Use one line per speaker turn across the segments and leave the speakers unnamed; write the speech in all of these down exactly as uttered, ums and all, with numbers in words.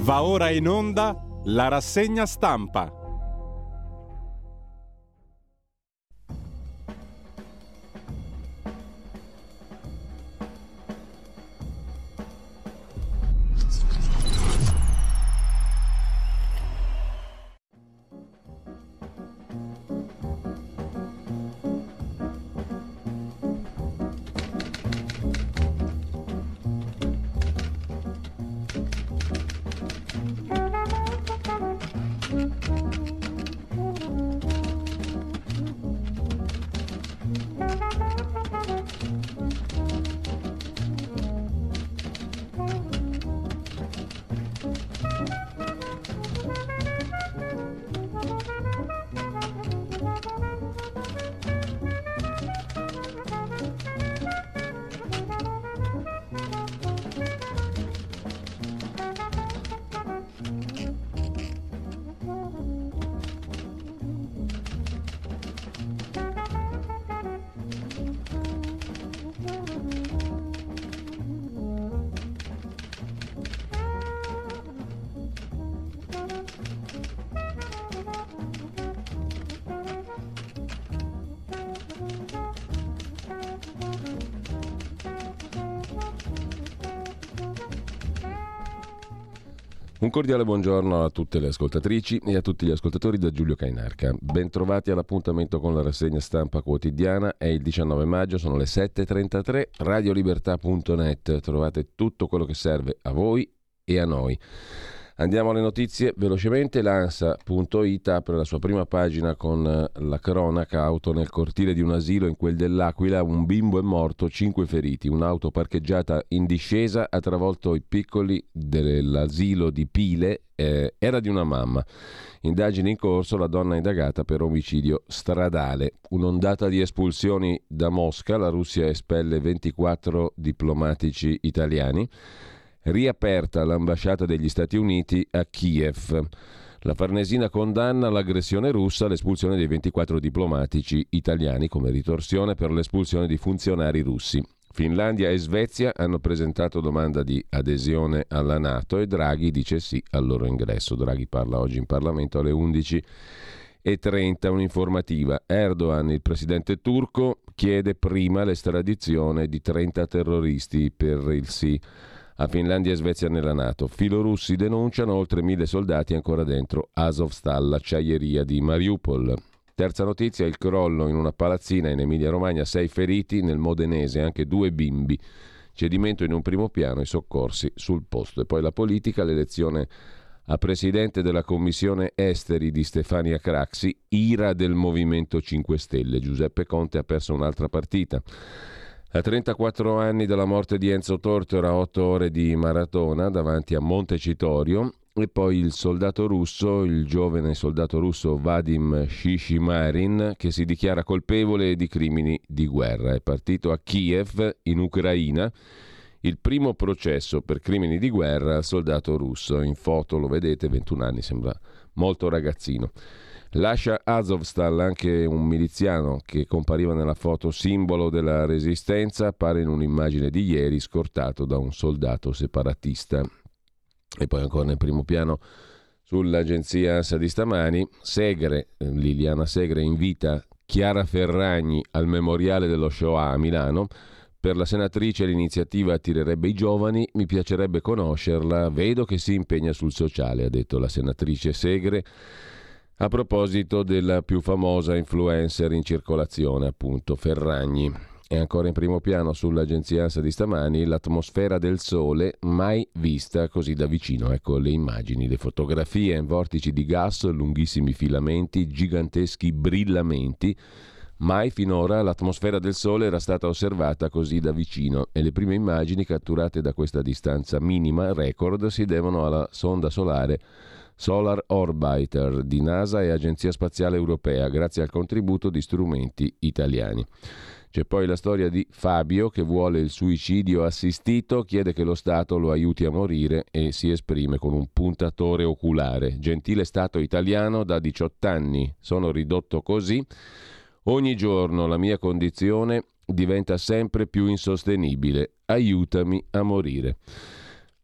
Va ora in onda la rassegna stampa.
Un cordiale buongiorno a tutte le ascoltatrici e a tutti gli ascoltatori da Giulio Cainarca. Bentrovati all'appuntamento con la rassegna stampa quotidiana. È il diciannove maggio, sono le sette e trentatré, radiolibertà punto net. Trovate tutto quello che serve a voi e a noi. Andiamo alle notizie velocemente. L'Ansa punto it apre la sua prima pagina con la cronaca: auto nel cortile di un asilo in quel dell'Aquila, un bimbo è morto, cinque feriti. Un'auto parcheggiata in discesa ha travolto i piccoli dell'asilo di Pile, eh, era di una mamma. Indagini in corso, la donna indagata per omicidio stradale. Un'ondata di espulsioni da Mosca, la Russia espelle ventiquattro diplomatici italiani. Riaperta l'ambasciata degli Stati Uniti a Kiev. La Farnesina condanna l'aggressione russa, l'espulsione dei ventiquattro diplomatici italiani come ritorsione per l'espulsione di funzionari russi. Finlandia e Svezia hanno presentato domanda di adesione alla NATO e Draghi dice sì al loro ingresso. Draghi parla oggi in Parlamento alle undici e trenta. Un'informativa. Erdogan, il presidente turco, chiede prima l'estradizione di trenta terroristi per il sì a Finlandia e Svezia nella NATO. Filorussi denunciano oltre mille soldati ancora dentro Azovstal, l'acciaieria di Mariupol. Terza notizia, il crollo in una palazzina in Emilia-Romagna, sei feriti, nel Modenese anche due bimbi. Cedimento in un primo piano, i soccorsi sul posto. E poi la politica, l'elezione a presidente della commissione esteri di Stefania Craxi, ira del Movimento cinque Stelle. Giuseppe Conte ha perso un'altra partita. A trentaquattro anni dalla morte di Enzo Tortora, otto ore di maratona davanti a Montecitorio. E poi il soldato russo, il giovane soldato russo Vadim Shishimarin, che si dichiara colpevole di crimini di guerra. È partito a Kiev, in Ucraina, il primo processo per crimini di guerra al soldato russo. In foto lo vedete, ventuno anni, sembra molto ragazzino. Lascia Azovstal anche un miliziano che compariva nella foto simbolo della resistenza, appare in un'immagine di ieri scortato da un soldato separatista. E poi ancora nel primo piano sull'agenzia ANSA di stamani, Segre, Liliana Segre invita Chiara Ferragni al memoriale dello Shoah a Milano. Per la senatrice l'iniziativa attirerebbe i giovani, mi piacerebbe conoscerla, vedo che si impegna sul sociale, ha detto la senatrice Segre. A proposito della più famosa influencer in circolazione, appunto, Ferragni. E ancora in primo piano sull'agenzia ANSA di stamani, l'atmosfera del sole mai vista così da vicino. Ecco le immagini, le fotografie, vortici di gas, lunghissimi filamenti, giganteschi brillamenti. Mai finora l'atmosfera del sole era stata osservata così da vicino e le prime immagini catturate da questa distanza minima, record, si devono alla sonda solare Solar Orbiter di NASA e Agenzia Spaziale Europea, grazie al contributo di strumenti italiani. C'è poi la storia di Fabio che vuole il suicidio assistito, chiede che lo Stato lo aiuti a morire e si esprime con un puntatore oculare. Gentile Stato italiano, da diciotto anni sono ridotto così. Ogni giorno la mia condizione diventa sempre più insostenibile. Aiutami a morire.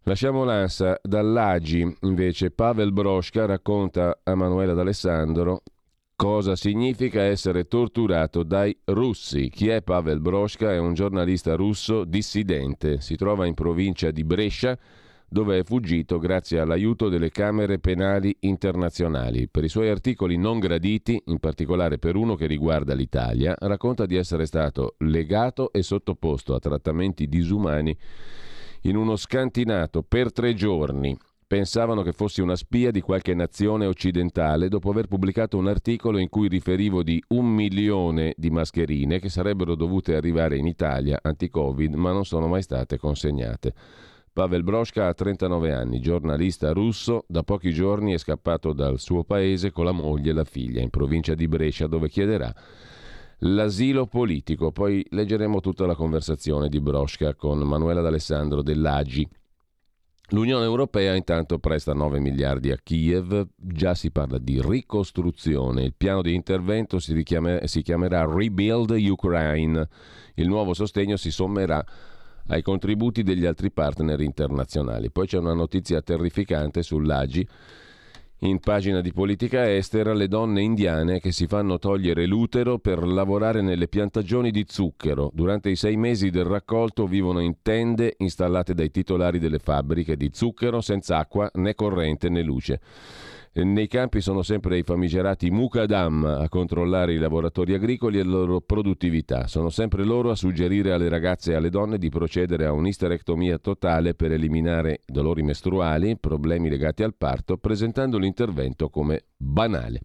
Lasciamo l'ANSA. Dall'A G I invece Pavel Broška racconta a Manuela D'Alessandro cosa significa essere torturato dai russi. Chi è Pavel Broška? È un giornalista russo dissidente. Si trova in provincia di Brescia, dove è fuggito grazie all'aiuto delle camere penali internazionali. Per i suoi articoli non graditi, in particolare per uno che riguarda l'Italia, racconta di essere stato legato e sottoposto a trattamenti disumani in uno scantinato per tre giorni. Pensavano che fossi una spia di qualche nazione occidentale dopo aver pubblicato un articolo in cui riferivo di un milione di mascherine che sarebbero dovute arrivare in Italia anti-Covid, ma non sono mai state consegnate. Pavel Broška ha trentanove anni, giornalista russo, da pochi giorni è scappato dal suo paese con la moglie e la figlia in provincia di Brescia, dove chiederà l'asilo politico. Poi leggeremo tutta la conversazione di Broška con Manuela D'Alessandro dell'A G I. L'Unione Europea intanto presta nove miliardi a Kiev, già si parla di ricostruzione. Il piano di intervento si, richiama, si chiamerà Rebuild Ukraine. Il nuovo sostegno si sommerà ai contributi degli altri partner internazionali. Poi c'è una notizia terrificante sull'A G I. In pagina di politica estera, le donne indiane che si fanno togliere l'utero per lavorare nelle piantagioni di zucchero. Durante i sei mesi del raccolto vivono in tende installate dai titolari delle fabbriche di zucchero, senza acqua né corrente né luce. Nei campi sono sempre i famigerati Mukadam a controllare i lavoratori agricoli e la loro produttività. Sono sempre loro a suggerire alle ragazze e alle donne di procedere a un'isterectomia totale per eliminare dolori mestruali, problemi legati al parto, presentando l'intervento come banale.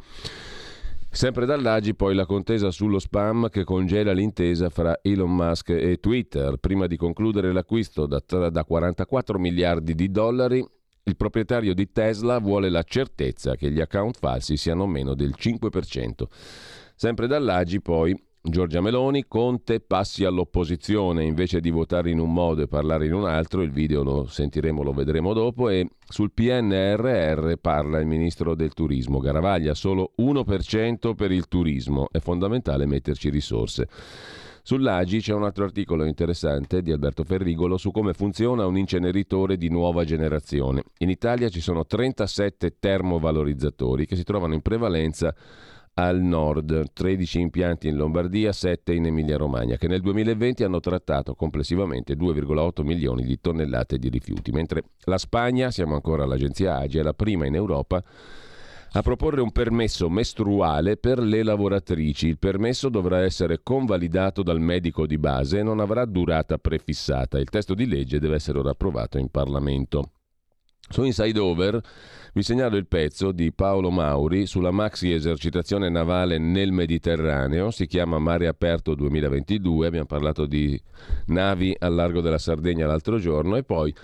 Sempre dall'A G I poi la contesa sullo spam che congela l'intesa fra Elon Musk e Twitter. Prima di concludere l'acquisto da, da quarantaquattro miliardi di dollari, il proprietario di Tesla vuole la certezza che gli account falsi siano meno del cinque per cento. Sempre dall'A G I poi Giorgia Meloni, Conte passi all'opposizione invece di votare in un modo e parlare in un altro. Il video lo sentiremo, lo vedremo dopo. E sul P N R R parla il ministro del turismo Garavaglia, solo uno per cento per il turismo, è fondamentale metterci risorse. Sull'A G I c'è un altro articolo interessante di Alberto Ferrigolo su come funziona un inceneritore di nuova generazione. In Italia ci sono trentasette termovalorizzatori che si trovano in prevalenza al nord, tredici impianti in Lombardia, sette in Emilia-Romagna, che nel duemilaventi hanno trattato complessivamente due virgola otto milioni di tonnellate di rifiuti, mentre la Spagna, siamo ancora all'agenzia A G I, è la prima in Europa a proporre un permesso mestruale per le lavoratrici. Il permesso dovrà essere convalidato dal medico di base e non avrà durata prefissata. Il testo di legge deve essere ora approvato in Parlamento. Su Inside Over vi segnalo il pezzo di Paolo Mauri sulla maxi esercitazione navale nel Mediterraneo. Si chiama Mare Aperto duemilaventidue. Abbiamo parlato di navi al largo della Sardegna l'altro giorno. E poi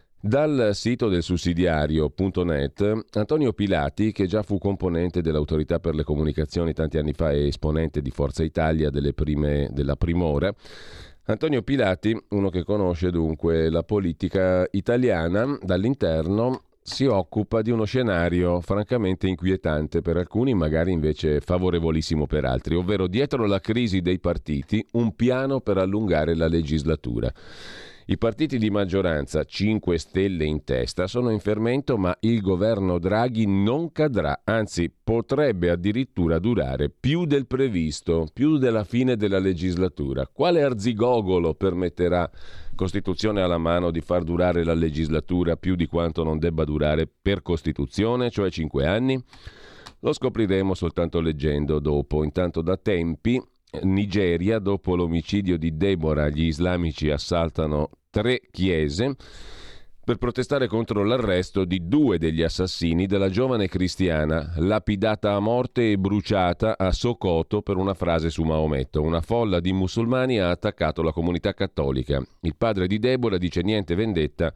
dal sito del sussidiario punto net, Antonio Pilati, che già fu componente dell'Autorità per le Comunicazioni tanti anni fa e esponente di Forza Italia delle prime, della Primora. Antonio Pilati, uno che conosce dunque la politica italiana dall'interno, si occupa di uno scenario francamente inquietante per alcuni, magari invece favorevolissimo per altri, ovvero dietro la crisi dei partiti un piano per allungare la legislatura. I partiti di maggioranza, cinque Stelle in testa, sono in fermento, ma il governo Draghi non cadrà, anzi potrebbe addirittura durare più del previsto, più della fine della legislatura. Quale arzigogolo permetterà, Costituzione alla mano, di far durare la legislatura più di quanto non debba durare per Costituzione, cioè cinque anni? Lo scopriremo soltanto leggendo dopo. Intanto da tempi, Nigeria, dopo l'omicidio di Deborah, gli islamici assaltano tre chiese per protestare contro l'arresto di due degli assassini della giovane cristiana lapidata a morte e bruciata a Sokoto per una frase su Maometto. Una folla di musulmani ha attaccato la comunità cattolica. Il padre di Deborah dice: niente vendetta,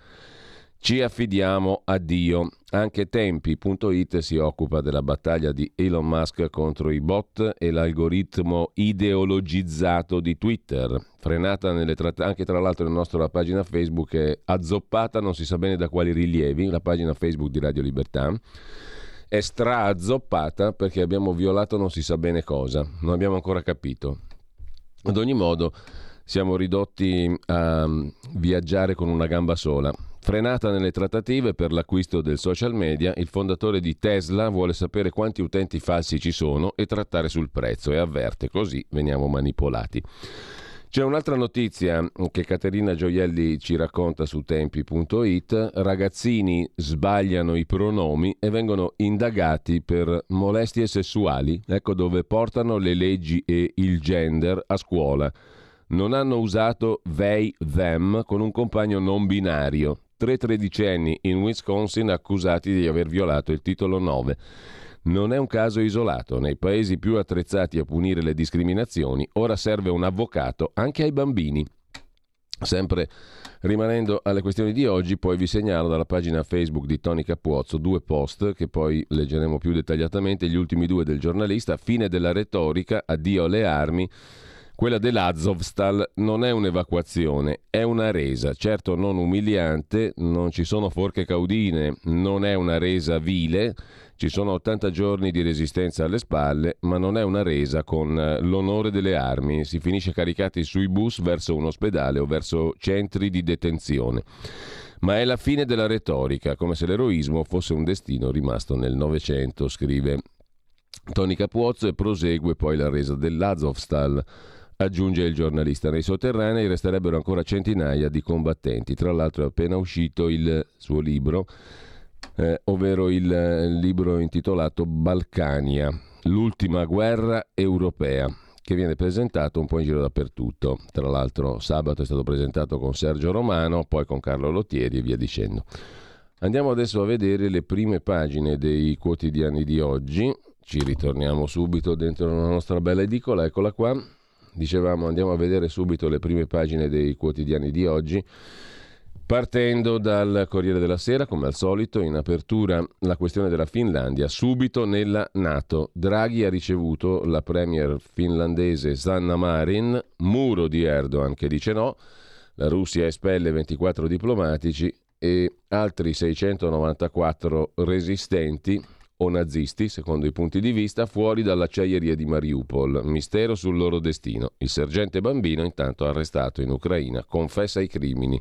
ci affidiamo a Dio. Anche Tempi punto it si occupa della battaglia di Elon Musk contro i bot e l'algoritmo ideologizzato di Twitter. Frenata nelle tratt- anche tra l'altro la nostra pagina Facebook è azzoppata, non si sa bene da quali rilievi, la pagina Facebook di Radio Libertà è stra-azzoppata perché abbiamo violato non si sa bene cosa, non abbiamo ancora capito. Ad ogni modo siamo ridotti a viaggiare con una gamba sola. Frenata nelle trattative per l'acquisto del social media, il fondatore di Tesla vuole sapere quanti utenti falsi ci sono e trattare sul prezzo e avverte: così veniamo manipolati. C'è un'altra notizia che Caterina Gioielli ci racconta su tempi punto it. Ragazzini sbagliano i pronomi e vengono indagati per molestie sessuali. Ecco dove portano le leggi e il gender a scuola. Non hanno usato they, them con un compagno non binario. Tre tredicenni in Wisconsin accusati di aver violato il titolo nove. Non è un caso isolato. Nei paesi più attrezzati a punire le discriminazioni, ora serve un avvocato anche ai bambini. Sempre rimanendo alle questioni di oggi, poi vi segnalo dalla pagina Facebook di Tony Cappuozzo due post che poi leggeremo più dettagliatamente, gli ultimi due del giornalista. Fine della retorica, addio alle armi. Quella dell'Azovstal non è un'evacuazione, è una resa, certo non umiliante, non ci sono forche caudine, non è una resa vile, ci sono ottanta giorni di resistenza alle spalle, ma non è una resa con l'onore delle armi, si finisce caricati sui bus verso un ospedale o verso centri di detenzione. Ma è la fine della retorica, come se l'eroismo fosse un destino rimasto nel Novecento, scrive Tony Cappuozzo, e prosegue poi la resa dell'Azovstal. Aggiunge il giornalista: nei sotterranei resterebbero ancora centinaia di combattenti. Tra l'altro è appena uscito il suo libro, eh, ovvero il, il libro intitolato Balcania, l'ultima guerra europea, che viene presentato un po' in giro dappertutto. Tra l'altro sabato è stato presentato con Sergio Romano, poi con Carlo Lottieri e via dicendo. Andiamo adesso a vedere le prime pagine dei quotidiani di oggi. Ci ritorniamo subito dentro la nostra bella edicola, eccola qua. Dicevamo, andiamo a vedere subito le prime pagine dei quotidiani di oggi, partendo dal Corriere della Sera, come al solito. In apertura la questione della Finlandia, subito nella NATO. Draghi ha ricevuto la premier finlandese Sanna Marin, muro di Erdogan che dice no, la Russia espelle ventiquattro diplomatici e altri seicentonovantaquattro resistenti o nazisti, secondo i punti di vista, fuori dall'acciaieria di Mariupol. Mistero sul loro destino. Il sergente Bambino, intanto arrestato in Ucraina, confessa i crimini.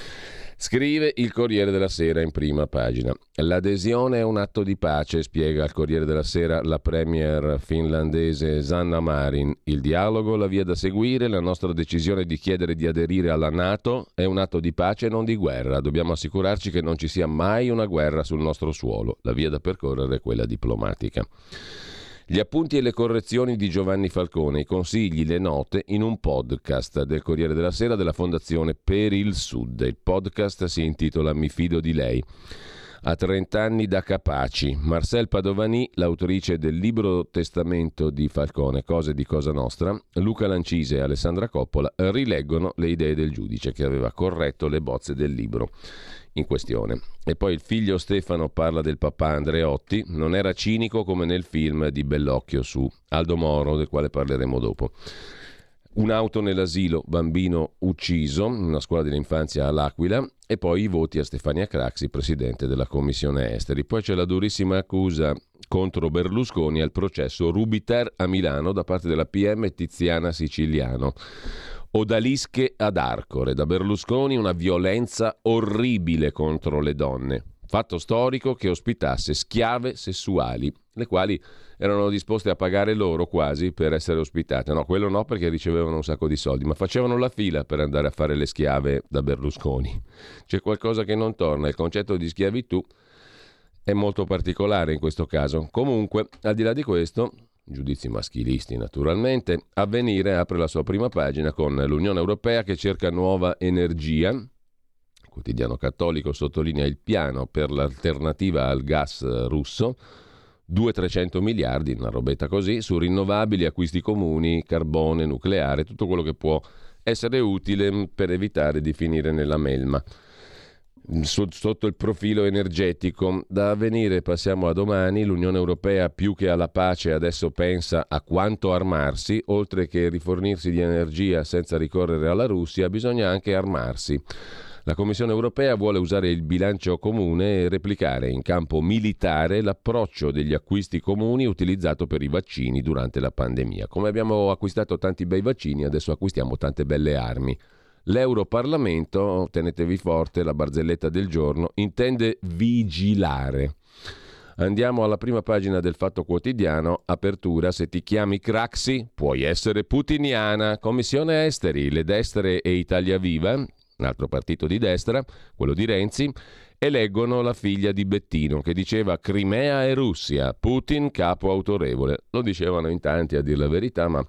Scrive il Corriere della Sera in prima pagina. L'adesione è un atto di pace, spiega al Corriere della Sera la premier finlandese Sanna Marin. Il dialogo, la via da seguire, la nostra decisione di chiedere di aderire alla NATO è un atto di pace e non di guerra. Dobbiamo assicurarci che non ci sia mai una guerra sul nostro suolo. La via da percorrere è quella diplomatica. Gli appunti e le correzioni di Giovanni Falcone, i consigli, le note in un podcast del Corriere della Sera della Fondazione Per il Sud. Il podcast si intitola Mi fido di lei. A trent'anni da capaci. Marcel Padovani, l'autrice del libro testamento di Falcone, Cose di Cosa Nostra, Luca Lancise e Alessandra Coppola rileggono le idee del giudice che aveva corretto le bozze del libro in questione. E poi il figlio Stefano parla del papà Andreotti, non era cinico come nel film di Bellocchio su Aldo Moro, del quale parleremo dopo. Un'auto nell'asilo, bambino ucciso, una scuola dell'infanzia all'Aquila, e poi i voti a Stefania Craxi, presidente della Commissione Esteri. Poi c'è la durissima accusa contro Berlusconi al processo Rubiter a Milano da parte della P M Tiziana Siciliano. Odalische ad Arcore, da Berlusconi una violenza orribile contro le donne. Fatto storico che ospitasse schiave sessuali, le quali erano disposte a pagare loro quasi per essere ospitate. No, quello no, perché ricevevano un sacco di soldi, ma facevano la fila per andare a fare le schiave da Berlusconi. C'è qualcosa che non torna, il concetto di schiavitù è molto particolare in questo caso. Comunque, al di là di questo, giudizi maschilisti naturalmente, Avvenire apre la sua prima pagina con l'Unione Europea che cerca nuova energia. Il quotidiano cattolico sottolinea il piano per l'alternativa al gas russo, duecento-trecento miliardi, una robetta così, su rinnovabili, acquisti comuni, carbone, nucleare, tutto quello che può essere utile per evitare di finire nella melma. Sotto il profilo energetico, da Avvenire passiamo a Domani. L'Unione Europea più che alla pace adesso pensa a quanto armarsi. Oltre che rifornirsi di energia senza ricorrere alla Russia, bisogna anche armarsi. La Commissione Europea vuole usare il bilancio comune e replicare in campo militare l'approccio degli acquisti comuni utilizzato per i vaccini durante la pandemia. Come abbiamo acquistato tanti bei vaccini, adesso acquistiamo tante belle armi. L'Europarlamento, tenetevi forte, la barzelletta del giorno, intende vigilare. Andiamo alla prima pagina del Fatto Quotidiano, apertura, se ti chiami Craxi puoi essere putiniana. Commissione Esteri, le destre e Italia Viva, un altro partito di destra, quello di Renzi, eleggono la figlia di Bettino che diceva Crimea e Russia, Putin capo autorevole. Lo dicevano in tanti a dir la verità, ma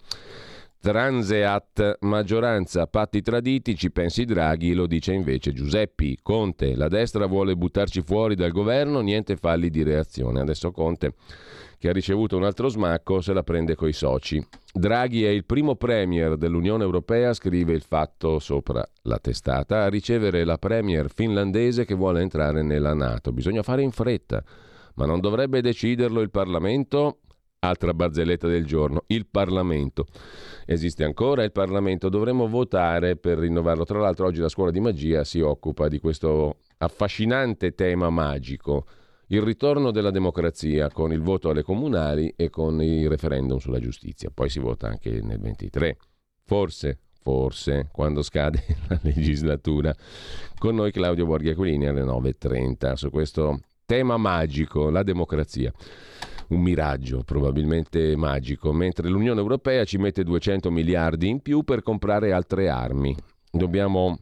transeat, maggioranza, patti traditi, ci pensi Draghi, lo dice invece Giuseppi. Conte, la destra vuole buttarci fuori dal governo, niente falli di reazione. Adesso Conte, che ha ricevuto un altro smacco, se la prende coi soci. Draghi è il primo premier dell'Unione Europea, scrive il Fatto sopra la testata, a ricevere la premier finlandese che vuole entrare nella NATO. Bisogna fare in fretta, ma non dovrebbe deciderlo il Parlamento? Altra barzelletta del giorno, il Parlamento. Esiste ancora il Parlamento, dovremmo votare per rinnovarlo. Tra l'altro oggi la scuola di magia si occupa di questo affascinante tema magico, il ritorno della democrazia con il voto alle comunali e con il referendum sulla giustizia. Poi si vota anche nel ventitré, forse, forse, quando scade la legislatura. Con noi Claudio Borghi Aquilini alle nove e trenta su questo tema magico, la democrazia. Un miraggio probabilmente magico, mentre l'Unione Europea ci mette duecento miliardi in più per comprare altre armi. Dobbiamo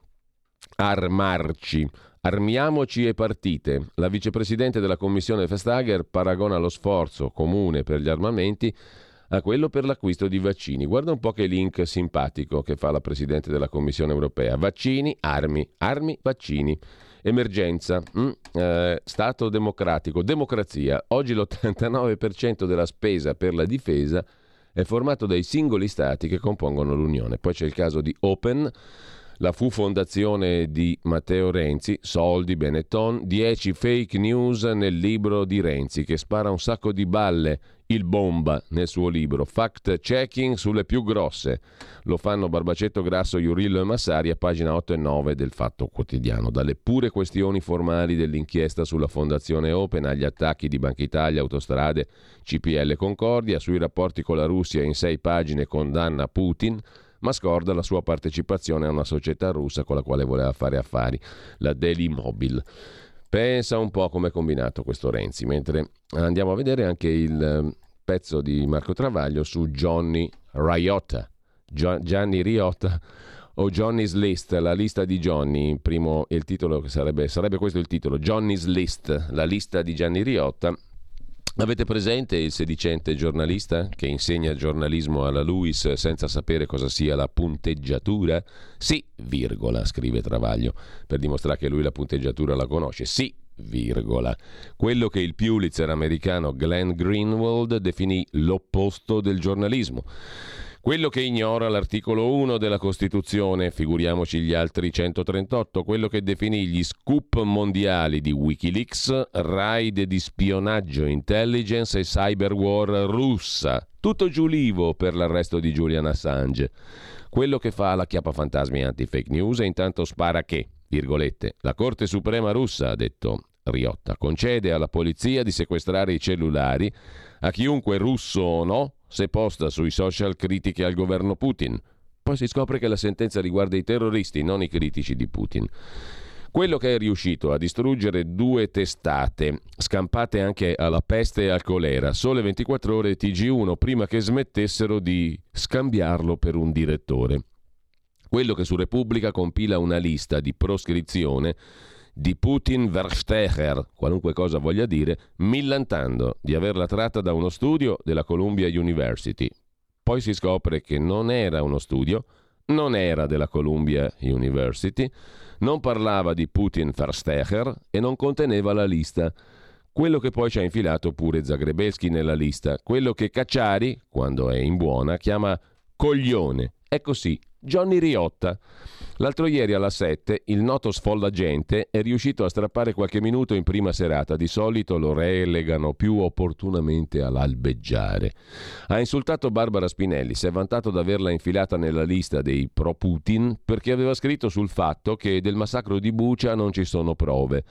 armarci, armiamoci e partite. La vicepresidente della Commissione Vestager paragona lo sforzo comune per gli armamenti a quello per l'acquisto di vaccini. Guarda un po' che link simpatico che fa la Presidente della Commissione Europea. Vaccini, armi, armi, vaccini. Emergenza, mm, eh, Stato democratico, democrazia. Oggi l'ottantanove per cento della spesa per la difesa è formato dai singoli stati che compongono l'Unione. Poi c'è il caso di Open, la fu fondazione di Matteo Renzi, soldi, Benetton, dieci fake news nel libro di Renzi che spara un sacco di balle, il bomba nel suo libro, fact checking sulle più grosse. Lo fanno Barbacetto, Grasso, Iurillo e Massari a pagina otto e nove del Fatto Quotidiano. Dalle pure questioni formali dell'inchiesta sulla Fondazione Open agli attacchi di Banca Italia, Autostrade, C P L Concordia, sui rapporti con la Russia in sei pagine condanna Putin, ma scorda la sua partecipazione a una società russa con la quale voleva fare affari, la Daily Mobile. Pensa un po' come è combinato questo Renzi, mentre andiamo a vedere anche il pezzo di Marco Travaglio su Johnny Riotta, Gio- Gianni Riotta o Johnny's List, la lista di Johnny, primo il titolo che sarebbe, sarebbe questo il titolo, Johnny's List, la lista di Gianni Riotta. Avete presente il sedicente giornalista che insegna giornalismo alla LUISS senza sapere cosa sia la punteggiatura? Sì, virgola, scrive Travaglio, per dimostrare che lui la punteggiatura la conosce. Sì, virgola. Quello che il Pulitzer americano Glenn Greenwald definì l'opposto del giornalismo. Quello che ignora l'articolo uno della Costituzione, figuriamoci gli altri centotrentotto, quello che definì gli scoop mondiali di Wikileaks, raid di spionaggio, intelligence e cyberwar russa. Tutto giulivo per l'arresto di Julian Assange. Quello che fa la chiappa fantasmi anti-fake news e intanto spara che, virgolette, la Corte Suprema russa, ha detto Riotta, concede alla polizia di sequestrare i cellulari a chiunque russo o no se posta sui social critiche al governo Putin. Poi si scopre che la sentenza riguarda i terroristi, non i critici di Putin. Quello che è riuscito a distruggere due testate, scampate anche alla peste e al colera, Sole ventiquattro Ore e T G uno, prima che smettessero di scambiarlo per un direttore. Quello che su Repubblica compila una lista di proscrizione di Putin Verstecher, qualunque cosa voglia dire, millantando di averla tratta da uno studio della Columbia University. Poi si scopre che non era uno studio, non era della Columbia University, non parlava di Putin Verstecher e non conteneva la lista. Quello che poi ci ha infilato pure Zagrebelsky nella lista, quello che Cacciari, quando è in buona, chiama coglione. È così, Johnny Riotta. L'altro ieri alla sette il noto sfollagente è riuscito a strappare qualche minuto in prima serata, di solito lo relegano più opportunamente all'albeggiare. Ha insultato Barbara Spinelli, si è vantato di averla infilata nella lista dei pro-Putin perché aveva scritto sul fatto che del massacro di Bucha non ci sono prove.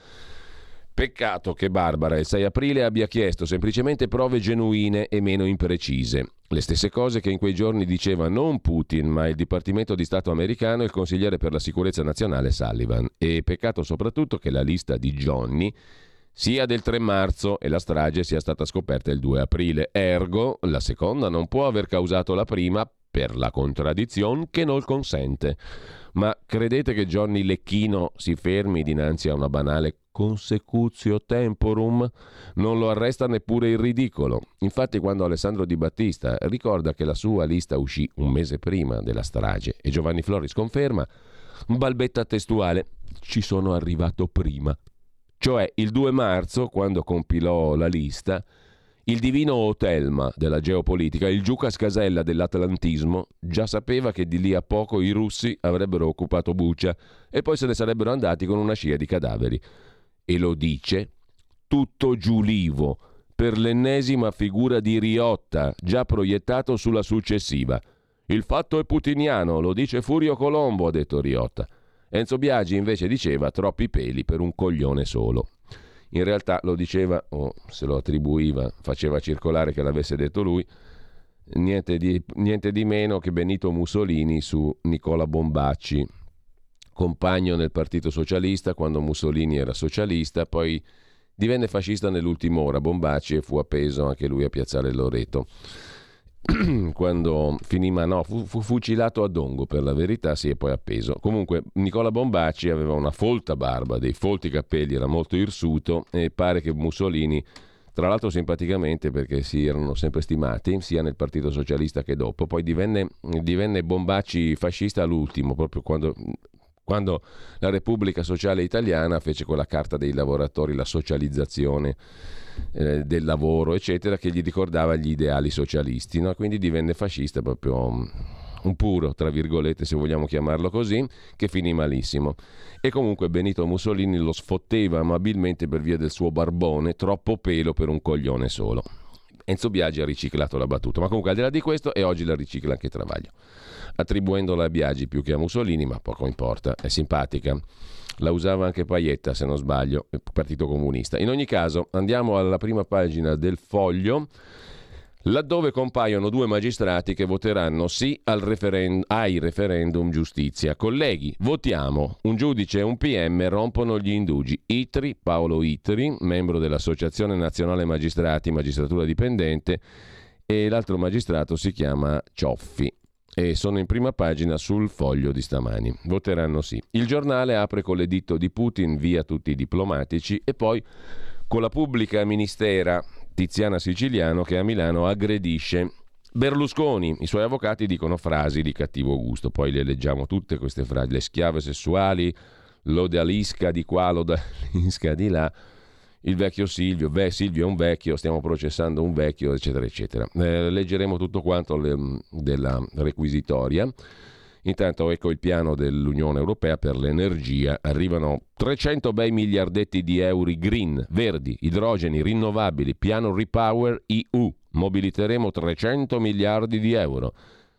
Peccato che Barbara il sei aprile abbia chiesto semplicemente prove genuine e meno imprecise. Le stesse cose che in quei giorni diceva non Putin, ma il Dipartimento di Stato americano e il consigliere per la sicurezza nazionale Sullivan. E peccato soprattutto che la lista di Johnny sia del tre marzo e la strage sia stata scoperta il due aprile. Ergo, la seconda non può aver causato la prima per la contraddizione che non consente. Ma credete che Johnny Lecchino si fermi dinanzi a una banale consecutio temporum? Non lo arresta neppure il ridicolo. Infatti, quando Alessandro Di Battista ricorda che la sua lista uscì un mese prima della strage e Giovanni Floris conferma, balbetta testuale: ci sono arrivato prima. Cioè il due marzo, quando compilò la lista, il divino Otelma della geopolitica, il Giucas Casella dell'atlantismo, già sapeva che di lì a poco i russi avrebbero occupato Bucha e poi se ne sarebbero andati con una scia di cadaveri. E lo dice tutto giulivo, per l'ennesima figura di Riotta, già proiettato sulla successiva. Il fatto è putiniano, lo dice Furio Colombo, ha detto Riotta. Enzo Biagi invece diceva troppi peli per un coglione solo. In realtà lo diceva, o se lo attribuiva, faceva circolare che l'avesse detto lui, niente di, niente di meno che Benito Mussolini su Nicola Bombacci, compagno nel Partito Socialista quando Mussolini era socialista, poi divenne fascista nell'ultima ora Bombacci e fu appeso anche lui a Piazzale Loreto. Quando finì, ma no, fu, fu fucilato a Dongo per la verità, sì, e poi appeso. Comunque Nicola Bombacci aveva una folta barba, dei folti capelli, era molto irsuto e pare che Mussolini, tra l'altro simpaticamente perché si erano sempre stimati sia nel Partito Socialista che dopo, poi divenne, divenne Bombacci fascista all'ultimo, proprio quando... quando la Repubblica Sociale Italiana fece quella carta dei lavoratori, la socializzazione eh, del lavoro, eccetera, che gli ricordava gli ideali socialisti, no? Quindi divenne fascista, proprio un puro, tra virgolette, se vogliamo chiamarlo così, che finì malissimo. E comunque Benito Mussolini lo sfotteva amabilmente per via del suo barbone, troppo pelo per un coglione solo. Enzo Biagi ha riciclato la battuta, ma comunque al di là di questo, e oggi la ricicla anche Travaglio, attribuendola a Biagi più che a Mussolini, ma poco importa, è simpatica. La usava anche Paietta, se non sbaglio, il Partito Comunista. In ogni caso, andiamo alla prima pagina del Foglio, laddove compaiono due magistrati che voteranno sì al referendum, ai referendum giustizia. Colleghi, votiamo. Un giudice e un P M rompono gli indugi. Itri, Paolo Itri, membro dell'Associazione Nazionale Magistrati, magistratura dipendente, e l'altro magistrato si chiama Cioffi. E sono in prima pagina sul Foglio di stamani. Voteranno sì. Il giornale apre con l'editto di Putin, via tutti i diplomatici, e poi con la pubblica ministera Tiziana Siciliano che a Milano aggredisce Berlusconi. I suoi avvocati dicono frasi di cattivo gusto, poi le leggiamo tutte queste frasi: le schiave sessuali, l'odalisca di qua, l'odalisca di là, il vecchio Silvio, beh, Silvio è un vecchio, stiamo processando un vecchio, eccetera, eccetera. Eh, leggeremo tutto quanto le, della requisitoria. Intanto ecco il piano dell'Unione Europea per l'energia. Arrivano trecento bei miliardetti di euro green, verdi, idrogeni, rinnovabili, piano Repower E U. Mobiliteremo trecento miliardi di euro.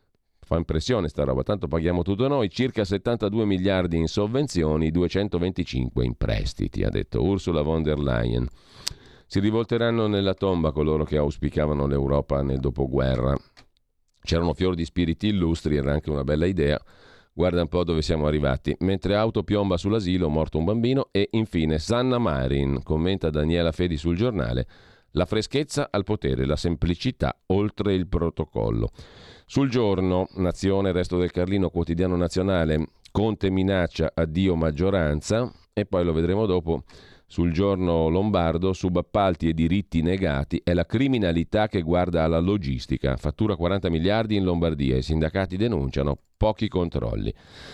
Fa impressione sta roba, tanto paghiamo tutto noi, circa settantadue miliardi in sovvenzioni, duecentoventicinque in prestiti, ha detto Ursula von der Leyen. Si rivolteranno nella tomba coloro che auspicavano l'Europa nel dopoguerra. C'erano fior di spiriti illustri, era anche una bella idea. Guarda un po' dove siamo arrivati. Mentre auto piomba sull'asilo, morto un bambino. E infine Sanna Marin, commenta Daniela Fedi sul giornale, la freschezza al potere, la semplicità oltre il protocollo. Sul Giorno, Nazione, Resto del Carlino, Quotidiano Nazionale, Conte minaccia addio maggioranza, e poi lo vedremo dopo. Sul Giorno Lombardo, subappalti e diritti negati, è la criminalità che guarda alla logistica, fattura quaranta miliardi in Lombardia, i sindacati denunciano pochi controlli.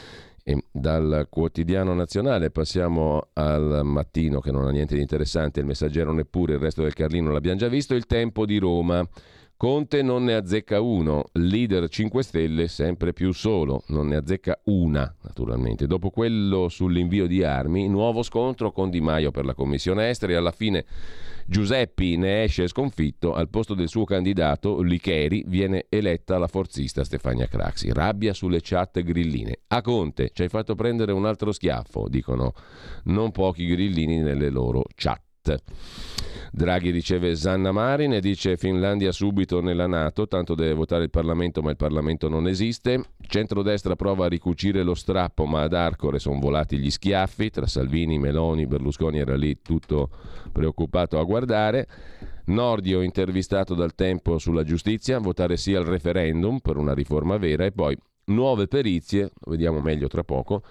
E dal Quotidiano Nazionale passiamo al Mattino, che non ha niente di interessante, il Messaggero neppure, il Resto del Carlino l'abbiamo già visto, il Tempo di Roma. Conte non ne azzecca uno, leader cinque Stelle sempre più solo, non ne azzecca una naturalmente. Dopo quello sull'invio di armi, nuovo scontro con Di Maio per la Commissione Esteri, alla fine Giuseppi ne esce sconfitto, al posto del suo candidato Licheri viene eletta la forzista Stefania Craxi. Rabbia sulle chat grilline. A Conte ci hai fatto prendere un altro schiaffo, dicono non pochi grillini nelle loro chat. Draghi riceve Sanna Marin e dice Finlandia subito nella NATO, tanto deve votare il Parlamento ma il Parlamento non esiste. Centrodestra prova a ricucire lo strappo ma ad Arcore sono volati gli schiaffi, tra Salvini, Meloni, Berlusconi era lì tutto preoccupato a guardare. Nordio intervistato dal Tempo sulla giustizia, votare sì al referendum per una riforma vera e poi nuove perizie, lo vediamo meglio tra poco,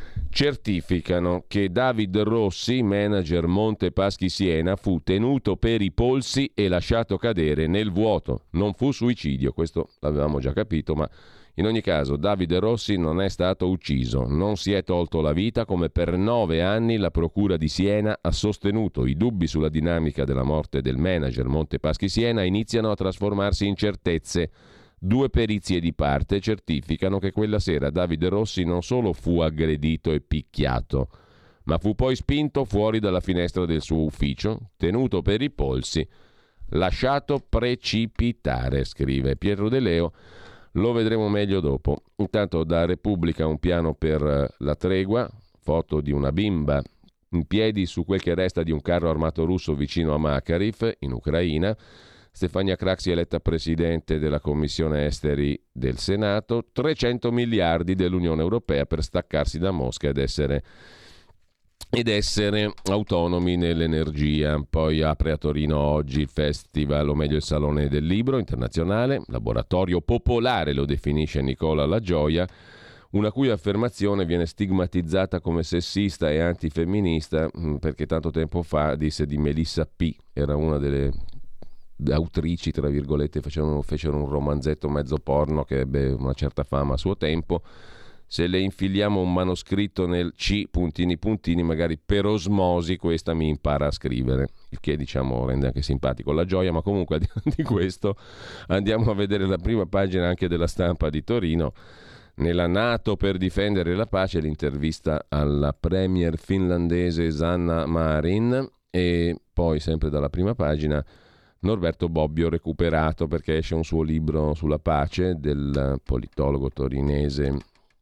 certificano che David Rossi, manager Monte Paschi Siena, fu tenuto per i polsi e lasciato cadere nel vuoto. Non fu suicidio, questo l'avevamo già capito, ma in ogni caso Davide Rossi non è stato ucciso, non si è tolto la vita come per nove anni la Procura di Siena ha sostenuto. I dubbi sulla dinamica della morte del manager Monte Paschi Siena iniziano a trasformarsi in certezze. Due perizie di parte certificano che quella sera Davide Rossi non solo fu aggredito e picchiato, ma fu poi spinto fuori dalla finestra del suo ufficio, tenuto per i polsi, lasciato precipitare, scrive Pietro De Leo. Lo vedremo meglio dopo. Intanto da Repubblica un piano per la tregua, foto di una bimba in piedi su quel che resta di un carro armato russo vicino a Makariv, in Ucraina. Stefania Craxi eletta presidente della Commissione Esteri del Senato, trecento miliardi dell'Unione Europea per staccarsi da Mosca ed essere, ed essere autonomi nell'energia. Poi apre a Torino oggi il festival, o meglio il Salone del Libro Internazionale, laboratorio popolare lo definisce Nicola La Gioia, una cui affermazione viene stigmatizzata come sessista e antifemminista perché tanto tempo fa disse di Melissa P., era una delle autrici, tra virgolette, fecero, fecero un romanzetto mezzo porno che ebbe una certa fama a suo tempo. Se le infiliamo un manoscritto nel C puntini puntini, magari per osmosi questa mi impara a scrivere, il che diciamo rende anche simpatico La Gioia. Ma comunque al di là di questo andiamo a vedere la prima pagina anche della Stampa di Torino. Nella NATO per difendere la pace, l'intervista alla premier finlandese Sanna Marin, e poi sempre dalla prima pagina Norberto Bobbio recuperato perché esce un suo libro sulla pace del politologo torinese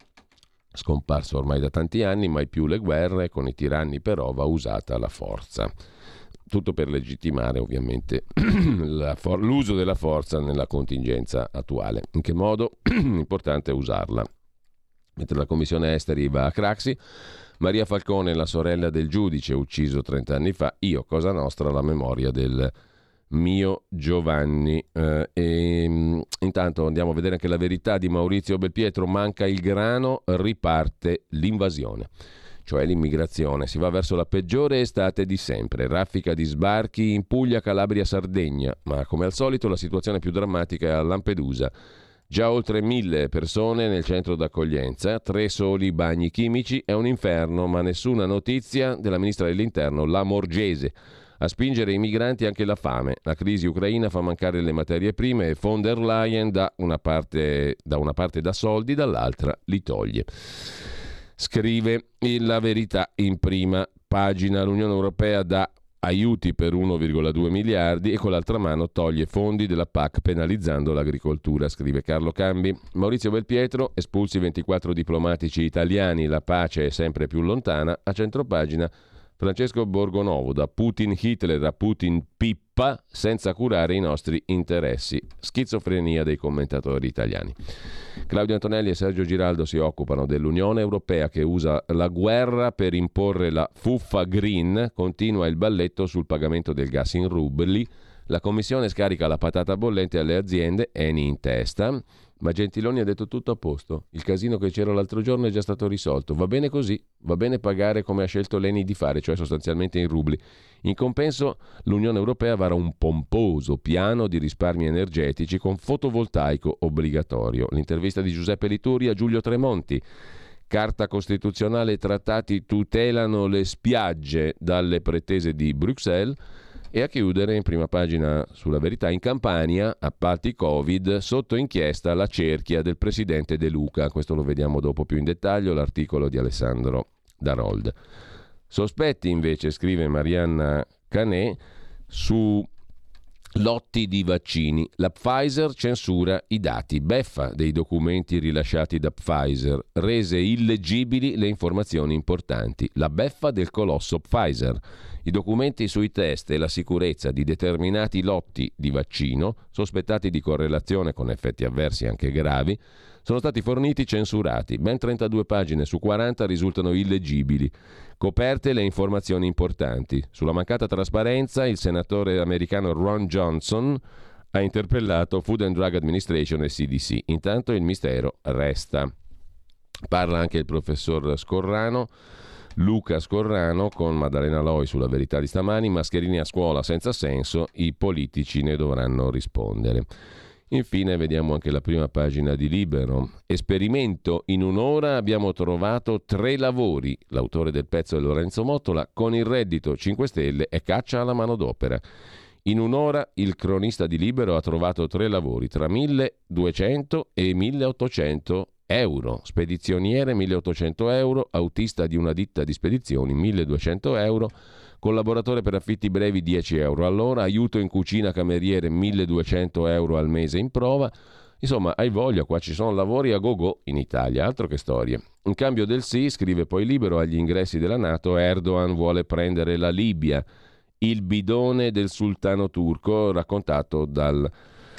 scomparso ormai da tanti anni. Mai più le guerre, con i tiranni però va usata la forza. Tutto per legittimare ovviamente la for- l'uso della forza nella contingenza attuale. In che modo? Importante usarla. Mentre la commissione esteri va a Craxi, Maria Falcone, la sorella del giudice ucciso trent'anni fa, io, Cosa Nostra, la memoria del mio Giovanni. Eh, e intanto andiamo a vedere anche La Verità di Maurizio Belpietro. Manca il grano, riparte l'invasione, cioè l'immigrazione. Si va verso la peggiore estate di sempre, raffica di sbarchi in Puglia, Calabria, Sardegna, ma come al solito la situazione più drammatica è a Lampedusa. Già oltre mille persone nel centro d'accoglienza, tre soli bagni chimici, è un inferno, ma nessuna notizia della ministra dell'Interno Lamorgese. A spingere i migranti anche la fame. La crisi ucraina fa mancare le materie prime e von der Leyen da una parte, da una parte dà soldi, dall'altra li toglie. Scrive La Verità in prima pagina. L'Unione Europea dà aiuti per uno virgola due miliardi e con l'altra mano toglie fondi della P A C penalizzando l'agricoltura, scrive Carlo Cambi. Maurizio Belpietro, espulsi ventiquattro diplomatici italiani, la pace è sempre più lontana. A centropagina Francesco Borgonovo, da Putin Hitler a Putin Pippa, senza curare i nostri interessi. Schizofrenia dei commentatori italiani. Claudio Antonelli e Sergio Giraldo si occupano dell'Unione Europea che usa la guerra per imporre la fuffa green, continua il balletto sul pagamento del gas in rubli, la Commissione scarica la patata bollente alle aziende, Eni in testa. Ma Gentiloni ha detto tutto a posto, il casino che c'era l'altro giorno è già stato risolto, va bene così, va bene pagare come ha scelto l'Eni di fare, cioè sostanzialmente in rubli. In compenso l'Unione Europea vara un pomposo piano di risparmi energetici con fotovoltaico obbligatorio. L'intervista di Giuseppe Lituri a Giulio Tremonti. Carta Costituzionale e trattati tutelano le spiagge dalle pretese di Bruxelles. E a chiudere in prima pagina sulla Verità, in Campania, appalti Covid, sotto inchiesta la cerchia del presidente De Luca. Questo lo vediamo dopo più in dettaglio, l'articolo di Alessandro Darold. Sospetti invece, scrive Marianna Canè, su lotti di vaccini. La Pfizer censura i dati, beffa dei documenti rilasciati da Pfizer, rese illeggibili le informazioni importanti. La beffa del colosso Pfizer. I documenti sui test e la sicurezza di determinati lotti di vaccino, sospettati di correlazione con effetti avversi anche gravi, sono stati forniti censurati. Ben trentadue pagine su quaranta risultano illeggibili, coperte le informazioni importanti. Sulla mancata trasparenza, il senatore americano Ron Johnson ha interpellato Food and Drug Administration e C D C. Intanto il mistero resta. Parla anche il professor Scorrano, Luca Scorrano, con Maddalena Loi sulla Verità di stamani. Mascherini a scuola senza senso, i politici ne dovranno rispondere. Infine vediamo anche la prima pagina di Libero. Esperimento, in un'ora abbiamo trovato tre lavori. L'autore del pezzo è Lorenzo Mottola. Con il reddito cinque Stelle e caccia alla manodopera. In un'ora il cronista di Libero ha trovato tre lavori tra milleduecento e milleottocento euro. Spedizioniere milleottocento euro, autista di una ditta di spedizioni milleduecento euro, collaboratore per affitti brevi dieci euro all'ora, aiuto in cucina cameriere milleduecento euro al mese in prova. Insomma, hai voglia, qua ci sono lavori a go-go in Italia, altro che storie. In cambio del sì, scrive poi Libero, agli ingressi della NATO, Erdogan vuole prendere la Libia. Il bidone del sultano turco, raccontato dal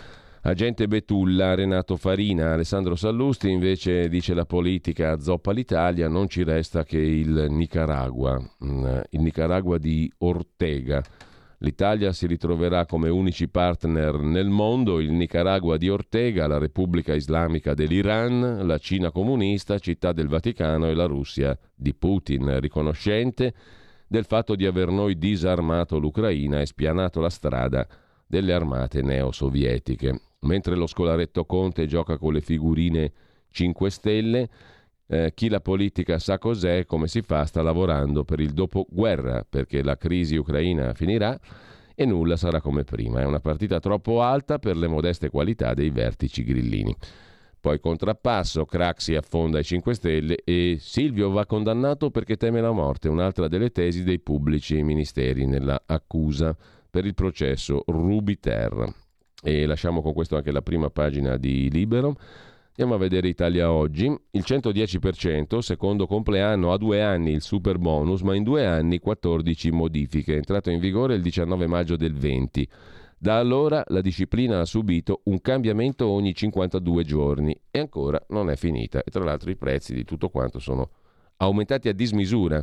agente Betulla Renato Farina. Alessandro Sallusti invece dice: la politica zoppa l'Italia, non ci resta che il Nicaragua, il Nicaragua di Ortega. L'Italia si ritroverà come unici partner nel mondo il Nicaragua di Ortega, la Repubblica Islamica dell'Iran, la Cina comunista, Città del Vaticano e la Russia di Putin, riconoscente del fatto di aver noi disarmato l'Ucraina e spianato la strada delle armate neosovietiche. Mentre lo scolaretto Conte gioca con le figurine cinque Stelle, eh, chi la politica sa cos'è, come si fa, sta lavorando per il dopoguerra, perché la crisi ucraina finirà e nulla sarà come prima. È una partita troppo alta per le modeste qualità dei vertici grillini. Poi contrappasso, Craxi affonda i cinque Stelle e Silvio va condannato perché teme la morte, un'altra delle tesi dei pubblici ministeri nella accusa per il processo Rubiter. E lasciamo con questo anche la prima pagina di Libero. Andiamo a vedere Italia Oggi. Il centodieci per cento, secondo compleanno, a due anni il super bonus, ma in due anni quattordici modifiche. È entrato in vigore il diciannove maggio del venti. Da allora la disciplina ha subito un cambiamento ogni cinquantadue giorni e ancora non è finita. E tra l'altro i prezzi di tutto quanto sono aumentati a dismisura.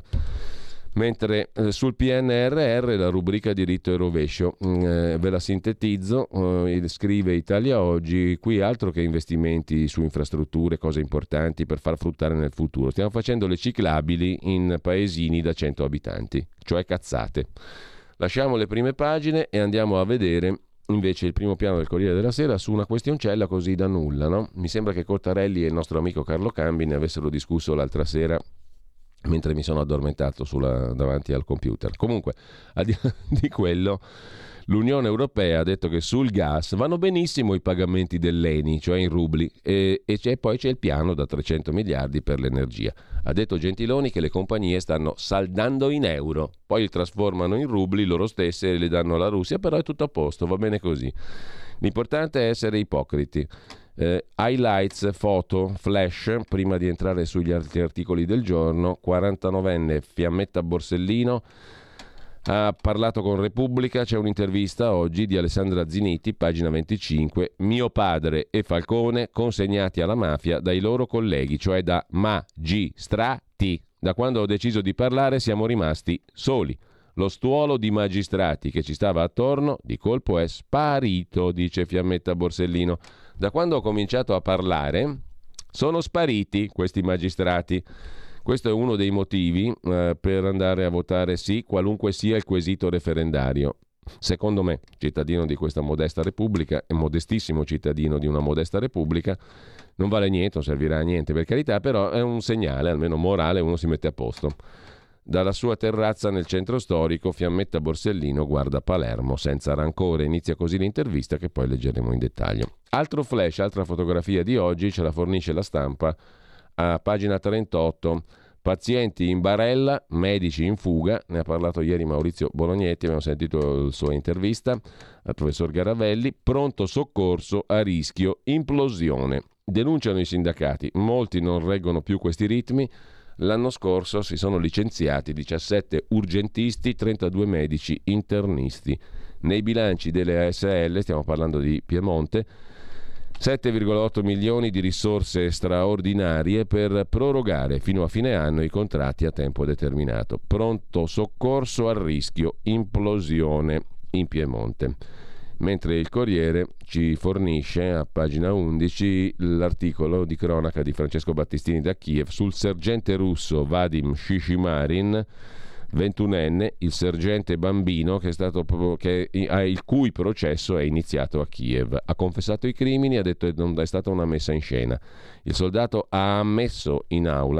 Mentre eh, sul P N R R la rubrica diritto e rovescio, eh, ve la sintetizzo, eh, scrive Italia Oggi, qui altro che investimenti su infrastrutture, cose importanti per far fruttare nel futuro. Stiamo facendo le ciclabili in paesini da cento abitanti, cioè cazzate. Lasciamo le prime pagine e andiamo a vedere invece il primo piano del Corriere della Sera su una questioncella così da nulla, no? Mi sembra che Cottarelli e il nostro amico Carlo Cambi ne avessero discusso l'altra sera mentre mi sono addormentato sulla, davanti al computer. Comunque, al di là di quello, l'Unione Europea ha detto che sul gas vanno benissimo i pagamenti dell'E N I, cioè in rubli, e, e c'è, poi c'è il piano da trecento miliardi per l'energia. Ha detto Gentiloni che le compagnie stanno saldando in euro, poi li trasformano in rubli loro stesse e le danno alla Russia, però è tutto a posto, va bene così. L'importante è essere ipocriti. Eh, highlights, foto, flash, prima di entrare sugli altri articoli del giorno. quarantanovenne Fiammetta Borsellino ha parlato con Repubblica, c'è un'intervista oggi di Alessandra Ziniti, pagina venticinque, mio padre e Falcone consegnati alla mafia dai loro colleghi, cioè da magistrati. Da quando ho deciso di parlare siamo rimasti soli. Lo stuolo di magistrati che ci stava attorno di colpo è sparito, dice Fiammetta Borsellino. Da quando ho cominciato a parlare sono spariti questi magistrati. Questo è uno dei motivi eh, per andare a votare sì, qualunque sia il quesito referendario. Secondo me, cittadino di questa modesta Repubblica e modestissimo cittadino di una modesta Repubblica, non vale niente, non servirà a niente per carità, però è un segnale, almeno morale, uno si mette a posto. Dalla sua terrazza nel centro storico, Fiammetta Borsellino guarda Palermo senza rancore. Inizia così l'intervista che poi leggeremo in dettaglio. Altro flash, altra fotografia di oggi, ce la fornisce La Stampa a pagina trentotto. Pazienti in barella, medici in fuga. Ne ha parlato ieri Maurizio Bolognetti, abbiamo sentito la sua intervista al professor Garavelli. Pronto soccorso a rischio implosione. Denunciano i sindacati, molti non reggono più questi ritmi. L'anno scorso si sono licenziati diciassette urgentisti, trentadue medici internisti. Nei bilanci delle A S L, stiamo parlando di Piemonte, sette virgola otto milioni di risorse straordinarie per prorogare fino a fine anno i contratti a tempo determinato. Pronto soccorso al rischio implosione in Piemonte. Mentre il Corriere ci fornisce a pagina undici l'articolo di cronaca di Francesco Battistini da Kiev sul sergente russo Vadim Shishimarin, ventunenne, il sergente bambino che è stato, che, il cui processo è iniziato a Kiev. Ha confessato i crimini, ha detto che non è stata una messa in scena. Il soldato ha ammesso in aula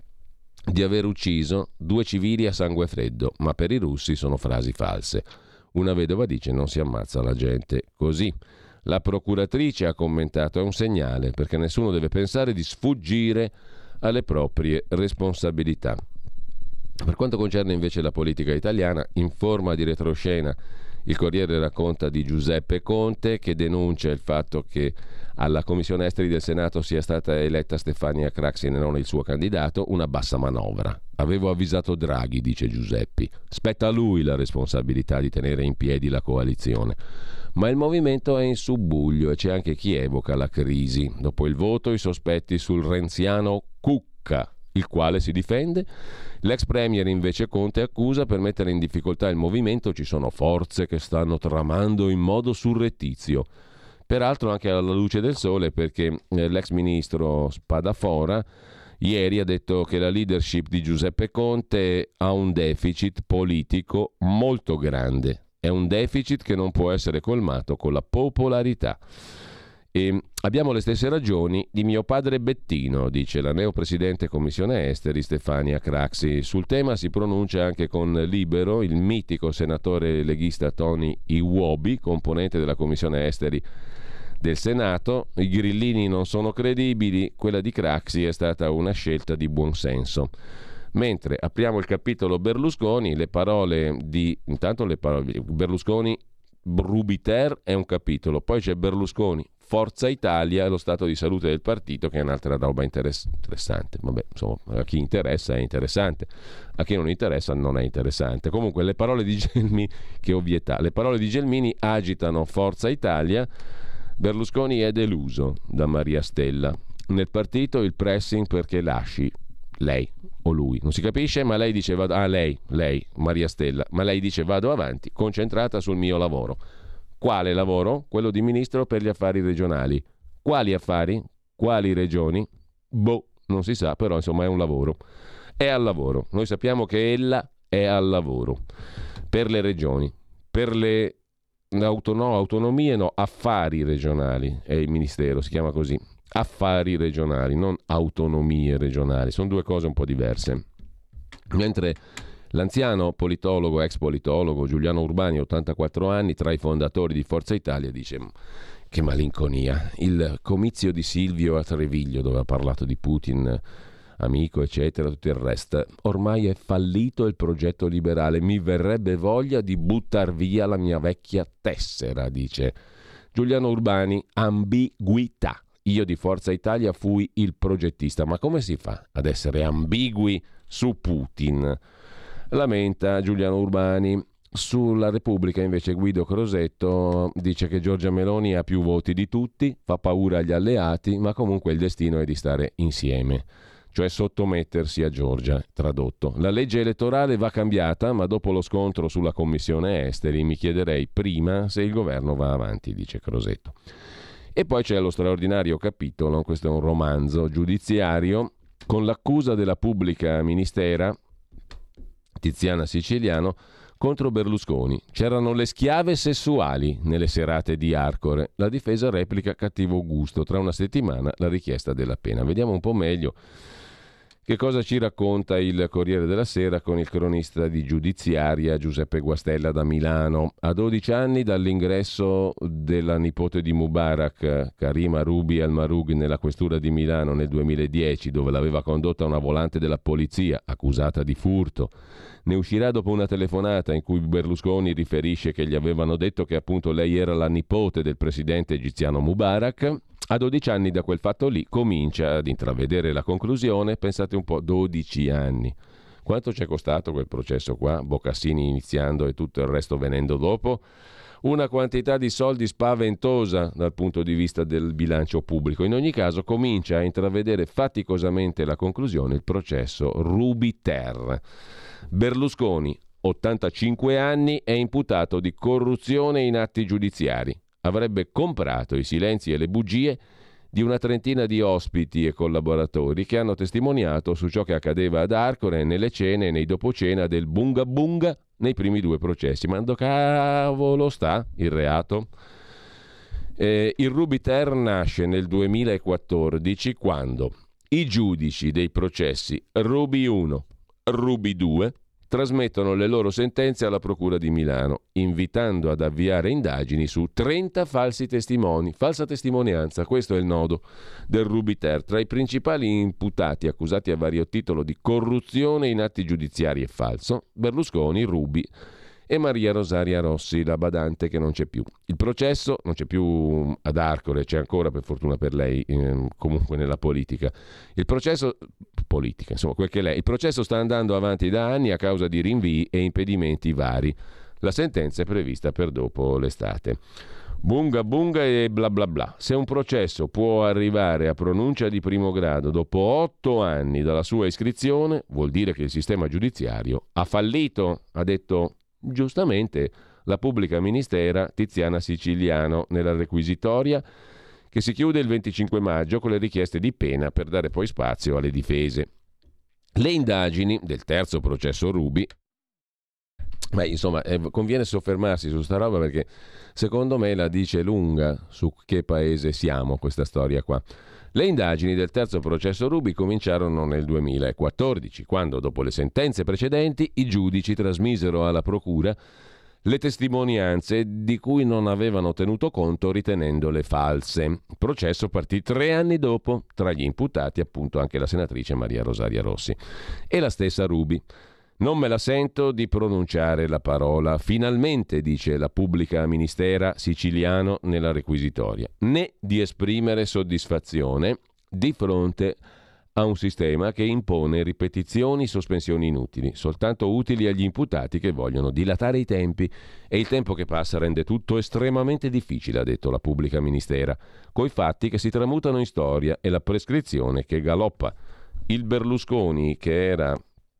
di aver ucciso due civili a sangue freddo, ma per i russi sono frasi false. Una vedova dice: non si ammazza la gente così. La procuratrice ha commentato: è un segnale, perché nessuno deve pensare di sfuggire alle proprie responsabilità. Per quanto concerne invece la politica italiana, in forma di retroscena il Corriere racconta di Giuseppe Conte, che denuncia il fatto che alla Commissione Esteri del Senato sia stata eletta Stefania Craxi e non il suo candidato, una bassa manovra. Avevo avvisato Draghi, dice Giuseppi. Spetta a lui la responsabilità di tenere in piedi la coalizione. Ma il movimento è in subbuglio e c'è anche chi evoca la crisi. Dopo il voto, i sospetti sul renziano Cucca, il quale si difende. L'ex premier invece Conte accusa: per mettere in difficoltà il movimento ci sono forze che stanno tramando in modo surrettizio. Peraltro anche alla luce del sole, perché l'ex ministro Spadafora ieri ha detto che la leadership di Giuseppe Conte ha un deficit politico molto grande. È un deficit che non può essere colmato con la popolarità. E abbiamo le stesse ragioni di mio padre Bettino, dice la neopresidente Commissione Esteri Stefania Craxi. Sul tema si pronuncia anche con Libero il mitico senatore leghista Tony Iwobi, componente della Commissione Esteri del Senato. I grillini non sono credibili, quella di Craxi è stata una scelta di buonsenso. Mentre apriamo il capitolo Berlusconi, le parole di intanto le parole Berlusconi Rubiter è un capitolo, poi c'è Berlusconi Forza Italia, lo stato di salute del partito, che è un'altra roba interess- interessante. Vabbè, insomma, a chi interessa è interessante, a chi non interessa non è interessante. Comunque le parole di Gelmini, che ovvietà, le parole di Gelmini agitano Forza Italia. Berlusconi è deluso da Maria Stella. Nel partito il pressing perché lasci lei o lui, non si capisce, ma lei dice vado, ah lei, lei, Maria Stella, ma lei dice vado avanti, concentrata sul mio lavoro. Quale lavoro? Quello di ministro per gli affari regionali. Quali affari? Quali regioni? Boh, non si sa, però insomma è un lavoro. È al lavoro. Noi sappiamo che ella è al lavoro. Per le regioni, per le autono- autonomie, no, affari regionali, è il ministero, si chiama così. Affari regionali, non autonomie regionali. Sono due cose un po' diverse. Mentre l'anziano politologo, ex politologo Giuliano Urbani, ottantaquattro anni, tra i fondatori di Forza Italia, dice: che malinconia, il comizio di Silvio a Treviglio, dove ha parlato di Putin, amico, eccetera, tutto il resto, ormai è fallito il progetto liberale, mi verrebbe voglia di buttar via la mia vecchia tessera, dice Giuliano Urbani. Ambiguità. Io di Forza Italia fui il progettista, ma come si fa ad essere ambigui su Putin? Lamenta Giuliano Urbani. Sulla Repubblica invece Guido Crosetto dice che Giorgia Meloni ha più voti di tutti, fa paura agli alleati, ma comunque il destino è di stare insieme, cioè sottomettersi a Giorgia. Tradotto: la legge elettorale va cambiata, ma dopo lo scontro sulla Commissione Esteri mi chiederei prima se il governo va avanti, dice Crosetto. E poi c'è lo straordinario capitolo, questo è un romanzo giudiziario, con l'accusa della pubblica ministera Tiziana Siciliano contro Berlusconi. C'erano le schiave sessuali nelle serate di Arcore. La difesa replica cattivo gusto. Tra una settimana la richiesta della pena. Vediamo un po' meglio che cosa ci racconta il Corriere della Sera con il cronista di giudiziaria Giuseppe Guastella da Milano. A dodici anni dall'ingresso della nipote di Mubarak, Karima Rubi al-Marugh, nella questura di Milano nel duemiladieci, dove l'aveva condotta una volante della polizia accusata di furto. Ne uscirà dopo una telefonata in cui Berlusconi riferisce che gli avevano detto che appunto lei era la nipote del presidente egiziano Mubarak. A dodici anni da quel fatto lì comincia ad intravedere la conclusione, pensate un po', dodici anni. Quanto ci è costato quel processo qua? Boccassini iniziando e tutto il resto venendo dopo? Una quantità di soldi spaventosa dal punto di vista del bilancio pubblico. In ogni caso comincia a intravedere faticosamente la conclusione il processo Ruby-Ter. Berlusconi, ottantacinque anni, è imputato di corruzione in atti giudiziari. Avrebbe comprato i silenzi e le bugie di una trentina di ospiti e collaboratori che hanno testimoniato su ciò che accadeva ad Arcore nelle cene e nei dopocena del Bunga Bunga nei primi due processi. Ma dove cavolo sta il reato? Eh, il Ruby-Ter nasce nel duemilaquattordici quando i giudici dei processi Ruby uno, Ruby due trasmettono le loro sentenze alla Procura di Milano, invitando ad avviare indagini su trenta falsi testimoni. Falsa testimonianza, questo è il nodo del Ruby-Ter. Tra i principali imputati accusati a vario titolo di corruzione in atti giudiziari e falso, Berlusconi, Ruby e Maria Rosaria Rossi, la badante che non c'è più. Il processo non c'è più ad Arcore, c'è ancora per fortuna per lei, eh, comunque nella politica. Il processo politica, insomma, quel che lei. Il processo sta andando avanti da anni a causa di rinvii e impedimenti vari. La sentenza è prevista per dopo l'estate. Bunga bunga e bla bla bla. Se un processo può arrivare a pronuncia di primo grado dopo otto anni dalla sua iscrizione, vuol dire che il sistema giudiziario ha fallito, ha detto giustamente la pubblica ministera Tiziana Siciliano nella requisitoria che si chiude il venticinque maggio con le richieste di pena per dare poi spazio alle difese. Le indagini del terzo processo Ruby, beh, insomma, eh, conviene soffermarsi su sta roba perché secondo me la dice lunga su che paese siamo questa storia qua. Le indagini del terzo processo Ruby cominciarono nel duemilaquattordici, quando dopo le sentenze precedenti i giudici trasmisero alla procura le testimonianze di cui non avevano tenuto conto ritenendole false. Il processo partì tre anni dopo, tra gli imputati appunto anche la senatrice Maria Rosaria Rossi e la stessa Ruby. Non me la sento di pronunciare la parola finalmente, dice la pubblica ministera Siciliano nella requisitoria, né di esprimere soddisfazione di fronte a un sistema che impone ripetizioni, sospensioni inutili, soltanto utili agli imputati che vogliono dilatare i tempi, e il tempo che passa rende tutto estremamente difficile, ha detto la pubblica ministera, coi fatti che si tramutano in storia e la prescrizione che galoppa. Il Berlusconi, che era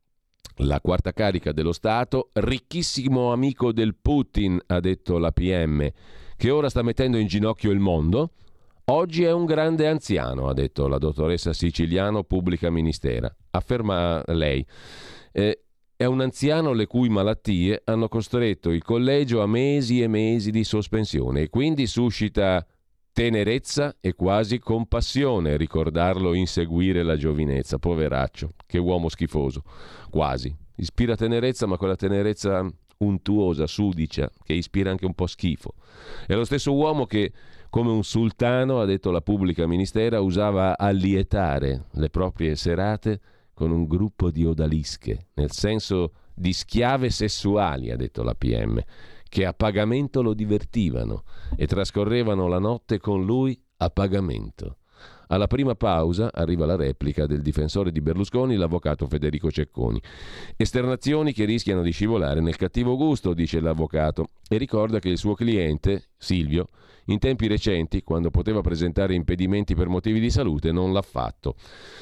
la quarta carica dello Stato, ricchissimo amico del Putin, ha detto la P M, che ora sta mettendo in ginocchio il mondo, oggi è un grande anziano, ha detto la dottoressa Siciliano, pubblica ministera. Afferma lei. Eh, è un anziano le cui malattie hanno costretto il collegio a mesi e mesi di sospensione e quindi suscita tenerezza e quasi compassione ricordarlo inseguire la giovinezza. Poveraccio, che uomo schifoso. Quasi. Ispira tenerezza, ma quella tenerezza untuosa, sudicia, che ispira anche un po' schifo. È lo stesso uomo che, come un sultano, ha detto la pubblica ministera, usava allietare le proprie serate con un gruppo di odalische, nel senso di schiave sessuali, ha detto la P M, che a pagamento lo divertivano e trascorrevano la notte con lui a pagamento. Alla prima pausa arriva la replica del difensore di Berlusconi, l'avvocato Federico Cecconi. Esternazioni che rischiano di scivolare nel cattivo gusto, dice l'avvocato, e ricorda che il suo cliente, Silvio, in tempi recenti, quando poteva presentare impedimenti per motivi di salute, non l'ha fatto.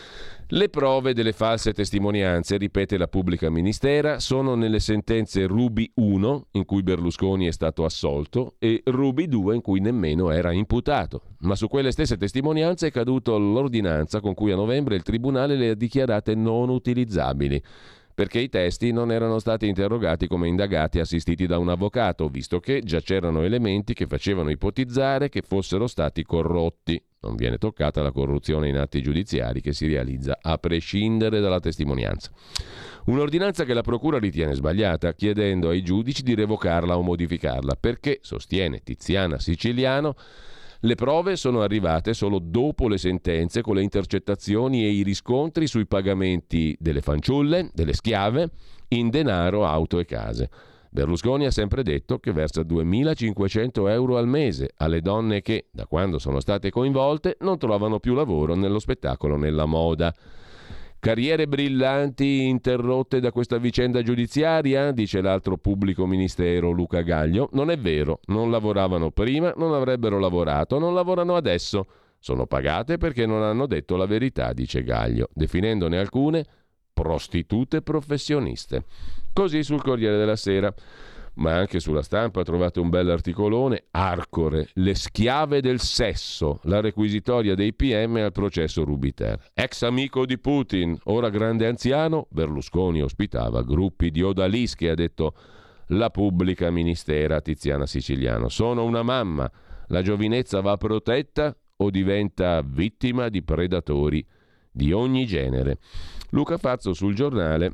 Le prove delle false testimonianze, ripete la pubblica ministera, sono nelle sentenze Ruby uno, in cui Berlusconi è stato assolto, e Ruby due, in cui nemmeno era imputato. Ma su quelle stesse testimonianze è caduto l'ordinanza con cui a novembre il Tribunale le ha dichiarate non utilizzabili, perché i testi non erano stati interrogati come indagati assistiti da un avvocato, visto che già c'erano elementi che facevano ipotizzare che fossero stati corrotti. Non viene toccata la corruzione in atti giudiziari che si realizza a prescindere dalla testimonianza. Un'ordinanza che la Procura ritiene sbagliata, chiedendo ai giudici di revocarla o modificarla, perché, sostiene Tiziana Siciliano, le prove sono arrivate solo dopo le sentenze con le intercettazioni e i riscontri sui pagamenti delle fanciulle, delle schiave, in denaro, auto e case. Berlusconi ha sempre detto che versa duemilacinquecento euro al mese alle donne che, da quando sono state coinvolte, non trovano più lavoro nello spettacolo, nella moda. Carriere brillanti interrotte da questa vicenda giudiziaria, dice l'altro pubblico ministero Luca Gaglio. Non è vero, non lavoravano prima, non avrebbero lavorato, non lavorano adesso. Sono pagate perché non hanno detto la verità, dice Gaglio, definendone alcune prostitute professioniste. Così sul Corriere della Sera, ma anche sulla Stampa trovate un bell'articolone. Arcore, le schiave del sesso, la requisitoria dei P M al processo Rubiter. Ex amico di Putin, ora grande anziano, Berlusconi ospitava gruppi di odalische, ha detto la pubblica ministera Tiziana Siciliano. Sono una mamma, la giovinezza va protetta o diventa vittima di predatori di ogni genere. Luca Fazzo sul Giornale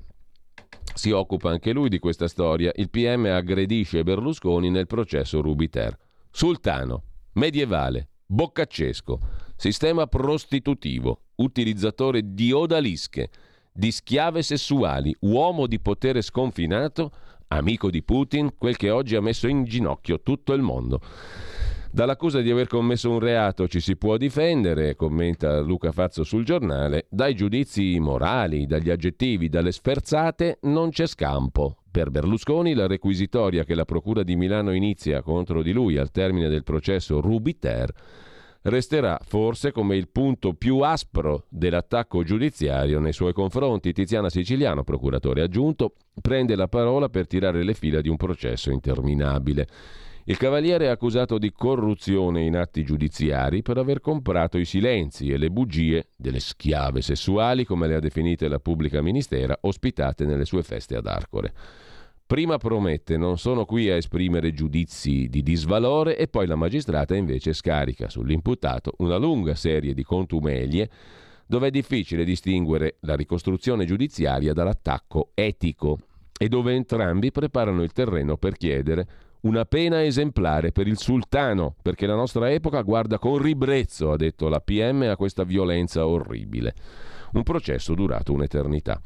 si occupa anche lui di questa storia. Il P M aggredisce Berlusconi nel processo Rubiter. Sultano, medievale, boccaccesco, sistema prostitutivo, utilizzatore di odalische, di schiave sessuali, uomo di potere sconfinato, amico di Putin, quel che oggi ha messo in ginocchio tutto il mondo. Dall'accusa di aver commesso un reato ci si può difendere, commenta Luca Fazzo sul Giornale. Dai giudizi morali, dagli aggettivi, dalle sferzate non c'è scampo. Per Berlusconi la requisitoria che la Procura di Milano inizia contro di lui al termine del processo Rubiter resterà forse come il punto più aspro dell'attacco giudiziario nei suoi confronti. Tiziana Siciliano, procuratore aggiunto, prende la parola per tirare le fila di un processo interminabile. Il Cavaliere è accusato di corruzione in atti giudiziari per aver comprato i silenzi e le bugie delle schiave sessuali, come le ha definite la pubblica ministera, ospitate nelle sue feste ad Arcore. Prima promette: non sono qui a esprimere giudizi di disvalore, e poi la magistrata invece scarica sull'imputato una lunga serie di contumelie dove è difficile distinguere la ricostruzione giudiziaria dall'attacco etico e dove entrambi preparano il terreno per chiedere una pena esemplare per il sultano, perché la nostra epoca guarda con ribrezzo, ha detto la P M, a questa violenza orribile. Un processo durato un'eternità.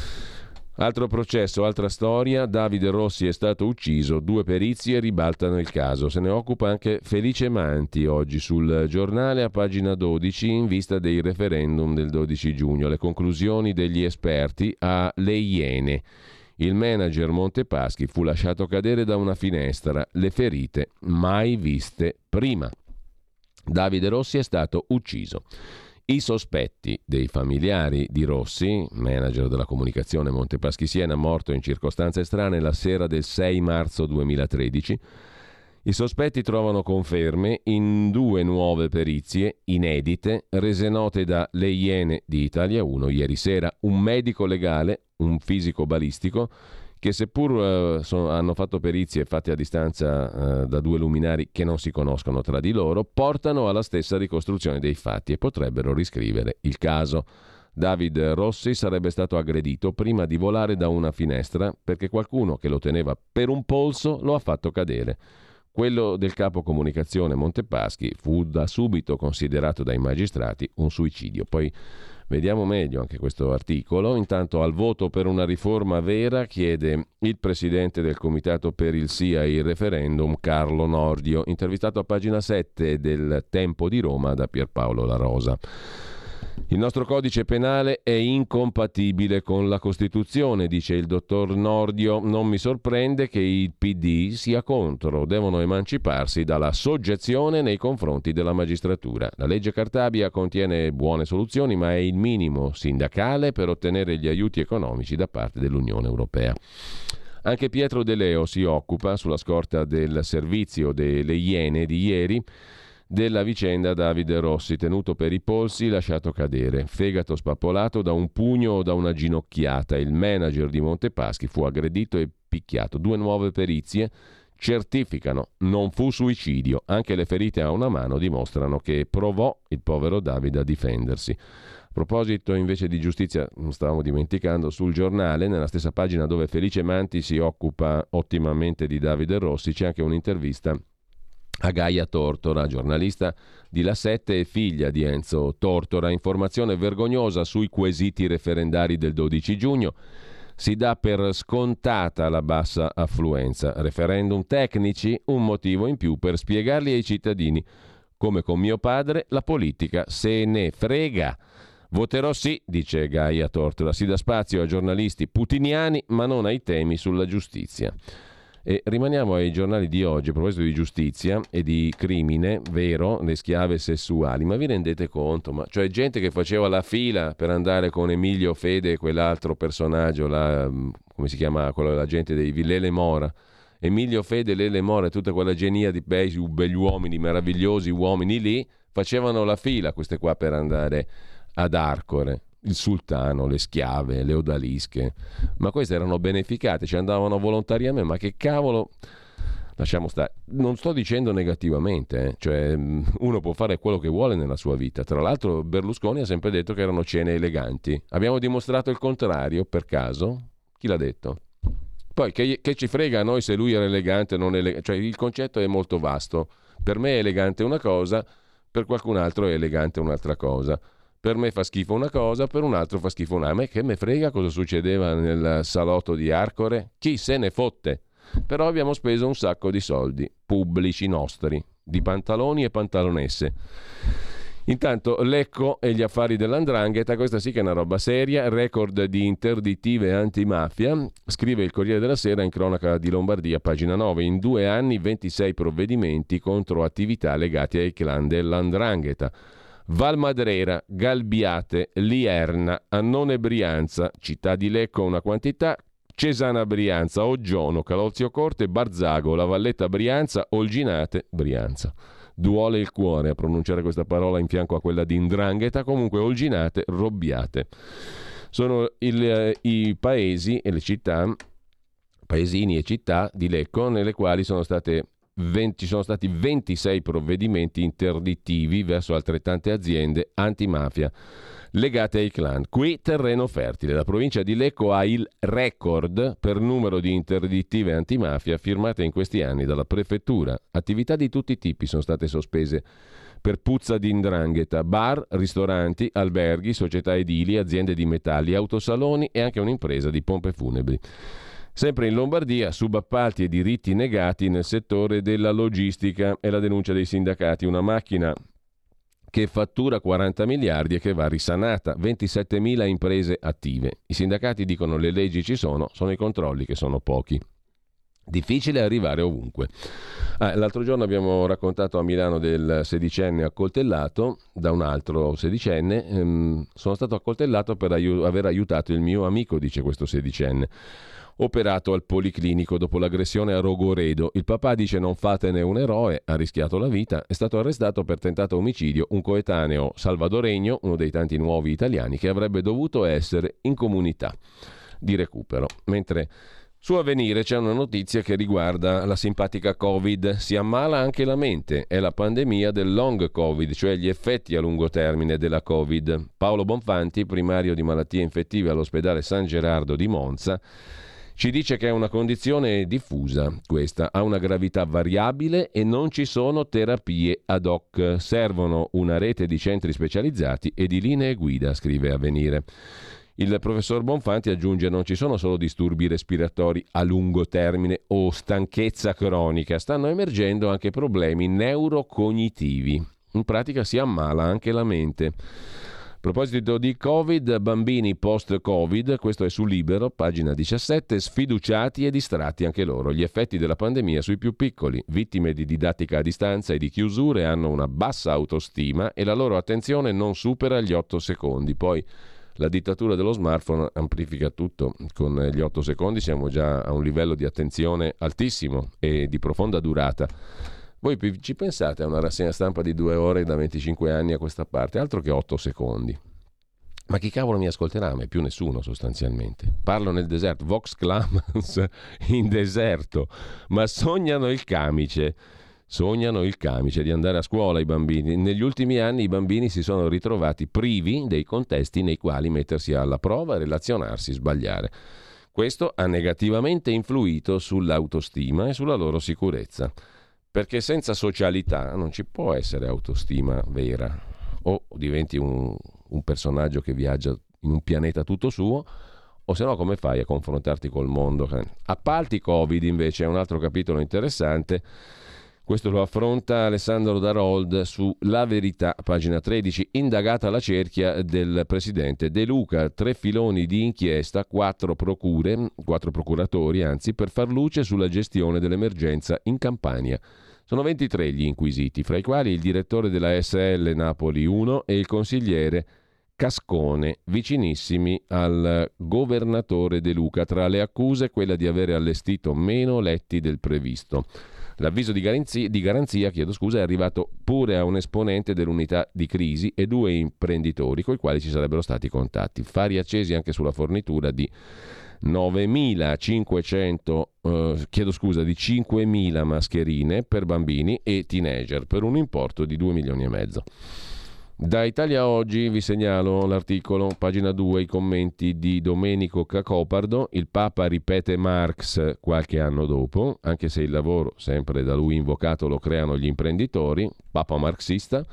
Altro processo, altra storia. Davide Rossi è stato ucciso, due perizie ribaltano il caso. Se ne occupa anche Felice Manti oggi sul Giornale, a pagina dodici, in vista dei referendum del dodici giugno. Le conclusioni degli esperti a Le Iene. Il manager Montepaschi fu lasciato cadere da una finestra, le ferite mai viste prima. Davide Rossi è stato ucciso. I sospetti dei familiari di Rossi, manager della comunicazione Montepaschi Siena, morto in circostanze strane la sera del sei marzo duemilatredici, i sospetti trovano conferme in due nuove perizie inedite rese note da Le Iene di Italia uno ieri sera. Un medico legale, un fisico balistico, che seppur uh, sono, hanno fatto perizie fatte a distanza uh, da due luminari che non si conoscono tra di loro, portano alla stessa ricostruzione dei fatti e potrebbero riscrivere il caso. David Rossi sarebbe stato aggredito prima di volare da una finestra perché qualcuno che lo teneva per un polso lo ha fatto cadere. Quello del capo comunicazione Montepaschi fu da subito considerato dai magistrati un suicidio. Poi vediamo meglio anche questo articolo. Intanto al voto per una riforma vera chiede il presidente del comitato per il sì ai referendum, Carlo Nordio, intervistato a pagina sette del Tempo di Roma da Pierpaolo La Rosa. Il nostro codice penale è incompatibile con la Costituzione, dice il dottor Nordio. Non mi sorprende che il P D sia contro, devono emanciparsi dalla soggezione nei confronti della magistratura. La legge Cartabia contiene buone soluzioni, ma è il minimo sindacale per ottenere gli aiuti economici da parte dell'Unione Europea. Anche Pietro De Leo si occupa, sulla scorta del servizio delle Iene di ieri, della vicenda Davide Rossi, tenuto per i polsi, lasciato cadere, fegato spappolato da un pugno o da una ginocchiata. Il manager di Montepaschi fu aggredito e picchiato. Due nuove perizie certificano non fu suicidio. Anche le ferite a una mano dimostrano che provò il povero Davide a difendersi. A proposito invece di giustizia, stavamo dimenticando, sul Giornale, nella stessa pagina dove Felice Manti si occupa ottimamente di Davide Rossi, c'è anche un'intervista a Gaia Tortora, giornalista di La Sette e figlia di Enzo Tortora. Informazione vergognosa sui quesiti referendari del dodici giugno. Si dà per scontata la bassa affluenza. Referendum tecnici, un motivo in più per spiegarli ai cittadini. Come con mio padre, la politica se ne frega. Voterò sì, dice Gaia Tortora. Si dà spazio a giornalisti putiniani, ma non ai temi sulla giustizia. E rimaniamo ai giornali di oggi a proposito di giustizia e di crimine, vero, le schiave sessuali. Ma vi rendete conto? Ma cioè gente che faceva la fila per andare con Emilio Fede e quell'altro personaggio, la, come si chiama, quello la gente dei Lele Mora. Emilio Fede, Lele Mora e tutta quella genia di bei, begli uomini, meravigliosi uomini lì, facevano la fila queste qua per andare ad Arcore, il sultano, le schiave, le odalische, ma queste erano beneficate, ci andavano volontariamente, ma che cavolo, lasciamo stare, non sto dicendo negativamente, eh? Cioè uno può fare quello che vuole nella sua vita, tra l'altro Berlusconi ha sempre detto che erano cene eleganti, abbiamo dimostrato il contrario per caso? Chi l'ha detto? Poi che, che ci frega a noi se lui era elegante o non elegante, cioè il concetto è molto vasto, per me è elegante una cosa, per qualcun altro è elegante un'altra cosa. Per me fa schifo una cosa, per un altro fa schifo un'altra. Ma che me frega cosa succedeva nel salotto di Arcore? Chi se ne fotte? Però abbiamo speso un sacco di soldi, pubblici nostri, di pantaloni e pantalonesse. Intanto Lecco e gli affari dell'Andrangheta, questa sì che è una roba seria, record di interdittive antimafia, scrive il Corriere della Sera in cronaca di Lombardia, pagina nove, in due anni ventisei provvedimenti contro attività legate ai clan dell'Andrangheta. Valmadrera, Galbiate, Lierna, Annone Brianza, città di Lecco una quantità, Cesana Brianza, Oggiono, Calolzio Corte, Barzago, La Valletta Brianza, Olginate Brianza. Duole il cuore a pronunciare questa parola in fianco a quella di Ndrangheta, comunque Olginate, Robbiate. Sono il, eh, i paesi e le città, paesini e città di Lecco nelle quali sono state venti, sono stati ventisei provvedimenti interdittivi verso altrettante aziende antimafia legate ai clan. Qui terreno fertile. La provincia di Lecco ha il record per numero di interdittive antimafia firmate in questi anni dalla prefettura. Attività di tutti i tipi sono state sospese per puzza di 'ndrangheta, bar, ristoranti, alberghi, società edili, aziende di metalli, autosaloni e anche un'impresa di pompe funebri. Sempre in Lombardia, subappalti e diritti negati nel settore della logistica e la denuncia dei sindacati. Una macchina che fattura quaranta miliardi e che va risanata, ventisettemila imprese attive. I sindacati dicono le leggi ci sono, sono i controlli che sono pochi. Difficile arrivare ovunque. Ah, l'altro giorno abbiamo raccontato a Milano del sedicenne accoltellato da un altro sedicenne. Ehm, sono stato accoltellato per aiu- aver aiutato il mio amico, dice questo sedicenne, operato al Policlinico dopo l'aggressione a Rogoredo. Il papà dice non fatene un eroe, ha rischiato la vita, è stato arrestato per tentato omicidio un coetaneo salvadoregno, uno dei tanti nuovi italiani che avrebbe dovuto essere in comunità di recupero. Mentre su Avvenire c'è una notizia che riguarda la simpatica Covid. Si ammala anche la mente, è la pandemia del long Covid, cioè gli effetti a lungo termine della Covid. Paolo Bonfanti, primario di malattie infettive all'ospedale San Gerardo di Monza, ci dice che è una condizione diffusa questa, ha una gravità variabile e non ci sono terapie ad hoc, servono una rete di centri specializzati e di linee guida, scrive Avvenire. Il professor Bonfanti aggiunge non ci sono solo disturbi respiratori a lungo termine o stanchezza cronica, stanno emergendo anche problemi neurocognitivi. In pratica si ammala anche la mente. A proposito di Covid, bambini post-Covid, questo è su Libero, pagina diciassette, sfiduciati e distratti anche loro. Gli effetti della pandemia sui più piccoli, vittime di didattica a distanza e di chiusure, hanno una bassa autostima e la loro attenzione non supera gli otto secondi. Poi la dittatura dello smartphone amplifica tutto. Con gli otto secondi siamo già a un livello di attenzione altissimo e di profonda durata. Voi ci pensate a una rassegna stampa di due ore da venticinque anni a questa parte? Altro che otto secondi. Ma chi cavolo mi ascolterà? A me più nessuno sostanzialmente. Parlo nel deserto, vox clamans in deserto, ma sognano il camice. Sognano il camice di andare a scuola i bambini. Negli ultimi anni i bambini si sono ritrovati privi dei contesti nei quali mettersi alla prova, relazionarsi, sbagliare. Questo ha negativamente influito sull'autostima e sulla loro sicurezza. Perché senza socialità non ci può essere autostima vera. O diventi un, un personaggio che viaggia in un pianeta tutto suo, o se no come fai a confrontarti col mondo? Appalti Covid invece è un altro capitolo interessante. Questo lo affronta Alessandro Darold su La Verità, pagina tredici. Indagata la cerchia del presidente De Luca, tre filoni di inchiesta, quattro procure, quattro procuratori anzi, per far luce sulla gestione dell'emergenza in Campania. Sono ventitré gli inquisiti, fra i quali il direttore della S L Napoli uno e il consigliere Cascone, vicinissimi al governatore De Luca. Tra le accuse quella di avere allestito meno letti del previsto. L'avviso di garanzia, di garanzia chiedo scusa, è arrivato pure a un esponente dell'unità di crisi e due imprenditori con i quali ci sarebbero stati contatti. Fari accesi anche sulla fornitura di novemilacinquecento, eh, chiedo scusa, di cinquemila mascherine per bambini e teenager per un importo di due milioni e mezzo. Da Italia Oggi vi segnalo l'articolo, pagina due, i commenti di Domenico Cacopardo. Il Papa ripete Marx qualche anno dopo, anche se il lavoro sempre da lui invocato lo creano gli imprenditori, Papa marxista.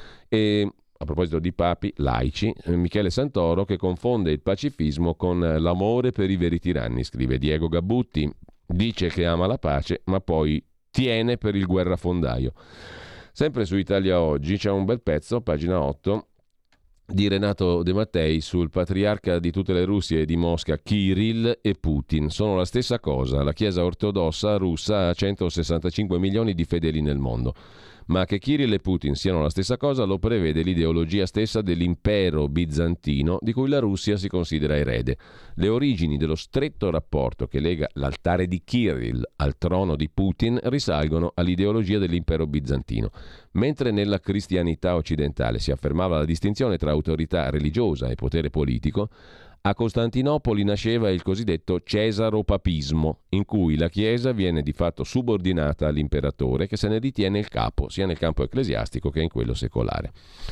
E a proposito di papi laici, Michele Santoro che confonde il pacifismo con l'amore per i veri tiranni, scrive Diego Gabbutti. Dice che ama la pace ma poi tiene per il guerrafondaio. Sempre su Italia Oggi c'è un bel pezzo, pagina otto, di Renato De Mattei sul patriarca di tutte le Russie di Mosca, Kirill, e Putin. Sono la stessa cosa. La Chiesa ortodossa russa ha centosessantacinque milioni di fedeli nel mondo. Ma che Kirill e Putin siano la stessa cosa lo prevede l'ideologia stessa dell'impero bizantino di cui la Russia si considera erede. Le origini dello stretto rapporto che lega l'altare di Kirill al trono di Putin risalgono all'ideologia dell'impero bizantino. Mentre nella cristianità occidentale si affermava la distinzione tra autorità religiosa e potere politico, a Costantinopoli nasceva il cosiddetto cesaropapismo, in cui la Chiesa viene di fatto subordinata all'imperatore che se ne ritiene il capo, sia nel campo ecclesiastico che in quello secolare.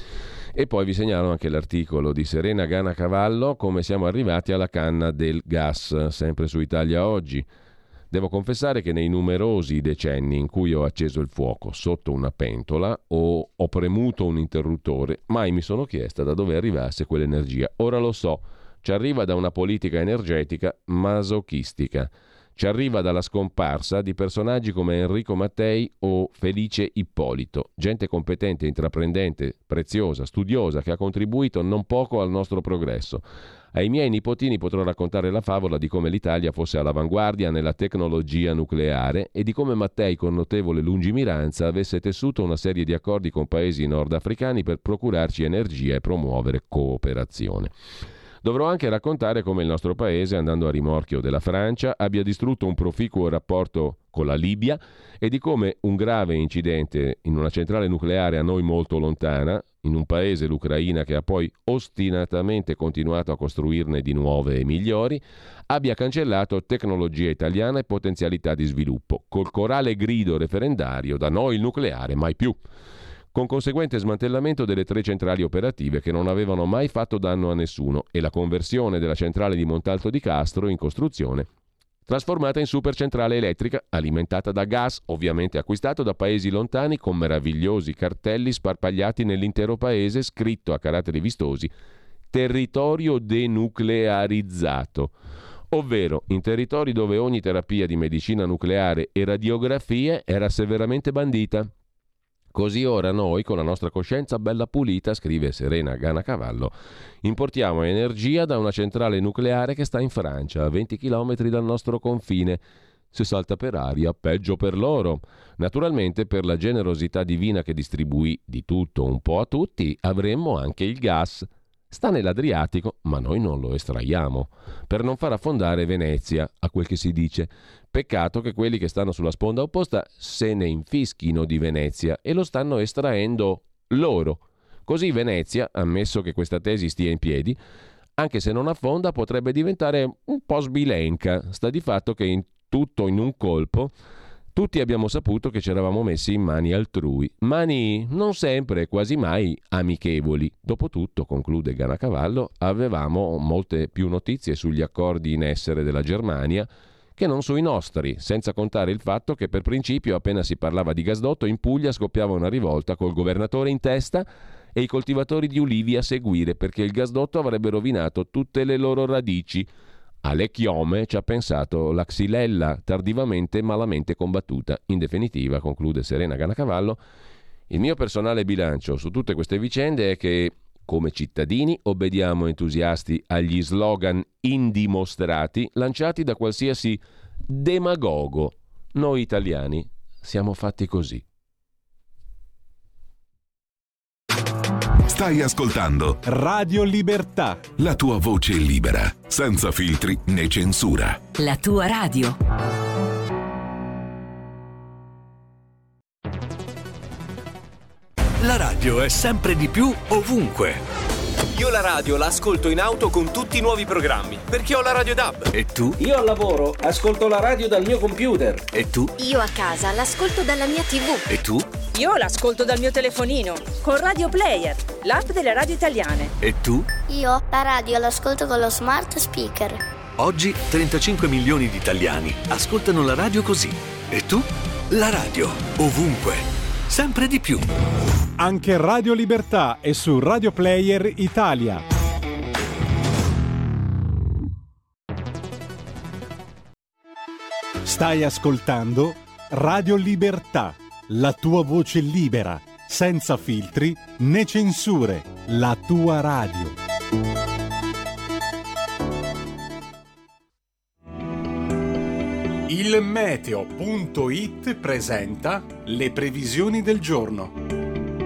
E poi vi segnalo anche l'articolo di Serena Gana Cavallo, come siamo arrivati alla canna del gas, sempre su Italia Oggi. Devo confessare che nei numerosi decenni in cui ho acceso il fuoco sotto una pentola o ho premuto un interruttore, mai mi sono chiesta da dove arrivasse quell'energia. Ora lo so. Ci arriva da una politica energetica masochistica. Ci arriva dalla scomparsa di personaggi come Enrico Mattei o Felice Ippolito, gente competente, intraprendente, preziosa, studiosa, che ha contribuito non poco al nostro progresso. Ai miei nipotini potrò raccontare la favola di come l'Italia fosse all'avanguardia nella tecnologia nucleare e di come Mattei, con notevole lungimiranza, avesse tessuto una serie di accordi con paesi nordafricani per procurarci energia e promuovere cooperazione. Dovrò anche raccontare come il nostro paese, andando a rimorchio della Francia, abbia distrutto un proficuo rapporto con la Libia e di come un grave incidente in una centrale nucleare a noi molto lontana, in un paese, l'Ucraina, che ha poi ostinatamente continuato a costruirne di nuove e migliori, abbia cancellato tecnologia italiana e potenzialità di sviluppo, col corale grido referendario "da noi il nucleare, mai più", con conseguente smantellamento delle tre centrali operative che non avevano mai fatto danno a nessuno e la conversione della centrale di Montalto di Castro in costruzione, trasformata in supercentrale elettrica alimentata da gas, ovviamente acquistato da paesi lontani, con meravigliosi cartelli sparpagliati nell'intero paese, scritto a caratteri vistosi "territorio denuclearizzato", ovvero in territori dove ogni terapia di medicina nucleare e radiografie era severamente bandita. Così ora noi, con la nostra coscienza bella pulita, scrive Serena Gana Cavallo, importiamo energia da una centrale nucleare che sta in Francia, a venti chilometri dal nostro confine. Se salta per aria, peggio per loro. Naturalmente, per la generosità divina che distribuì di tutto un po' a tutti, avremmo anche il gas. Sta nell'Adriatico, ma noi non lo estraiamo, per non far affondare Venezia, a quel che si dice. Peccato che quelli che stanno sulla sponda opposta se ne infischino di Venezia e lo stanno estraendo loro. Così Venezia, ammesso che questa tesi stia in piedi, anche se non affonda, potrebbe diventare un po' sbilenca. Sta di fatto che in tutto in un colpo tutti abbiamo saputo che ci eravamo messi in mani altrui, mani non sempre, quasi mai amichevoli. Dopotutto, conclude Ganacavallo, avevamo molte più notizie sugli accordi in essere della Germania che non sui nostri, senza contare il fatto che per principio, appena si parlava di gasdotto, in Puglia scoppiava una rivolta col governatore in testa e i coltivatori di ulivi a seguire, perché il gasdotto avrebbe rovinato tutte le loro radici. Alle chiome ci ha pensato la Xylella, tardivamente e malamente combattuta. In definitiva, conclude Serena Canacavallo, il mio personale bilancio su tutte queste vicende è che come cittadini obbediamo entusiasti agli slogan indimostrati lanciati da qualsiasi demagogo. Noi italiani siamo fatti così.
Stai ascoltando
Radio Libertà,
la tua voce libera, senza filtri né censura.
La tua radio.
La radio è sempre di più ovunque.
Io la radio la ascolto in auto con tutti i nuovi programmi, perché ho la Radio D A B.
E tu?
Io al lavoro ascolto la radio dal mio computer.
E tu?
Io a casa l'ascolto dalla mia tivù.
E tu?
Io l'ascolto dal mio telefonino, con Radio Player, l'app delle radio italiane.
E tu?
Io la radio l'ascolto con lo smart speaker.
Oggi trentacinque milioni di italiani ascoltano la radio così. E tu? La radio, ovunque, sempre di più.
anche Radio Libertà è su Radio Player Italia. Stai ascoltando Radio Libertà, la tua voce libera, senza filtri né censure, la tua radio. Il meteo punto it presenta le previsioni del giorno.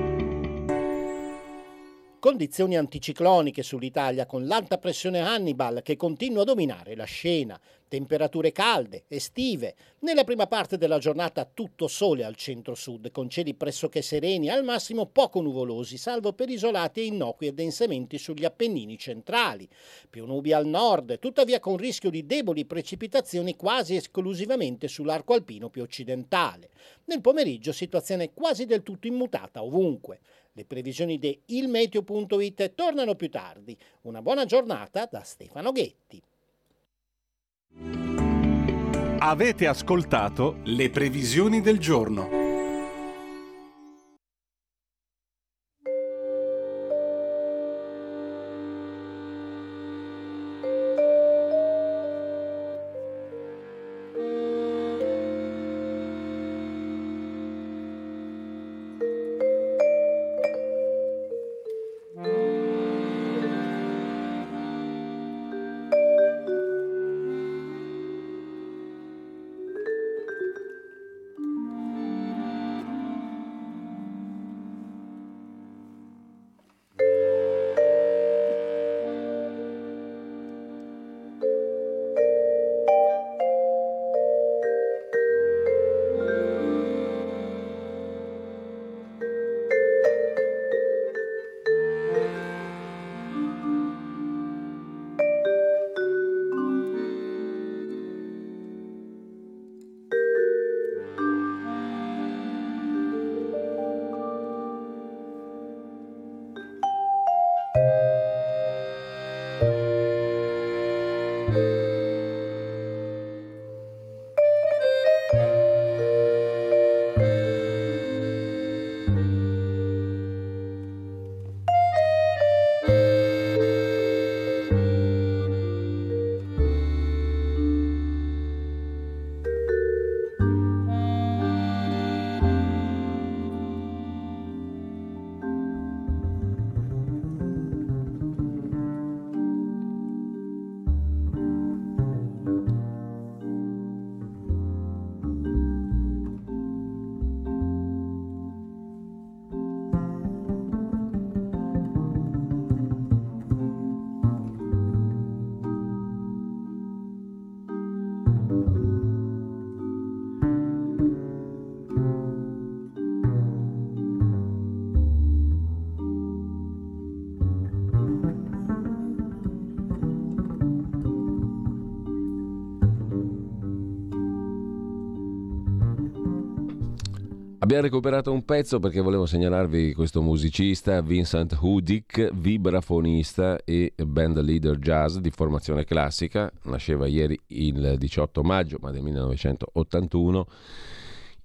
Condizioni anticicloniche sull'Italia con l'alta pressione Hannibal che continua a dominare la scena. Temperature calde, estive. Nella prima parte della giornata tutto sole al centro-sud, con cieli pressoché sereni, al massimo poco nuvolosi, salvo per isolati e innocui addensamenti sugli Appennini centrali. Più nubi al nord, tuttavia con rischio di deboli precipitazioni quasi esclusivamente sull'arco alpino più occidentale. Nel pomeriggio situazione quasi del tutto immutata ovunque. Le previsioni di il meteo punto it tornano più tardi. Una buona giornata da Stefano Ghetti.
Avete ascoltato le previsioni del giorno.
Abbiamo recuperato un pezzo perché volevo segnalarvi questo musicista Vincent Hudick, vibrafonista e band leader jazz di formazione classica. Nasceva ieri il diciotto maggio ma del millenovecentottantuno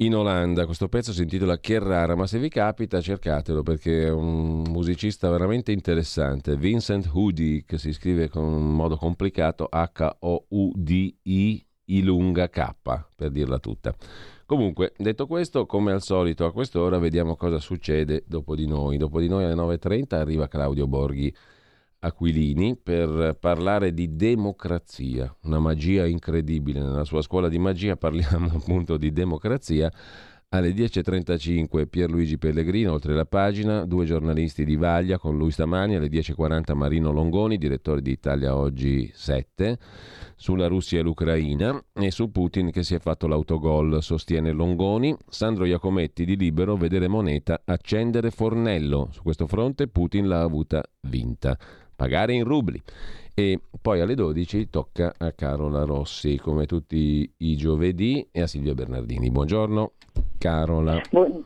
in Olanda. Questo pezzo si intitola Che rara, ma se vi capita cercatelo perché è un musicista veramente interessante. Vincent Hoody, che si scrive con un modo complicato, H O U D I I lunga K, per dirla tutta. Comunque, detto questo, come al solito a quest'ora vediamo cosa succede dopo di noi. Dopo di noi alle nove e trenta arriva Claudio Borghi Aquilini per parlare di democrazia, una magia incredibile. Nella sua scuola di magia parliamo appunto di democrazia. Alle dieci e trentacinque Pierluigi Pellegrino, oltre la pagina, due giornalisti di Vaglia con lui stamani. Alle dieci e quaranta Marino Longoni, direttore di Italia Oggi sette, sulla Russia e l'Ucraina e su Putin che si è fatto l'autogol, sostiene Longoni. Sandro Iacometti di Libero, vedere moneta, accendere fornello. Su questo fronte Putin l'ha avuta vinta. Pagare in rubli. E poi alle dodici tocca a Carola Rossi, come tutti i giovedì, e a Silvia Bernardini. Buongiorno Carola.
Bu-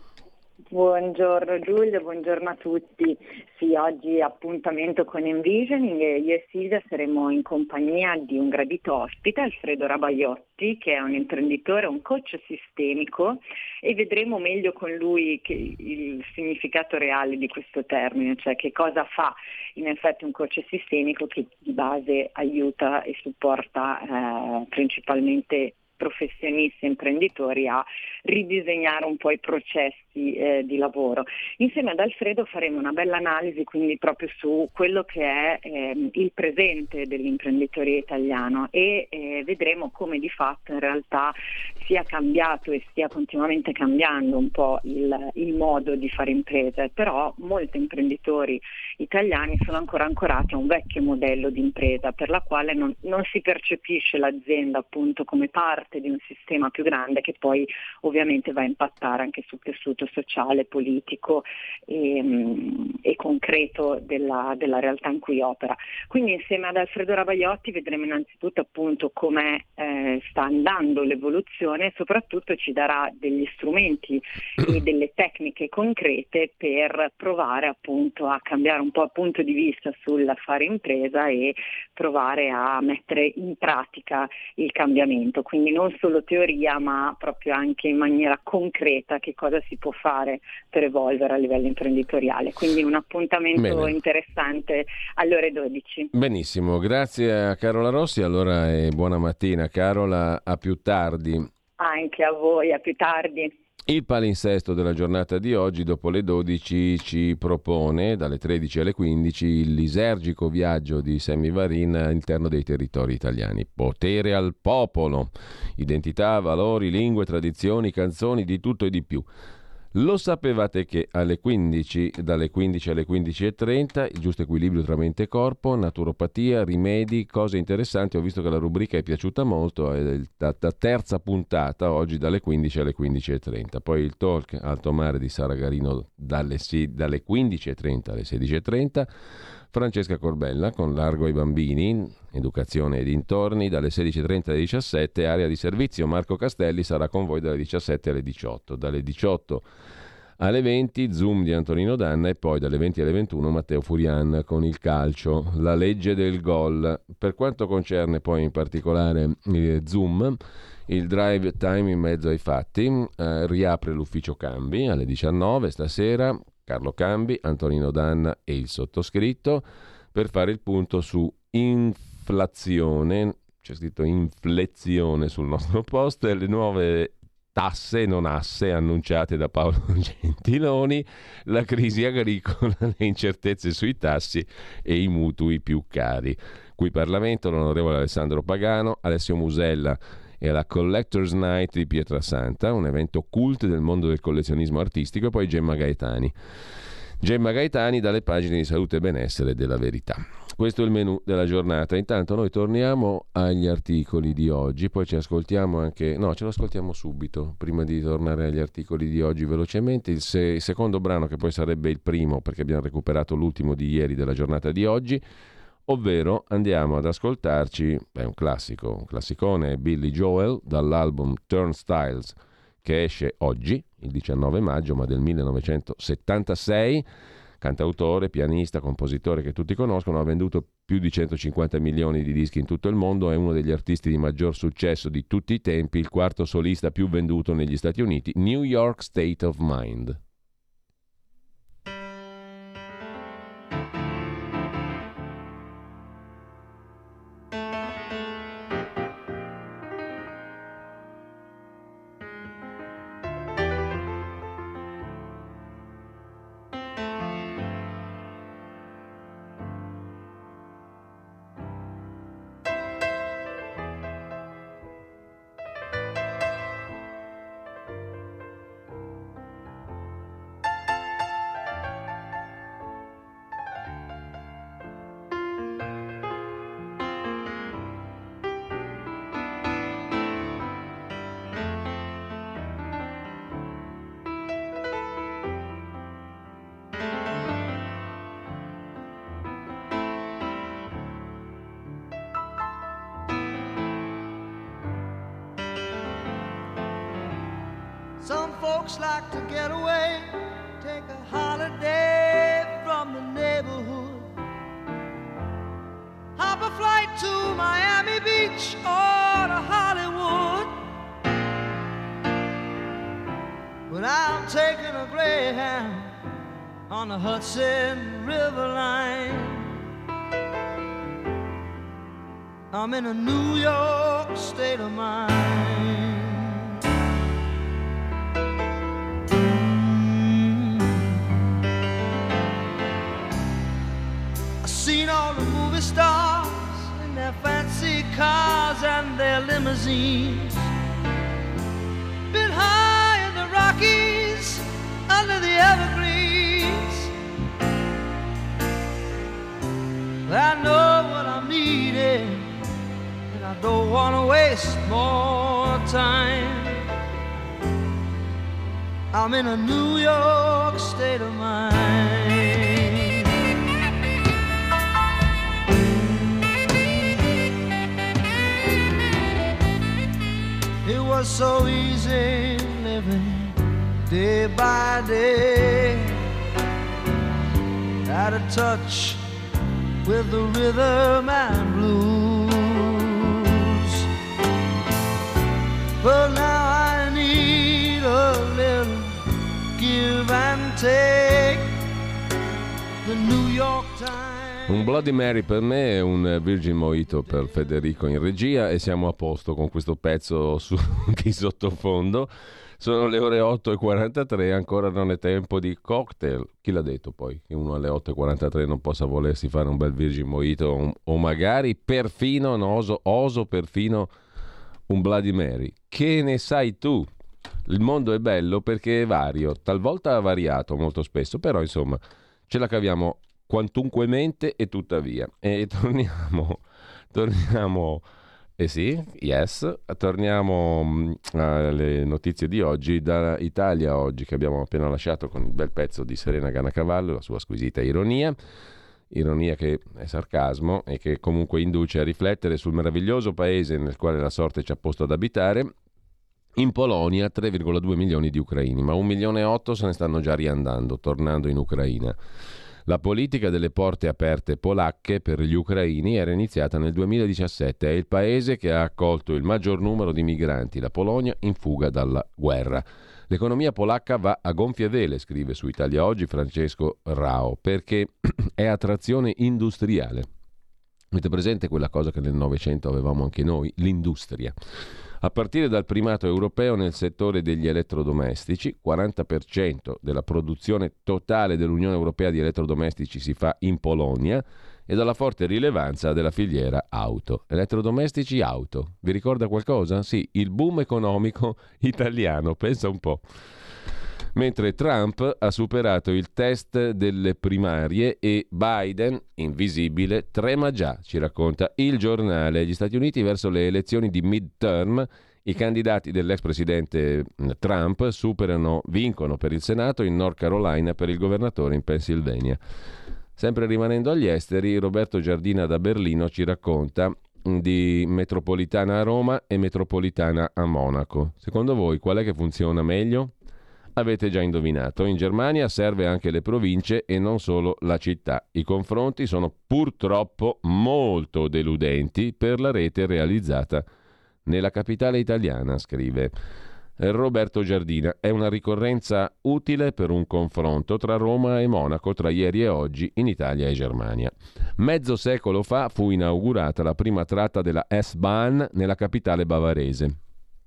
buongiorno Giulio, buongiorno a tutti. Sì, oggi appuntamento con Envisioning e io e Silvia saremo in compagnia di un gradito ospite, Alfredo Rabaiotti, che è un imprenditore, un coach sistemico, e vedremo meglio con lui che il significato reale di questo termine, cioè che cosa fa in effetti un coach sistemico che di base aiuta e supporta eh, principalmente professionisti e imprenditori a ridisegnare un po' i processi eh, di lavoro. Insieme ad Alfredo faremo una bella analisi quindi proprio su quello che è eh, il presente dell'imprenditoria italiano e eh, vedremo come di fatto in realtà sia cambiato e stia continuamente cambiando un po' il, il modo di fare impresa, però molti imprenditori italiani sono ancora ancorati a un vecchio modello di impresa per la quale non, non si percepisce l'azienda appunto come parte di un sistema più grande che poi ovviamente va a impattare anche sul tessuto sociale, politico e, e concreto della, della realtà in cui opera. Quindi insieme ad Alfredo Rabaiotti vedremo innanzitutto appunto come eh, sta andando l'evoluzione e soprattutto ci darà degli strumenti e delle tecniche concrete per provare appunto a cambiare un po' il punto di vista sul fare impresa e provare a mettere in pratica il cambiamento. Quindi non solo teoria ma proprio anche in maniera concreta che cosa si può fare per evolvere a livello imprenditoriale. Quindi un appuntamento Bene. interessante alle ore dodici.
Benissimo, grazie a Carola Rossi. Allora e buona mattina Carola, a più tardi.
Anche a voi, a più tardi.
Il palinsesto della giornata di oggi, dopo le dodici, ci propone dalle tredici alle quindici il lisergico viaggio di Sammy Varin all'interno dei territori italiani. Potere al popolo, identità, valori, lingue, tradizioni, canzoni, di tutto e di più. Lo sapevate che alle quindici, dalle quindici alle quindici e trenta, il giusto equilibrio tra mente e corpo, naturopatia, rimedi, cose interessanti. Ho visto che la rubrica è piaciuta molto, è la terza puntata oggi dalle quindici alle quindici e trenta. Poi il talk Alto Mare di Sara Garino dalle, dalle quindici e trenta alle sedici e trenta. Francesca Corbella con Largo ai bambini, educazione e dintorni, dalle sedici e trenta alle diciassette. Area di servizio, Marco Castelli sarà con voi dalle diciassette alle diciotto. Dalle diciotto alle venti Zoom di Antonino Danna e poi dalle venti alle ventuno Matteo Furian con il calcio, la legge del gol. Per quanto concerne poi in particolare eh, Zoom, il drive time in mezzo ai fatti, eh, riapre l'ufficio cambi alle diciannove stasera. Carlo Cambi, Antonino Danna e il sottoscritto per fare il punto su inflazione, c'è scritto inflezione sul nostro post, e le nuove tasse non asse annunciate da Paolo Gentiloni, la crisi agricola, le incertezze sui tassi e i mutui più cari. Qui Parlamento, l'onorevole Alessandro Pagano, Alessio Musella e alla Collector's Night di Pietrasanta, un evento cult del mondo del collezionismo artistico, e poi Gemma Gaetani. Gemma Gaetani dalle pagine di Salute e Benessere della Verità. Questo è il menù della giornata. Intanto noi torniamo agli articoli di oggi, poi ci ascoltiamo anche... No, ce lo ascoltiamo subito, prima di tornare agli articoli di oggi velocemente. Il, se... il secondo brano, che poi sarebbe il primo, perché abbiamo recuperato l'ultimo di ieri della giornata di oggi, ovvero andiamo ad ascoltarci, è un classico, un classicone, Billy Joel, dall'album Turnstiles, che esce oggi, il diciannove maggio, ma del millenovecentosettantasei. Cantautore, pianista, compositore che tutti conoscono, ha venduto più di centocinquanta milioni di dischi in tutto il mondo, è uno degli artisti di maggior successo di tutti i tempi, il quarto solista più venduto negli Stati Uniti, New York State of Mind.
Some folks like to get away, take a holiday from the neighborhood. Hop a flight to Miami Beach or to Hollywood. But I'm taking a Greyhound on the Hudson River line. I'm in a New York state of mind. Seen all the movie stars in their fancy cars and their limousines. Been high in the Rockies, under the evergreens. I know what I'm needing, and I don't want to waste more time. I'm in a New York state of mind. It was so easy living day by day, out of touch with the rhythm and blues. But now I need a little give and take. The New York Times.
Un Bloody Mary per me è un Virgin Mojito per Federico in regia, e siamo a posto con questo pezzo su, di sottofondo. Sono le ore otto e quarantatré, ancora non è tempo di cocktail. Chi l'ha detto poi che uno alle otto e quarantatré non possa volersi fare un bel Virgin Mojito o, o magari perfino, no, oso, oso perfino un Bloody Mary? Che ne sai tu? Il mondo è bello perché è vario, talvolta variato molto spesso, però insomma ce la caviamo quantunquemente e tuttavia. E torniamo, torniamo, eh sì, yes, torniamo alle notizie di oggi, da Italia Oggi, che abbiamo appena lasciato con il bel pezzo di Serena Gannacavallo, la sua squisita ironia, ironia che è sarcasmo e che comunque induce a riflettere sul meraviglioso paese nel quale la sorte ci ha posto ad abitare. In Polonia tre virgola due milioni di ucraini, ma un milione e otto se ne stanno già riandando, tornando in Ucraina. La politica delle porte aperte polacche per gli ucraini era iniziata nel duemiladiciassette. È il paese che ha accolto il maggior numero di migranti, la Polonia, in fuga dalla guerra. L'economia polacca va a gonfie vele, scrive su Italia Oggi Francesco Rao, perché è a trazione industriale. Avete presente quella cosa che nel Novecento avevamo anche noi? L'industria. A partire dal primato europeo nel settore degli elettrodomestici, quaranta per cento della produzione totale dell'Unione Europea di elettrodomestici si fa in Polonia, e dalla forte rilevanza della filiera auto. Elettrodomestici, auto. Vi ricorda qualcosa? Sì, il boom economico italiano, pensa un po'. Mentre Trump ha superato il test delle primarie e Biden, invisibile, trema già, ci racconta Il Giornale. Gli Stati Uniti verso le elezioni di midterm, i candidati dell'ex presidente Trump superano, vincono per il Senato in North Carolina, per il governatore in Pennsylvania. Sempre rimanendo agli esteri, Roberto Giardina da Berlino ci racconta di metropolitana a Roma e metropolitana a Monaco. Secondo voi qual è che funziona meglio? Avete già indovinato, in Germania serve anche le province e non solo la città. I confronti sono purtroppo molto deludenti per la rete realizzata nella capitale italiana, scrive Roberto Giardina. È una ricorrenza utile per un confronto tra Roma e Monaco, tra ieri e oggi, in Italia e Germania. Mezzo secolo fa fu inaugurata la prima tratta della S-Bahn nella capitale bavarese.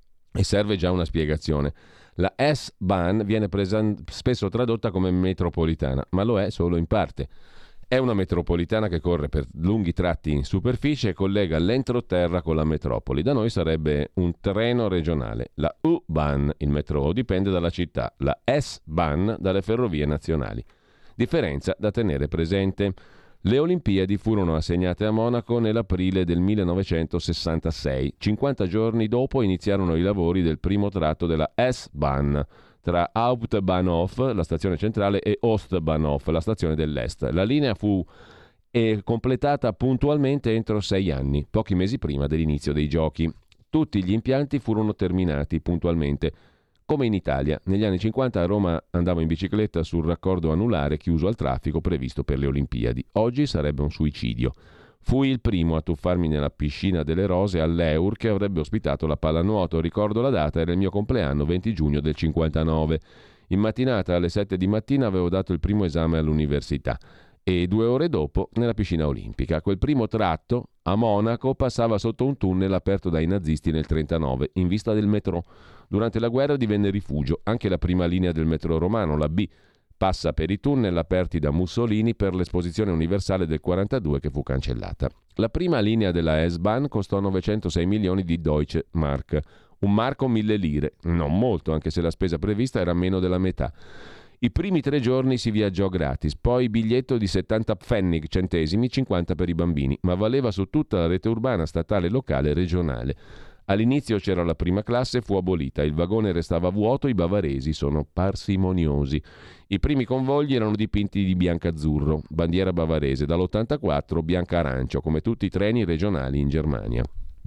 E serve già una spiegazione. La S-Bahn viene presa, spesso tradotta come metropolitana, ma lo è solo in parte. È una metropolitana che corre per lunghi tratti in superficie e collega l'entroterra con la metropoli. Da noi sarebbe un treno regionale. La U-Bahn, il metro, dipende dalla città. La S-Bahn dalle ferrovie nazionali. Differenza da tenere presente. Le Olimpiadi furono assegnate a Monaco nell'aprile del millenovecentosessantasei. cinquanta giorni dopo iniziarono i lavori del primo tratto della S-Bahn tra Hauptbahnhof, la stazione centrale, e Ostbahnhof, la stazione dell'est. La linea fu eh, completata puntualmente entro sei anni, pochi mesi prima dell'inizio dei giochi. Tutti gli impianti furono terminati puntualmente. Come in Italia, negli anni cinquanta a Roma andavo in bicicletta sul raccordo anulare chiuso al traffico previsto per le Olimpiadi. Oggi sarebbe un suicidio. Fui il primo a tuffarmi nella piscina delle Rose all'Eur che avrebbe ospitato la pallanuoto. Ricordo la data, era il mio compleanno, venti giugno del cinquantanove. In mattinata alle sette di mattina avevo dato il primo esame all'università e due ore dopo nella piscina olimpica. Quel primo tratto a Monaco passava sotto un tunnel aperto dai nazisti nel trentanove in vista del metro. Durante la guerra divenne rifugio. Anche la prima linea del metro romano, la B, passa per i tunnel aperti da Mussolini per l'esposizione universale del quarantadue che fu cancellata. La prima linea della S-Bahn costò novecentosei milioni di Deutsche Mark, un marco mille lire, non molto anche se la spesa prevista era meno della metà. I primi tre giorni si viaggiò gratis, poi biglietto di settanta Pfennig centesimi, cinquanta per i bambini, ma valeva su tutta la rete urbana, statale, locale e regionale. All'inizio c'era la prima classe, fu abolita, il vagone restava vuoto, i bavaresi sono parsimoniosi. I primi convogli erano dipinti di bianco-azzurro, bandiera bavarese, dall'ottantaquattro bianco-arancio, come tutti i treni regionali in Germania.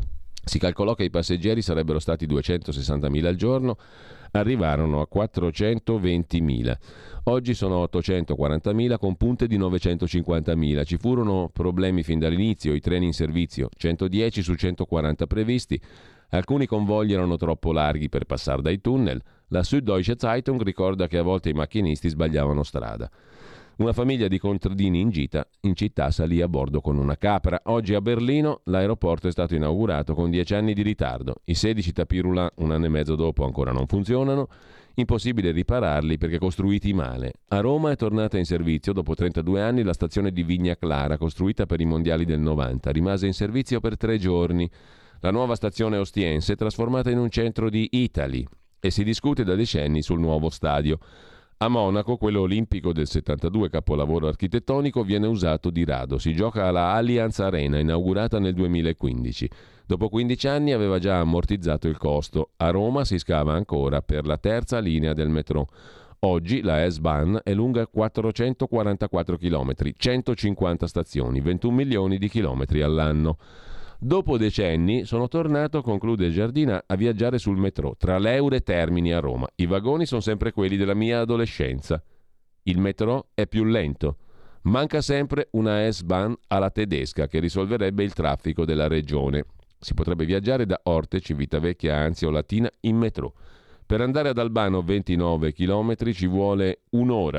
Si calcolò che i passeggeri sarebbero stati duecentosessantamila al giorno, arrivarono a quattrocentoventimila. Oggi sono ottocentoquarantamila con punte di novecentocinquantamila. Ci furono problemi fin dall'inizio, i treni in servizio, centodieci su centoquaranta previsti. Alcuni convogli erano troppo larghi per passare dai tunnel. La Süddeutsche Zeitung ricorda che a volte i macchinisti sbagliavano strada. Una famiglia di contadini in gita in città salì a bordo con una capra. Oggi a Berlino l'aeroporto è stato inaugurato con dieci anni di ritardo. I sedici tapis-roulant un anno e mezzo dopo ancora non funzionano. Impossibile ripararli perché costruiti male. A Roma è tornata in servizio dopo trentadue anni la stazione di Vigna Clara, costruita per i mondiali del novanta. Rimase in servizio per tre giorni. La nuova stazione ostiense è trasformata in un centro di Italy e si discute da decenni sul nuovo stadio. A Monaco, quello olimpico del settantadue, capolavoro architettonico, viene usato di rado. Si gioca alla Allianz Arena, inaugurata nel duemilaquindici. Dopo quindici anni aveva già ammortizzato il costo. A Roma si scava ancora per la terza linea del metro. Oggi la S-Bahn è lunga quattrocentoquarantaquattro chilometri, centocinquanta stazioni, ventuno milioni di chilometri all'anno. Dopo decenni sono tornato, conclude Giardina, a viaggiare sul metro tra l'Eur e Termini a Roma. I vagoni sono sempre quelli della mia adolescenza. Il metro è più lento. Manca sempre una S-Bahn alla tedesca che risolverebbe il traffico della regione. Si potrebbe viaggiare da Orte, Civitavecchia, Anzio o Latina in metro. Per andare ad Albano, ventinove chilometri, ci vuole un'ora.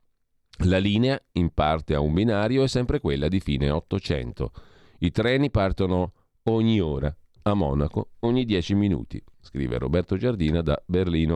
La linea, in parte a un binario, è sempre quella di fine Ottocento. I treni partono ogni ora, a Monaco ogni dieci minuti, scrive Roberto Giardina da Berlino.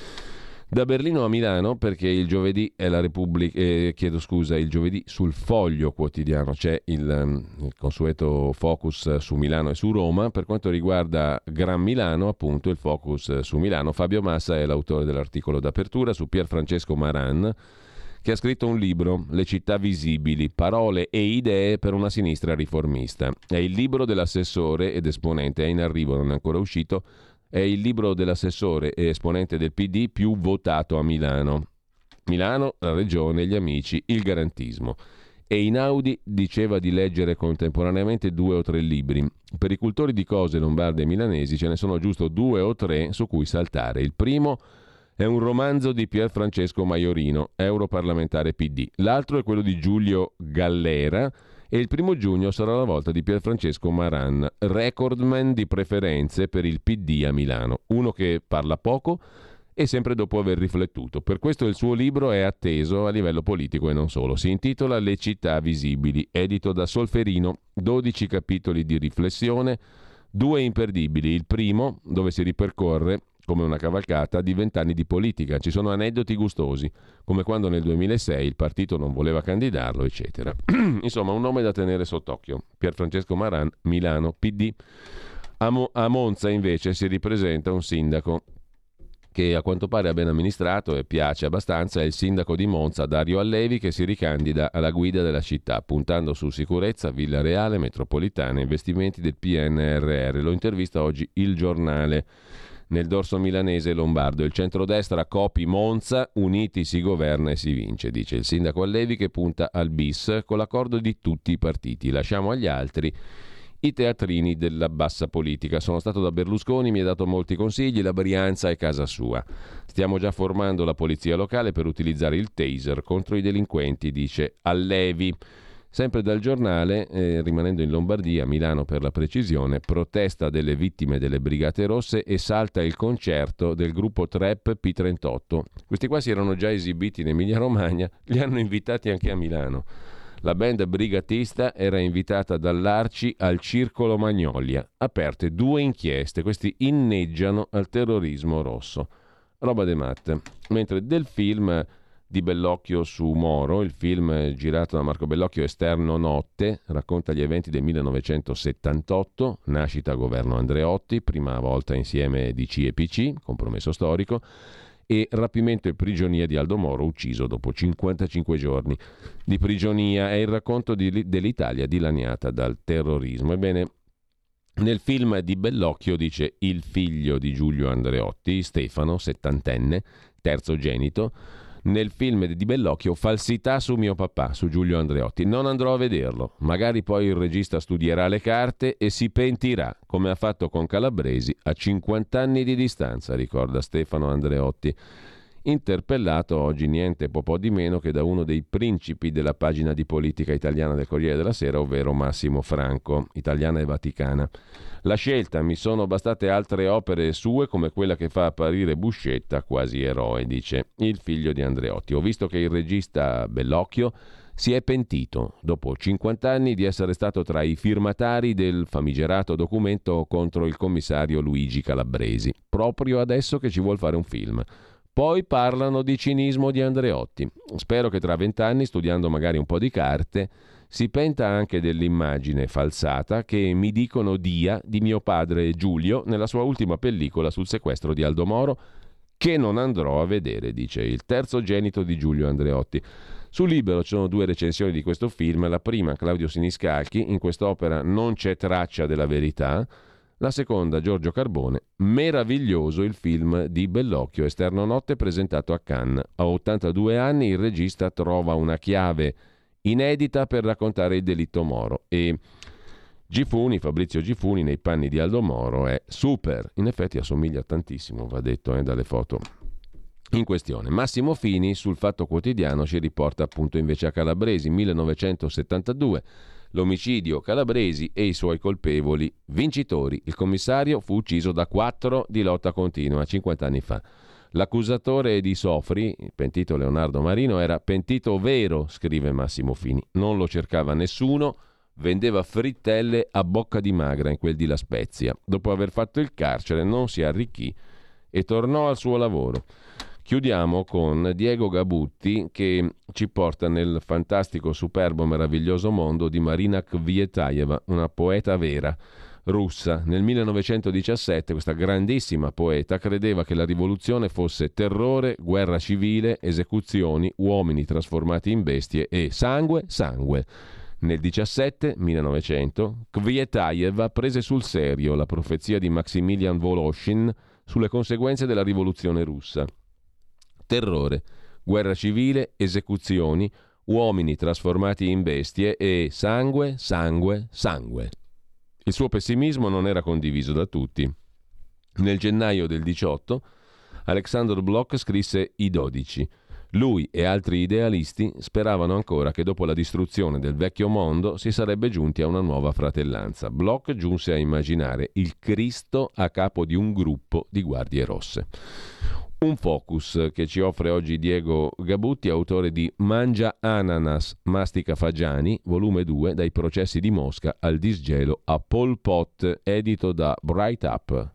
Da Berlino a Milano, perché il giovedì è la Repubblica, eh, chiedo scusa, il giovedì sul Foglio Quotidiano c'è il, il consueto focus su Milano e su Roma. Per quanto riguarda Gran Milano, appunto, il focus su Milano, Fabio Massa è l'autore dell'articolo d'apertura su Pier Francesco Maran, che ha scritto un libro, Le città visibili, parole e idee per una sinistra riformista. È il libro dell'assessore ed esponente, è in arrivo, non è ancora uscito, è il libro dell'assessore e esponente del P D più votato a Milano. Milano, la regione, gli amici, il garantismo. E Einaudi diceva di leggere contemporaneamente due o tre libri. Per i cultori di cose lombarde e milanesi ce ne sono giusto due o tre su cui saltare. Il primo È un romanzo di Pier Francesco Maiorino, europarlamentare P D. L'altro è quello di Giulio Gallera e il primo giugno sarà la volta di Pier Francesco Maran, recordman di preferenze per il P D a Milano. Uno che parla poco e sempre dopo aver riflettuto. Per questo il suo libro è atteso a livello politico e non solo. Si intitola Le città visibili, edito da Solferino, dodici capitoli di riflessione, due imperdibili. Il primo, dove si ripercorre come una cavalcata di vent'anni di politica. Ci sono aneddoti gustosi, come quando nel duemilasei il partito non voleva candidarlo, eccetera. Insomma, un nome da tenere sott'occhio. Pier Francesco Maran, Milano, P D. A, Mo- a Monza invece si ripresenta un sindaco che a quanto pare ha ben amministrato e piace abbastanza. È il sindaco di Monza, Dario Allevi, che si ricandida alla guida della città, puntando su sicurezza, Villa Reale, metropolitana, investimenti del P N R R. Lo intervista oggi Il Giornale. Nel dorso milanese e lombardo il centrodestra copi Monza, uniti si governa e si vince, dice il sindaco Allevi, che punta al bis con l'accordo di tutti i partiti. Lasciamo agli altri i teatrini della bassa politica. Sono stato da Berlusconi, mi ha dato molti consigli, la Brianza è casa sua. Stiamo già formando la polizia locale per utilizzare il taser contro i delinquenti, dice Allevi. Sempre dal giornale, eh, rimanendo in Lombardia, Milano per la precisione, protesta delle vittime delle Brigate Rosse e salta il concerto del gruppo trap P trentotto. Questi qua si erano già esibiti in Emilia Romagna, li hanno invitati anche a Milano. La band brigatista era invitata dall'Arci al Circolo Magnolia. Aperte due inchieste, questi inneggiano al terrorismo rosso. Roba de matte. Mentre del film di Bellocchio su Moro, il film girato da Marco Bellocchio, Esterno Notte, racconta gli eventi del millenovecentosettantotto, nascita governo Andreotti, prima volta insieme D C e P C, compromesso storico, e rapimento e prigionia di Aldo Moro, ucciso dopo cinquantacinque giorni di prigionia. È il racconto di, dell'Italia dilaniata dal terrorismo. Ebbene, nel film di Bellocchio dice il figlio di Giulio Andreotti, Stefano, settantenne, terzogenito. Nel film di Bellocchio, falsità su mio papà, su Giulio Andreotti. Non andrò a vederlo. Magari poi il regista studierà le carte e si pentirà, come ha fatto con Calabresi a cinquanta anni di distanza, ricorda Stefano Andreotti. Interpellato oggi niente po' po' di meno che da uno dei principi della pagina di politica italiana del Corriere della Sera, ovvero Massimo Franco, Italiana e Vaticana. La scelta, mi sono bastate altre opere sue come quella che fa apparire Buscetta quasi eroe, dice il figlio di Andreotti. Ho visto che il regista Bellocchio si è pentito dopo cinquanta anni di essere stato tra i firmatari del famigerato documento contro il commissario Luigi Calabresi, proprio adesso che ci vuol fare un film. Poi parlano di cinismo di Andreotti. Spero che tra vent'anni, studiando magari un po' di carte, si penta anche dell'immagine falsata che mi dicono dia di mio padre Giulio nella sua ultima pellicola sul sequestro di Aldo Moro, che non andrò a vedere, dice il terzogenito di Giulio Andreotti. Su Libero ci sono due recensioni di questo film. La prima, Claudio Siniscalchi, in quest'opera non c'è traccia della verità. La seconda, Giorgio Carbone, meraviglioso il film di Bellocchio, Esterno Notte, presentato a Cannes. A ottantadue anni il regista trova una chiave inedita per raccontare il delitto Moro e Gifuni, Fabrizio Gifuni, nei panni di Aldo Moro è super. In effetti assomiglia tantissimo, va detto, eh, dalle foto in questione. Massimo Fini sul Fatto Quotidiano ci riporta appunto invece a Calabresi, millenovecentosettantadue. L'omicidio Calabresi e i suoi colpevoli vincitori. Il commissario fu ucciso da quattro di lotta continua cinquanta anni fa. L'accusatore di Sofri, il pentito Leonardo Marino, era pentito vero, scrive Massimo Fini. Non lo cercava nessuno, vendeva frittelle a bocca di magra in quel di La Spezia. Dopo aver fatto il carcere non si arricchì e tornò al suo lavoro. Chiudiamo con Diego Gabutti che ci porta nel fantastico, superbo, meraviglioso mondo di Marina Kvietaeva, una poeta vera russa. Nel millenovecentodiciassette questa grandissima poeta credeva che la rivoluzione fosse terrore, guerra civile, esecuzioni, uomini trasformati in bestie e sangue, sangue. Nel diciassette, millenovecento, Kvietaeva prese sul serio la profezia di Maximilian Voloshin sulle conseguenze della rivoluzione russa. Terrore, guerra civile, esecuzioni, uomini trasformati in bestie e sangue, sangue, sangue. Il suo pessimismo non era condiviso da tutti. Nel gennaio del diciotto Alexander Blok scrisse I dodici. Lui e altri idealisti speravano ancora che dopo la distruzione del vecchio mondo si sarebbe giunti a una nuova fratellanza. Blok giunse a immaginare il Cristo a capo di un gruppo di guardie rosse. Un focus che ci offre oggi Diego Gabutti, autore di Mangia ananas, mastica fagiani, volume due, dai processi di Mosca al disgelo a Pol Pot, edito da Bright Up.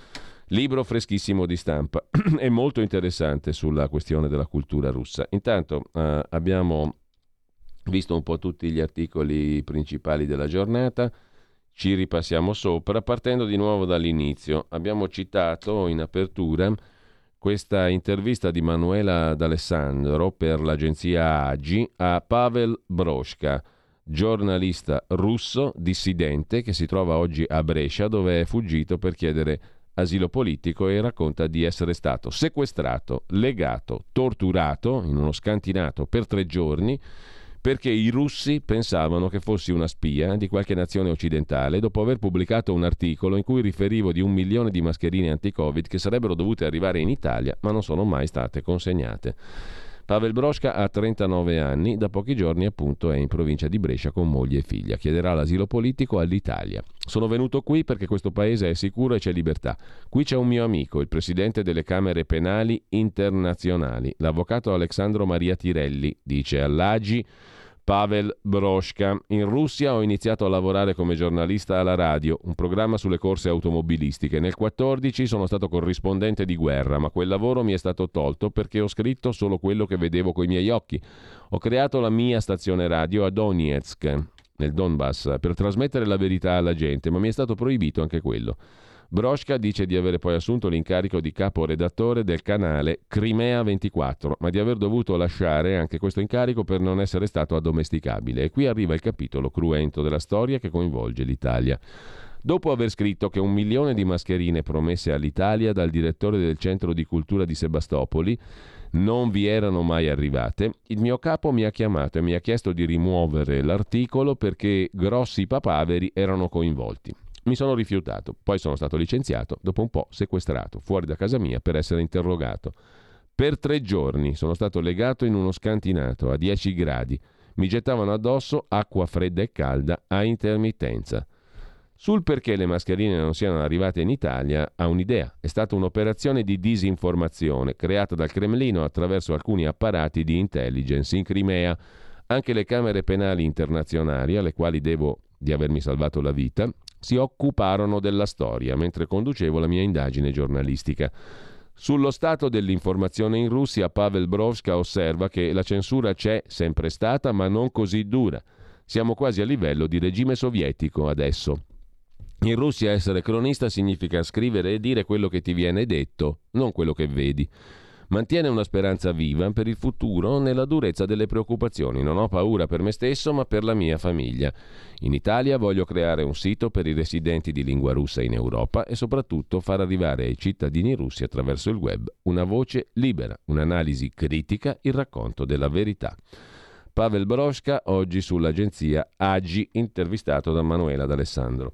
Libro freschissimo di stampa e molto interessante sulla questione della cultura russa. Intanto eh, abbiamo visto un po' tutti gli articoli principali della giornata, ci ripassiamo sopra, partendo di nuovo dall'inizio. Abbiamo citato in apertura questa intervista di Manuela D'Alessandro per l'agenzia A G I a Pavel Broška, giornalista russo dissidente che si trova oggi a Brescia, dove è fuggito per chiedere asilo politico, e racconta di essere stato sequestrato, legato, torturato in uno scantinato per tre giorni perché i russi pensavano che fossi una spia di qualche nazione occidentale, dopo aver pubblicato un articolo in cui riferivo di un milione di mascherine anti-Covid che sarebbero dovute arrivare in Italia ma non sono mai state consegnate. Pavel Broška ha trentanove anni, da pochi giorni appunto è in provincia di Brescia con moglie e figlia. Chiederà l'asilo politico all'Italia. Sono venuto qui perché questo paese è sicuro e c'è libertà. Qui c'è un mio amico, il presidente delle Camere Penali Internazionali, l'avvocato Alexandro Maria Tirelli, dice all'A G I Pavel Broška. In Russia ho iniziato a lavorare come giornalista alla radio, un programma sulle corse automobilistiche. Nel quattordici sono stato corrispondente di guerra, ma quel lavoro mi è stato tolto perché ho scritto solo quello che vedevo coi miei occhi. Ho creato la mia stazione radio a Donetsk, nel Donbass, per trasmettere la verità alla gente, ma mi è stato proibito anche quello. Broška dice di avere poi assunto l'incarico di caporedattore del canale Crimea ventiquattro, ma di aver dovuto lasciare anche questo incarico per non essere stato addomesticabile. E qui arriva il capitolo cruento della storia che coinvolge l'Italia. Dopo aver scritto che un milione di mascherine promesse all'Italia dal direttore del Centro di Cultura di Sebastopoli non vi erano mai arrivate, il mio capo mi ha chiamato e mi ha chiesto di rimuovere l'articolo perché grossi papaveri erano coinvolti. Mi sono rifiutato, poi sono stato licenziato, dopo un po' sequestrato, fuori da casa mia per essere interrogato. Per tre giorni sono stato legato in uno scantinato a dieci gradi, mi gettavano addosso acqua fredda e calda a intermittenza. Sul perché le mascherine non siano arrivate in Italia ha un'idea, è stata un'operazione di disinformazione creata dal Cremlino attraverso alcuni apparati di intelligence in Crimea. Anche le Camere Penali Internazionali, alle quali devo di avermi salvato la vita, si occuparono della storia mentre conducevo la mia indagine giornalistica. Sullo stato dell'informazione in Russia, Pavel Broška osserva che la censura c'è sempre stata, ma non così dura. Siamo quasi a livello di regime sovietico adesso. In Russia essere cronista significa scrivere e dire quello che ti viene detto, non quello che vedi. Mantiene una speranza viva per il futuro nella durezza delle preoccupazioni. Non ho paura per me stesso, ma per la mia famiglia. In Italia voglio creare un sito per i residenti di lingua russa in Europa e soprattutto far arrivare ai cittadini russi attraverso il web una voce libera, un'analisi critica, il racconto della verità. Pavel Broška, oggi sull'agenzia A G I, intervistato da Manuela D'Alessandro.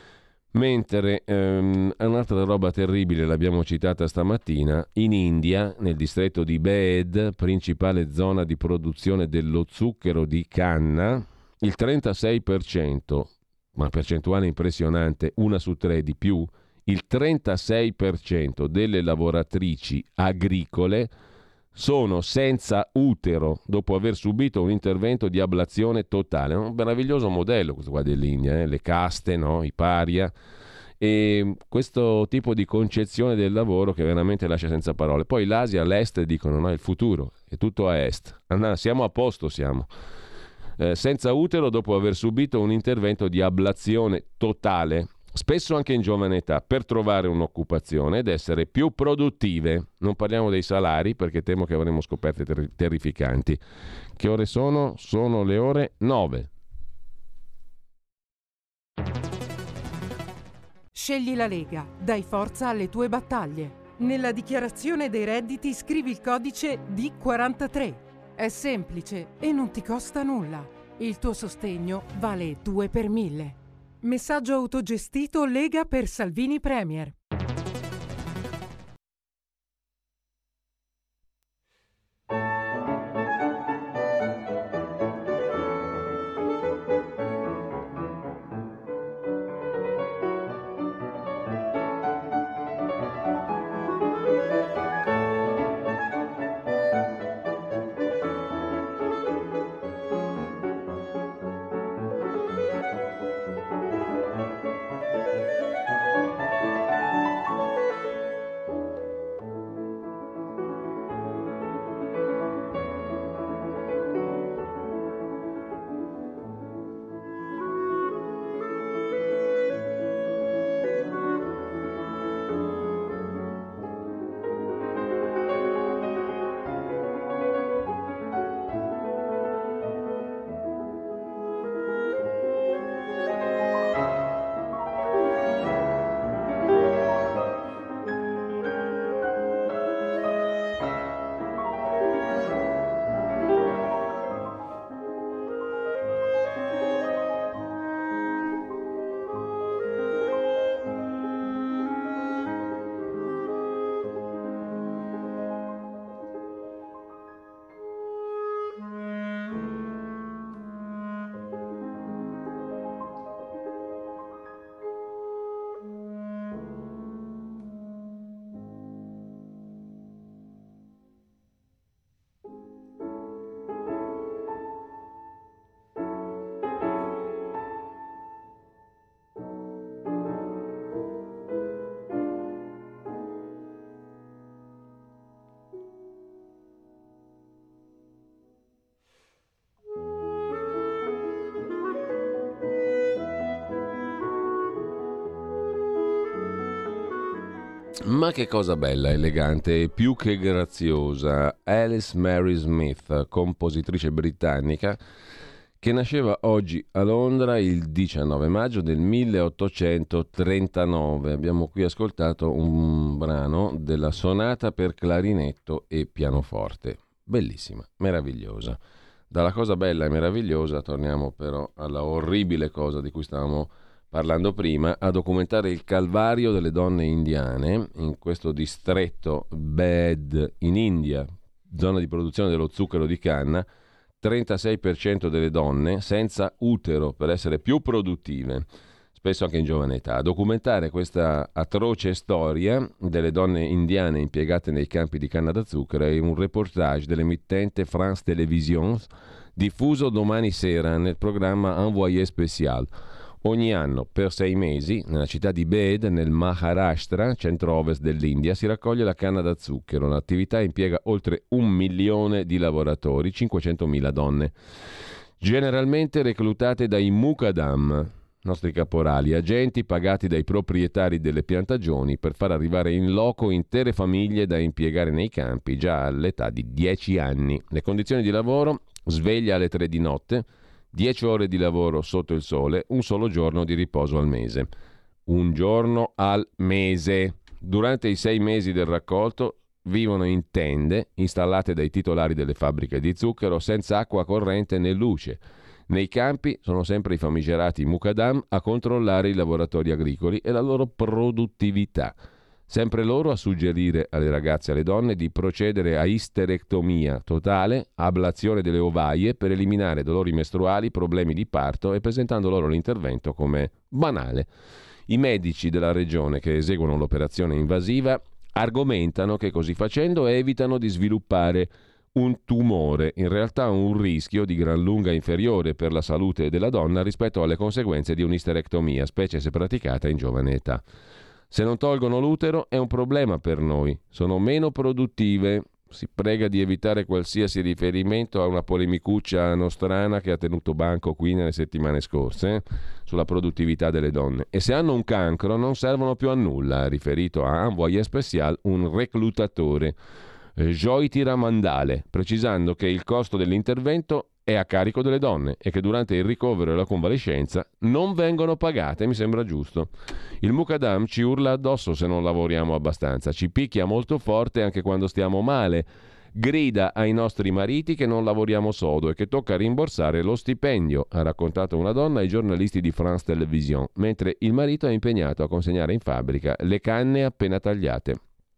Mentre ehm, un'altra roba terribile, l'abbiamo citata stamattina, in India, nel distretto di Beed, principale zona di produzione dello zucchero di canna, il trentasei per cento, una percentuale impressionante, una su tre di più, il trentasei per cento delle lavoratrici agricole sono senza utero dopo aver subito un intervento di ablazione totale. È un meraviglioso modello questo qua dell'India, eh? Le caste, no? I paria, e questo tipo di concezione del lavoro che veramente lascia senza parole. Poi l'Asia, l'Est dicono no, il futuro è tutto a Est. Andà, siamo a posto, siamo. Eh, senza utero dopo aver subito un intervento di ablazione totale, spesso anche in giovane età, per trovare un'occupazione ed essere più produttive. Non parliamo dei salari perché temo che avremo scoperte ter- terrificanti. Che ore sono? Sono le ore nove.
Scegli la Lega, dai forza alle tue battaglie. Nella dichiarazione dei redditi scrivi il codice D quarantatré. È semplice e non ti costa nulla. Il tuo sostegno vale due per mille. Messaggio autogestito Lega per Salvini Premier.
Ma che cosa bella, elegante e più che graziosa. Alice Mary Smith, compositrice britannica, che nasceva oggi a Londra il diciannove maggio del milleottocentotrentanove. Abbiamo qui ascoltato un brano della sonata per clarinetto e pianoforte. Bellissima, meravigliosa. Dalla cosa bella e meravigliosa torniamo però alla orribile cosa di cui stavamo parlando prima, a documentare il calvario delle donne indiane in questo distretto Bed in India, zona di produzione dello zucchero di canna. trentasei per cento delle donne senza utero per essere più produttive, spesso anche in giovane età. A documentare questa atroce storia delle donne indiane impiegate nei campi di canna da zucchero è un reportage dell'emittente France Télévisions diffuso domani sera nel programma Envoyé Spécial. Ogni anno, per sei mesi, nella città di Bed, nel Maharashtra, centro-ovest dell'India, si raccoglie la canna da zucchero. L'attività impiega oltre un milione di lavoratori, cinquecentomila donne, generalmente reclutate dai Mukadam, nostri caporali, agenti pagati dai proprietari delle piantagioni per far arrivare in loco intere famiglie da impiegare nei campi già all'età di dieci anni. Le condizioni di lavoro: sveglia alle tre di notte, dieci ore di lavoro sotto il sole, un solo giorno di riposo al mese. Un giorno al mese. Durante i sei mesi del raccolto vivono in tende installate dai titolari delle fabbriche di zucchero senza acqua corrente né luce. Nei campi sono sempre i famigerati Mukadam a controllare i lavoratori agricoli e la loro produttività. Sempre loro a suggerire alle ragazze e alle donne di procedere a isterectomia totale, ablazione delle ovaie per eliminare dolori mestruali, problemi di parto e presentando loro l'intervento come banale. I medici della regione che eseguono l'operazione invasiva argomentano che così facendo evitano di sviluppare un tumore, in realtà un rischio di gran lunga inferiore per la salute della donna rispetto alle conseguenze di un'isterectomia, specie se praticata in giovane età. Se non tolgono l'utero è un problema per noi, sono meno produttive. Si prega di evitare qualsiasi riferimento a una polemicuccia nostrana che ha tenuto banco qui nelle settimane scorse eh, sulla produttività delle donne. E se hanno un cancro non servono più a nulla, ha riferito a Envoyé Spécial un reclutatore, Jyoti Ramandale, precisando che il costo dell'intervento è a carico delle donne e che durante il ricovero e la convalescenza non vengono pagate. Mi sembra giusto. Il Mukadam ci urla addosso se non lavoriamo abbastanza, ci picchia molto forte anche quando stiamo male, grida ai nostri mariti che non lavoriamo sodo e che tocca rimborsare lo stipendio, ha raccontato una donna ai giornalisti di France Télévisions, mentre il marito è impegnato a consegnare in fabbrica le canne appena tagliate.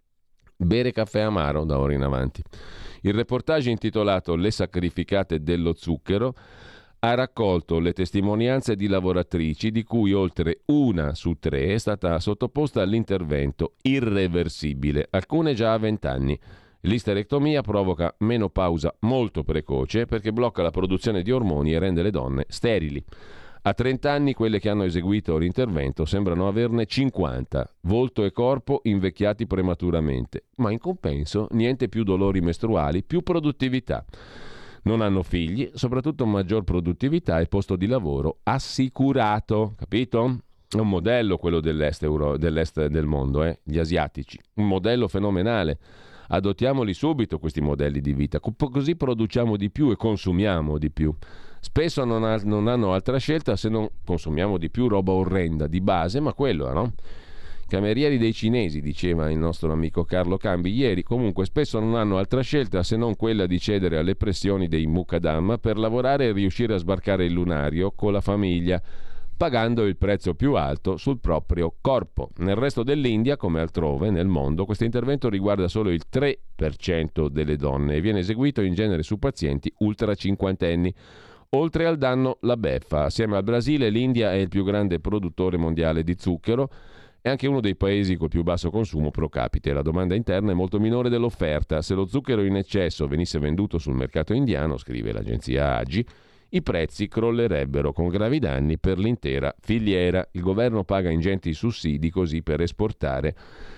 Bere caffè amaro da ora in avanti. Il reportage intitolato Le sacrificate dello zucchero ha raccolto le testimonianze di lavoratrici di cui oltre una su tre è stata sottoposta all'intervento irreversibile, alcune già a vent'anni. L'isterectomia provoca menopausa molto precoce perché blocca la produzione di ormoni e rende le donne sterili. A trenta anni quelle che hanno eseguito l'intervento sembrano averne cinquanta, volto e corpo invecchiati prematuramente, ma in compenso niente più dolori mestruali, più produttività. Non hanno figli, soprattutto maggior produttività e posto di lavoro assicurato, capito? È un modello quello dell'est, Euro, dell'est del mondo, eh? Gli asiatici, un modello fenomenale. Adottiamoli subito questi modelli di vita, così produciamo di più e consumiamo di più. Spesso non, ha, non hanno altra scelta se non consumiamo di più roba orrenda di base, ma quello, no? Camerieri dei cinesi, diceva il nostro amico Carlo Cambi ieri, comunque spesso non hanno altra scelta se non quella di cedere alle pressioni dei Mukadam per lavorare e riuscire a sbarcare il lunario con la famiglia, pagando il prezzo più alto sul proprio corpo. Nel resto dell'India, come altrove nel mondo, questo intervento riguarda solo il tre per cento delle donne e viene eseguito in genere su pazienti ultra cinquantenni. Oltre al danno, la beffa. Assieme al Brasile, l'India è il più grande produttore mondiale di zucchero e anche uno dei paesi col più basso consumo pro capite. La domanda interna è molto minore dell'offerta. Se lo zucchero in eccesso venisse venduto sul mercato indiano, scrive l'agenzia A G I, i prezzi crollerebbero con gravi danni per l'intera filiera. Il governo paga ingenti sussidi così per esportare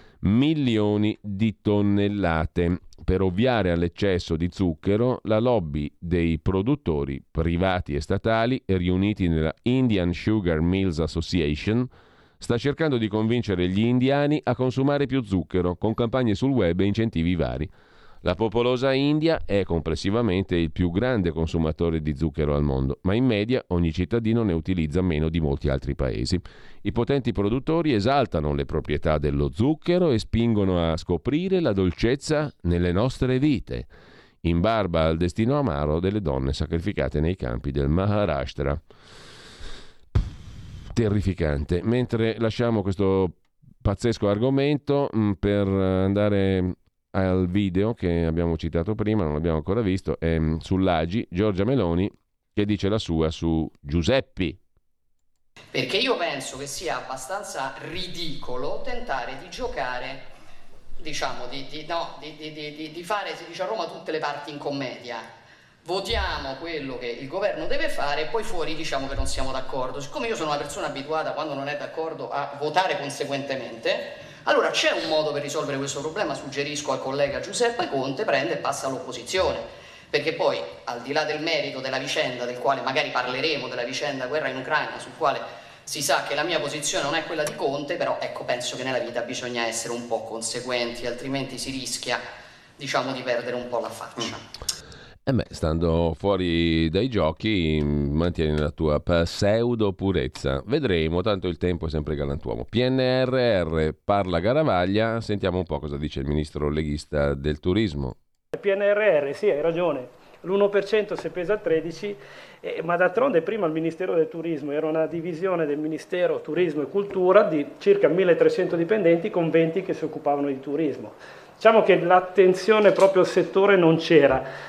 milioni di tonnellate. Per ovviare all'eccesso di zucchero, la lobby dei produttori privati e statali, riuniti nella Indian Sugar Mills Association, sta cercando di convincere gli indiani a consumare più zucchero con campagne sul web e incentivi vari. La popolosa India è complessivamente il più grande consumatore di zucchero al mondo, ma in media ogni cittadino ne utilizza meno di molti altri paesi. I potenti produttori esaltano le proprietà dello zucchero e spingono a scoprire la dolcezza nelle nostre vite, in barba al destino amaro delle donne sacrificate nei campi del Maharashtra. Terrificante. Mentre lasciamo questo pazzesco argomento mh, per andare al video che abbiamo citato prima, non l'abbiamo ancora visto, è sull'A G I, Giorgia Meloni, che dice la sua su Giuseppi.
Perché io penso che sia abbastanza ridicolo tentare di giocare, diciamo, di, di, no, di, di, di, di fare, si dice a Roma, tutte le parti in commedia. Votiamo quello che il governo deve fare e poi fuori diciamo che non siamo d'accordo. Siccome io sono una persona abituata, quando non è d'accordo, a votare conseguentemente, allora c'è un modo per risolvere questo problema, suggerisco al collega Giuseppe Conte, prende e passa all'opposizione, perché poi al di là del merito della vicenda, del quale magari parleremo, della vicenda guerra in Ucraina, sul quale si sa che la mia posizione non è quella di Conte, però ecco, penso che nella vita bisogna essere un po' conseguenti, altrimenti si rischia, diciamo, di perdere un po' la faccia.
Eh beh, stando fuori dai giochi, mantieni la tua pseudo purezza. Vedremo, tanto il tempo è sempre galantuomo. P N R R parla Garavaglia, sentiamo un po' cosa dice il ministro leghista del turismo.
P N R R, sì, hai ragione, l'uno per cento se pesa il tredici per cento, eh, ma d'altronde prima il Ministero del Turismo era una divisione del Ministero Turismo e Cultura di circa milletrecento dipendenti con venti che si occupavano di turismo. Diciamo che l'attenzione proprio al settore non c'era.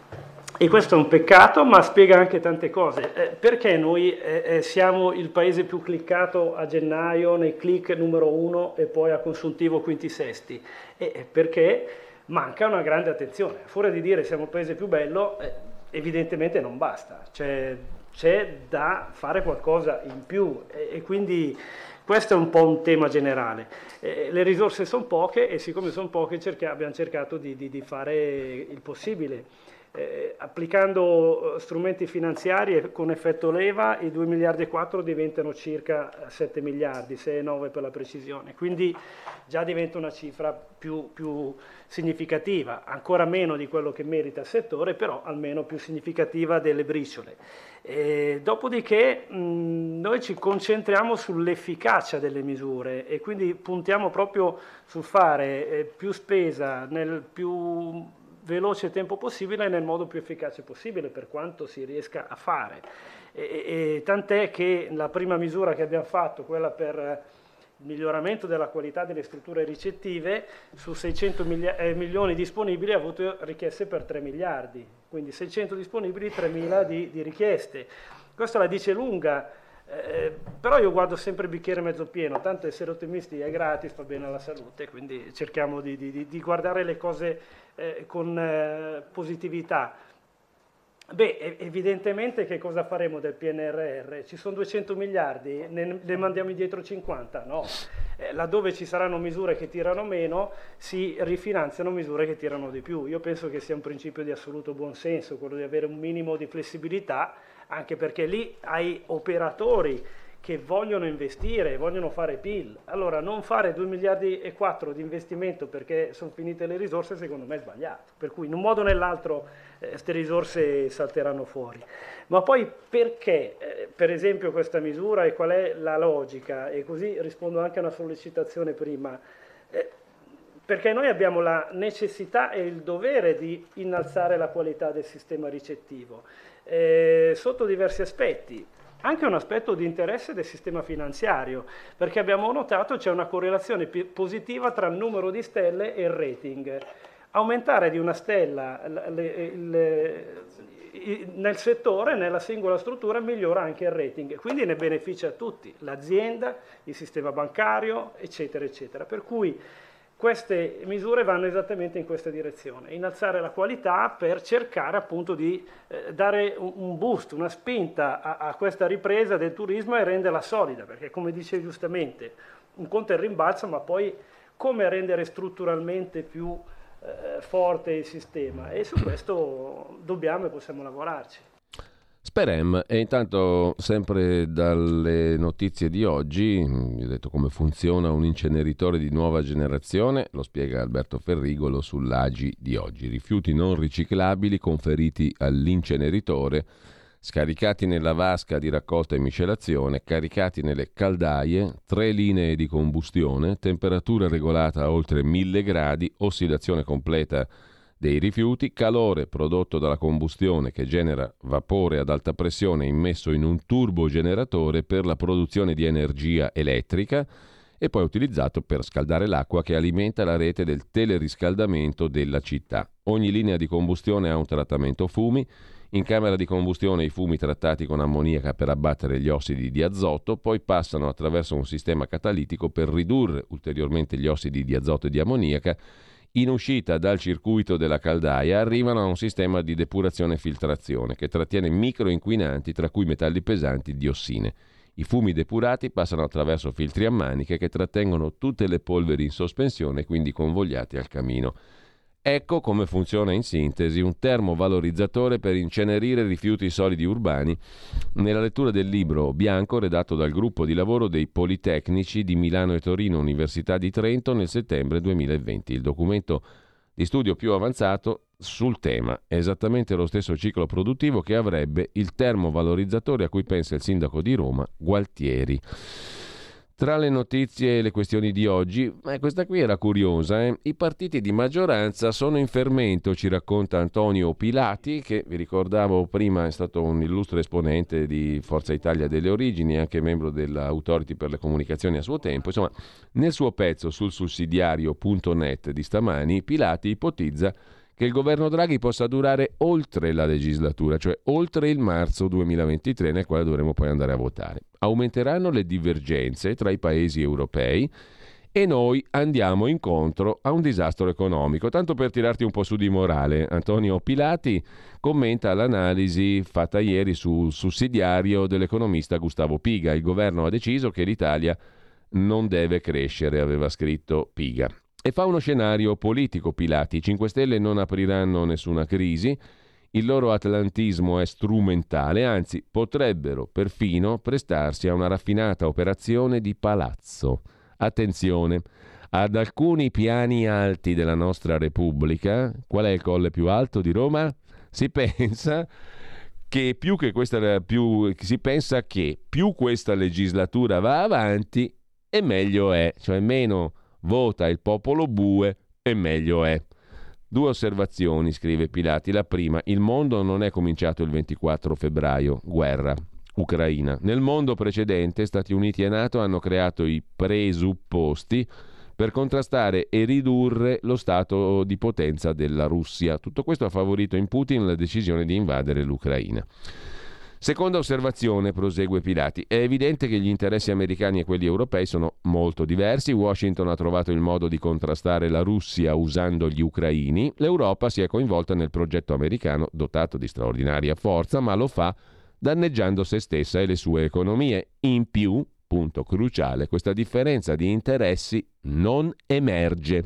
E questo è un peccato, ma spiega anche tante cose. Eh, perché noi eh, siamo il paese più cliccato a gennaio nei click numero uno e poi a consuntivo quinti sesti? Eh, perché manca una grande attenzione. Fuori di dire siamo il paese più bello, eh, evidentemente non basta. C'è, c'è da fare qualcosa in più e, e quindi questo è un po' un tema generale. Eh, le risorse sono poche e siccome sono poche cerca, abbiamo cercato di, di, di fare il possibile. Eh, applicando strumenti finanziari e con effetto leva i due miliardi e quattro diventano circa sette miliardi, sei e nove per la precisione, quindi già diventa una cifra più, più significativa, ancora meno di quello che merita il settore, però almeno più significativa delle briciole. Eh, dopodiché mh, noi ci concentriamo sull'efficacia delle misure e quindi puntiamo proprio sul fare eh, più spesa nel più veloce tempo possibile e nel modo più efficace possibile per quanto si riesca a fare. E, e, tant'è che la prima misura che abbiamo fatto, quella per il miglioramento della qualità delle strutture ricettive, su seicento milia- eh, milioni disponibili ha avuto richieste per tre miliardi, quindi seicento disponibili, tremila di, di richieste. Questo la dice lunga, eh, però io guardo sempre il bicchiere mezzo pieno, tanto essere ottimisti è gratis, fa bene alla salute, quindi cerchiamo di, di, di guardare le cose eh, con eh, positività. Beh, evidentemente che cosa faremo del P N R R? Ci sono duecento miliardi, ne, ne mandiamo indietro cinquanta? No. Eh, laddove ci saranno misure che tirano meno, si rifinanziano misure che tirano di più. Io penso che sia un principio di assoluto buonsenso, quello di avere un minimo di flessibilità, anche perché lì hai operatori che vogliono investire, vogliono fare P I L. Allora non fare due miliardi e quattro di investimento perché sono finite le risorse, secondo me è sbagliato. Per cui in un modo o nell'altro queste eh, risorse salteranno fuori. Ma poi perché, eh, per esempio, questa misura e qual è la logica? E così rispondo anche a una sollecitazione prima. Eh, perché noi abbiamo la necessità e il dovere di innalzare la qualità del sistema ricettivo, eh, sotto diversi aspetti. Anche un aspetto di interesse del sistema finanziario, perché abbiamo notato c'è una correlazione positiva tra il numero di stelle e il rating. Aumentare di una stella le, le, nel settore, nella singola struttura, migliora anche il rating, quindi ne beneficia a tutti, l'azienda, il sistema bancario, eccetera, eccetera. Per cui queste misure vanno esattamente in questa direzione, innalzare la qualità per cercare appunto di eh, dare un, un boost, una spinta a, a questa ripresa del turismo e renderla solida, perché come dice giustamente, un conto è il rimbalzo, ma poi come rendere strutturalmente più eh, forte il sistema, e su questo dobbiamo e possiamo lavorarci.
Sperem. E intanto, sempre dalle notizie di oggi, vi ho detto come funziona un inceneritore di nuova generazione, lo spiega Alberto Ferrigolo sull'A G I di oggi. Rifiuti non riciclabili conferiti all'inceneritore, scaricati nella vasca di raccolta e miscelazione, caricati nelle caldaie, tre linee di combustione, temperatura regolata a oltre mille gradi, ossidazione completa dei rifiuti, calore prodotto dalla combustione che genera vapore ad alta pressione immesso in un turbogeneratore per la produzione di energia elettrica e poi utilizzato per scaldare l'acqua che alimenta la rete del teleriscaldamento della città. Ogni linea di combustione ha un trattamento fumi. In camera di combustione i fumi trattati con ammoniaca per abbattere gli ossidi di azoto, poi passano attraverso un sistema catalitico per ridurre ulteriormente gli ossidi di azoto e di ammoniaca. In uscita dal circuito della caldaia arrivano a un sistema di depurazione e filtrazione che trattiene microinquinanti, tra cui metalli pesanti e diossine. I fumi depurati passano attraverso filtri a maniche che trattengono tutte le polveri in sospensione, quindi convogliati al camino. Ecco come funziona in sintesi un termovalorizzatore per incenerire rifiuti solidi urbani, nella lettura del libro bianco redatto dal gruppo di lavoro dei Politecnici di Milano e Torino, Università di Trento, nel settembre duemilaventi. Il documento di studio più avanzato sul tema è esattamente lo stesso ciclo produttivo che avrebbe il termovalorizzatore a cui pensa il sindaco di Roma, Gualtieri. Tra le notizie e le questioni di oggi, eh, questa qui era curiosa, eh? I partiti di maggioranza sono in fermento, ci racconta Antonio Pilati, che vi ricordavo prima è stato un illustre esponente di Forza Italia delle origini, anche membro dell'Authority per le comunicazioni a suo tempo. Insomma, nel suo pezzo sul sussidiario punto net di stamani, Pilati ipotizza che il governo Draghi possa durare oltre la legislatura, cioè oltre il marzo duemilaventitré, nel quale dovremo poi andare a votare. Aumenteranno le divergenze tra i paesi europei e noi andiamo incontro a un disastro economico. Tanto per tirarti un po' su di morale, Antonio Pilati commenta l'analisi fatta ieri sul sussidiario dell'economista Gustavo Piga. Il governo ha deciso che l'Italia non deve crescere, aveva scritto Piga. E fa uno scenario politico Pilati. I cinque Stelle non apriranno nessuna crisi, il loro atlantismo è strumentale, anzi potrebbero perfino prestarsi a una raffinata operazione di palazzo. Attenzione, ad alcuni piani alti della nostra Repubblica, qual è il colle più alto di Roma? Si pensa che più che questa più si pensa che più questa legislatura va avanti e meglio è, cioè meno vota il popolo bue e meglio è. Due osservazioni, scrive Pilati. La prima, il mondo non è cominciato il ventiquattro febbraio, guerra, Ucraina. Nel mondo precedente Stati Uniti e NATO hanno creato i presupposti per contrastare e ridurre lo stato di potenza della Russia. Tutto questo ha favorito in Putin la decisione di invadere l'Ucraina. Seconda osservazione, prosegue Pilati, è evidente che gli interessi americani e quelli europei sono molto diversi. Washington ha trovato il modo di contrastare la Russia usando gli ucraini. L'Europa si è coinvolta nel progetto americano dotato di straordinaria forza, ma lo fa danneggiando se stessa e le sue economie. In più, punto cruciale, questa differenza di interessi non emerge.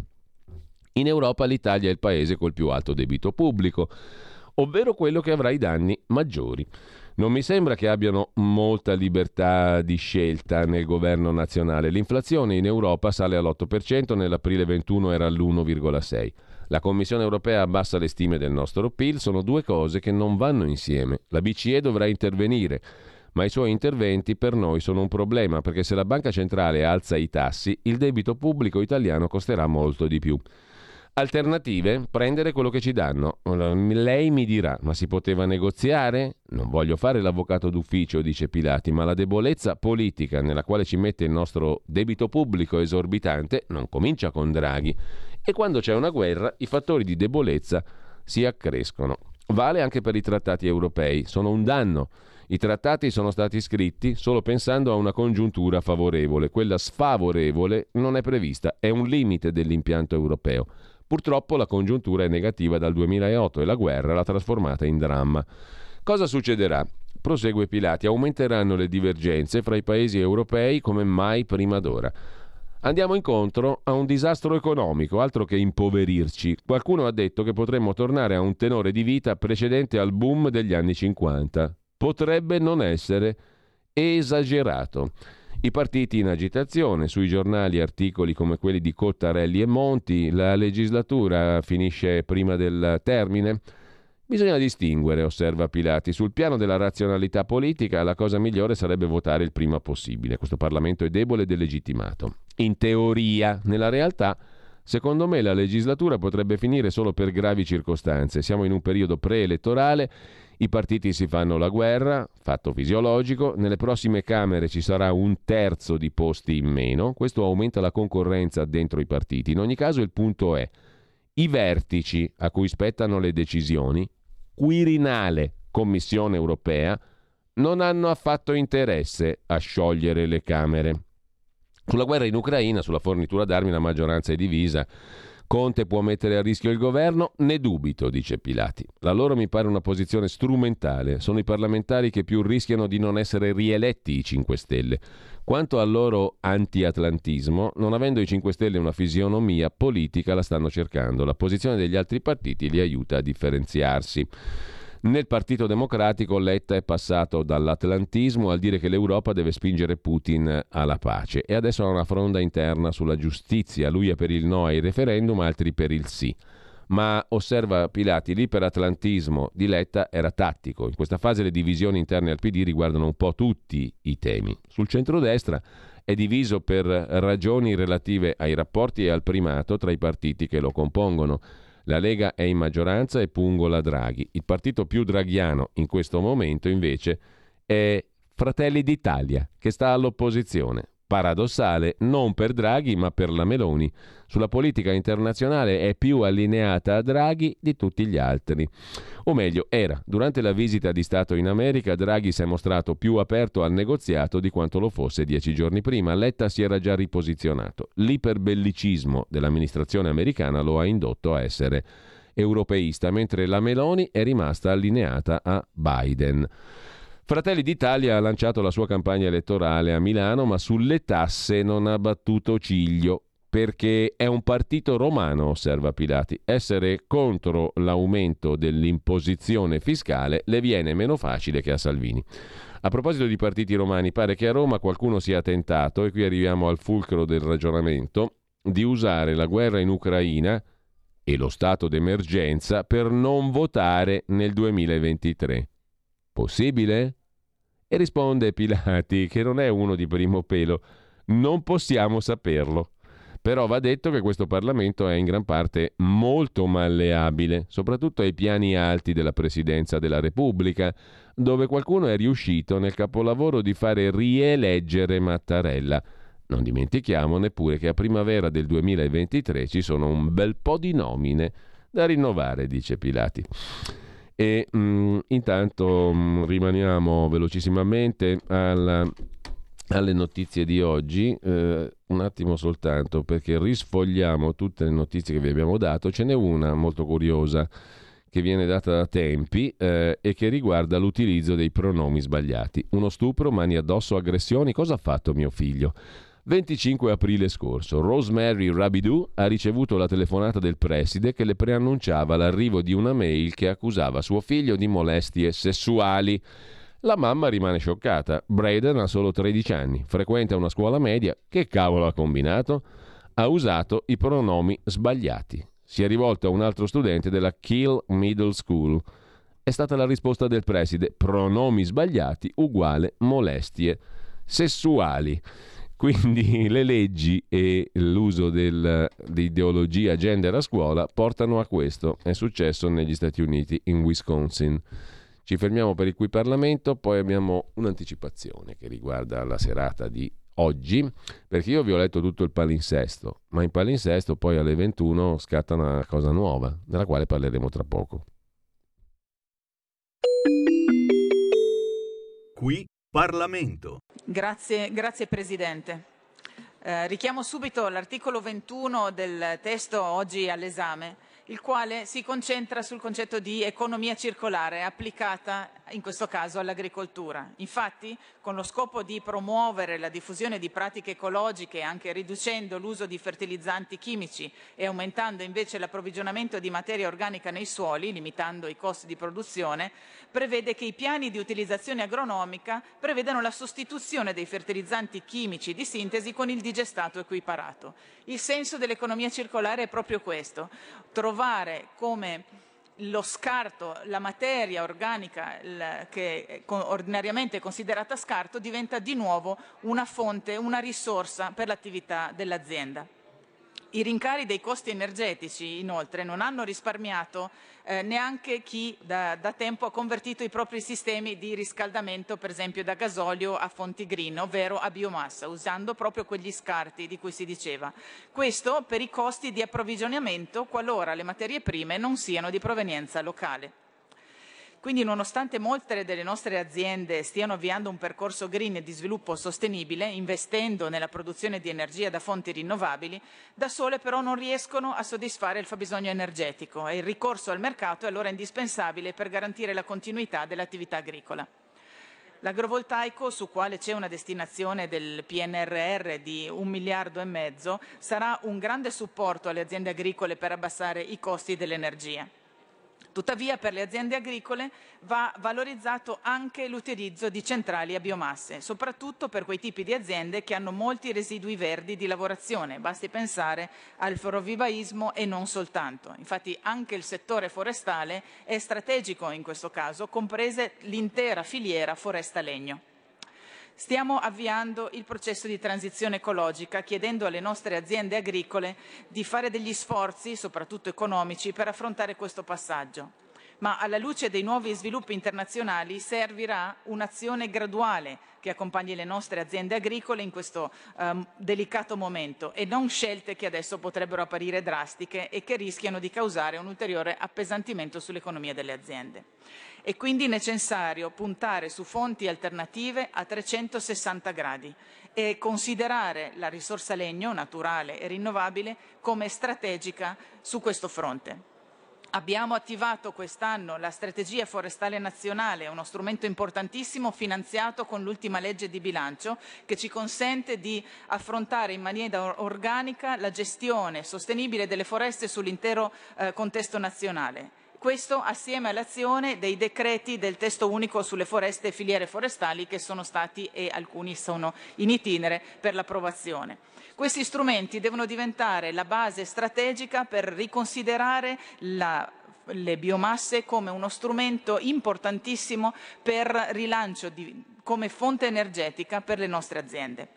In Europa l'Italia è il paese col più alto debito pubblico, ovvero quello che avrà i danni maggiori. Non mi sembra che abbiano molta libertà di scelta nel governo nazionale. L'inflazione in Europa sale all'otto per cento, nell'aprile ventuno era all'uno virgola sei. La Commissione europea abbassa le stime del nostro P I L, sono due cose che non vanno insieme. La B C E dovrà intervenire, ma i suoi interventi per noi sono un problema, perché se la Banca Centrale alza i tassi, il debito pubblico italiano costerà molto di più. Alternative? Prendere quello che ci danno. Lei mi dirà, ma si poteva negoziare? Non voglio fare l'avvocato d'ufficio, dice Pilati, ma la debolezza politica nella quale ci mette il nostro debito pubblico esorbitante non comincia con Draghi. E quando c'è una guerra, i fattori di debolezza si accrescono. Vale anche per i trattati europei, sono un danno. I trattati sono stati scritti solo pensando a una congiuntura favorevole. Quella sfavorevole non è prevista, è un limite dell'impianto europeo. Purtroppo la congiuntura è negativa dal duemilaotto e la guerra l'ha trasformata in dramma. Cosa succederà? Prosegue Pilati, aumenteranno le divergenze fra i paesi europei come mai prima d'ora. Andiamo incontro a un disastro economico, altro che impoverirci. Qualcuno ha detto che potremmo tornare a un tenore di vita precedente al boom degli anni cinquanta. potrebbe non essere esagerato. I partiti in agitazione, sui giornali articoli come quelli di Cottarelli e Monti, la legislatura finisce prima del termine. Bisogna distinguere, osserva Pilati. Sul piano della razionalità politica la cosa migliore sarebbe votare il prima possibile. Questo Parlamento è debole e delegittimato. In teoria, nella realtà, secondo me la legislatura potrebbe finire solo per gravi circostanze. Siamo in un periodo preelettorale, i partiti si fanno la guerra, fatto fisiologico, nelle prossime Camere ci sarà un terzo di posti in meno, questo aumenta la concorrenza dentro i partiti. In ogni caso il punto è, i vertici a cui spettano le decisioni, Quirinale, Commissione europea, non hanno affatto interesse a sciogliere le Camere. Sulla guerra in Ucraina, sulla fornitura d'armi, la maggioranza è divisa. Conte può mettere a rischio il governo? Ne dubito, dice Pilati. La loro mi pare una posizione strumentale. Sono i parlamentari che più rischiano di non essere rieletti i cinque Stelle. Quanto al loro anti-atlantismo, non avendo i cinque Stelle una fisionomia politica, la stanno cercando. La posizione degli altri partiti li aiuta a differenziarsi. Nel Partito Democratico Letta è passato dall'atlantismo al dire che l'Europa deve spingere Putin alla pace e adesso ha una fronda interna sulla giustizia. Lui è per il no ai referendum, altri per il sì. Ma, osserva Pilati, l'iperatlantismo di Letta era tattico. In questa fase le divisioni interne al P D riguardano un po' tutti i temi. Sul centrodestra è diviso per ragioni relative ai rapporti e al primato tra i partiti che lo compongono. La Lega è in maggioranza e pungola Draghi. Il partito più draghiano in questo momento, invece, è Fratelli d'Italia, che sta all'opposizione. Paradossale, non per Draghi, ma per la Meloni. Sulla politica internazionale è più allineata a Draghi di tutti gli altri. O meglio, era. Durante la visita di Stato in America, Draghi si è mostrato più aperto al negoziato di quanto lo fosse dieci giorni prima. Letta si era già riposizionato. L'iperbellicismo dell'amministrazione americana lo ha indotto a essere europeista, mentre la Meloni è rimasta allineata a Biden. Fratelli d'Italia ha lanciato la sua campagna elettorale a Milano, ma sulle tasse non ha battuto ciglio, perché è un partito romano, osserva Pilati. Essere contro l'aumento dell'imposizione fiscale le viene meno facile che a Salvini. A proposito di partiti romani, pare che a Roma qualcuno sia tentato, e qui arriviamo al fulcro del ragionamento, di usare la guerra in Ucraina e lo stato d'emergenza per non votare nel duemilaventitré. Possibile? E risponde Pilati, che non è uno di primo pelo. Non possiamo saperlo. Però va detto che questo Parlamento è in gran parte molto malleabile, soprattutto ai piani alti della Presidenza della Repubblica, dove qualcuno è riuscito nel capolavoro di fare rieleggere Mattarella. Non dimentichiamo neppure che a primavera del duemilaventitré ci sono un bel po' di nomine da rinnovare, dice Pilati. E mh, intanto mh, rimaniamo velocissimamente alla, alle notizie di oggi, eh, un attimo soltanto, perché risfogliamo tutte le notizie che vi abbiamo dato. Ce n'è una molto curiosa che viene data da Tempi eh, e che riguarda l'utilizzo dei pronomi sbagliati. Uno stupro, mani addosso, aggressioni. Cosa ha fatto mio figlio? venticinque aprile scorso, Rosemary Rabideau ha ricevuto la telefonata del preside che le preannunciava l'arrivo di una mail che accusava suo figlio di molestie sessuali. La mamma rimane scioccata. Braden ha solo tredici anni, frequenta una scuola media. Che cavolo ha combinato? Ha usato i pronomi sbagliati. Si è rivolto a un altro studente della Kiel Middle School. È stata la risposta del preside: pronomi sbagliati uguale molestie sessuali. Quindi le leggi e l'uso del, di ideologia gender a scuola portano a questo. È successo negli Stati Uniti, in Wisconsin. Ci fermiamo per il Qui Parlamento, poi abbiamo un'anticipazione che riguarda la serata di oggi, perché io vi ho letto tutto il palinsesto, ma in palinsesto poi alle ventuno scatta una cosa nuova, della quale parleremo tra poco.
Qui Parlamento.
Grazie, grazie Presidente. Eh, richiamo subito l'articolo ventuno del testo oggi all'esame, il quale si concentra sul concetto di economia circolare applicata in questo caso all'agricoltura. Infatti, con lo scopo di promuovere la diffusione di pratiche ecologiche, anche riducendo l'uso di fertilizzanti chimici e aumentando invece l'approvvigionamento di materia organica nei suoli, limitando i costi di produzione, prevede che i piani di utilizzazione agronomica prevedano la sostituzione dei fertilizzanti chimici di sintesi con il digestato equiparato. Il senso dell'economia circolare è proprio questo: trovare come lo scarto, la materia organica che è ordinariamente considerata scarto, diventa di nuovo una fonte, una risorsa per l'attività dell'azienda. I rincari dei costi energetici, inoltre, non hanno risparmiato eh, neanche chi da, da tempo ha convertito i propri sistemi di riscaldamento, per esempio da gasolio a fonti green, ovvero a biomassa, usando proprio quegli scarti di cui si diceva. Questo per i costi di approvvigionamento qualora le materie prime non siano di provenienza locale. Quindi, nonostante molte delle nostre aziende stiano avviando un percorso green e di sviluppo sostenibile, investendo nella produzione di energia da fonti rinnovabili, da sole però non riescono a soddisfare il fabbisogno energetico e il ricorso al mercato è allora indispensabile per garantire la continuità dell'attività agricola. L'agrovoltaico, su quale c'è una destinazione del P N R R di un miliardo e mezzo, sarà un grande supporto alle aziende agricole per abbassare i costi dell'energia. Tuttavia, per le aziende agricole va valorizzato anche l'utilizzo di centrali a biomasse, soprattutto per quei tipi di aziende che hanno molti residui verdi di lavorazione. Basti pensare al florovivaismo e non soltanto. Infatti anche il settore forestale è strategico in questo caso, comprese l'intera filiera foresta-legno. Stiamo avviando il processo di transizione ecologica, chiedendo alle nostre aziende agricole di fare degli sforzi, soprattutto economici, per affrontare questo passaggio. Ma alla luce dei nuovi sviluppi internazionali servirà un'azione graduale che accompagni le nostre aziende agricole in questo um, delicato momento e non scelte che adesso potrebbero apparire drastiche e che rischiano di causare un ulteriore appesantimento sull'economia delle aziende. È quindi necessario puntare su fonti alternative a trecentosessanta gradi e considerare la risorsa legno, naturale e rinnovabile, come strategica su questo fronte. Abbiamo attivato quest'anno la strategia forestale nazionale, uno strumento importantissimo finanziato con l'ultima legge di bilancio che ci consente di affrontare in maniera organica la gestione sostenibile delle foreste sull'intero eh, contesto nazionale. Questo assieme all'azione dei decreti del testo unico sulle foreste e filiere forestali che sono stati e alcuni sono in itinere per l'approvazione. Questi strumenti devono diventare la base strategica per riconsiderare la, le biomasse come uno strumento importantissimo per rilancio di, come fonte energetica per le nostre aziende.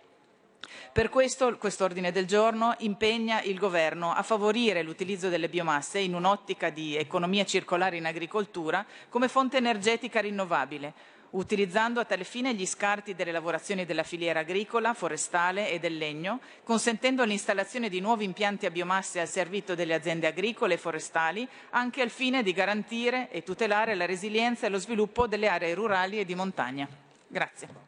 Per questo quest'ordine del giorno impegna il Governo a favorire l'utilizzo delle biomasse in un'ottica di economia circolare in agricoltura come fonte energetica rinnovabile, utilizzando a tale fine gli scarti delle lavorazioni della filiera agricola, forestale e del legno, consentendo l'installazione di nuovi impianti a biomasse al servizio delle aziende agricole e forestali, anche al fine di garantire e tutelare la resilienza e lo sviluppo delle aree rurali e di montagna. Grazie.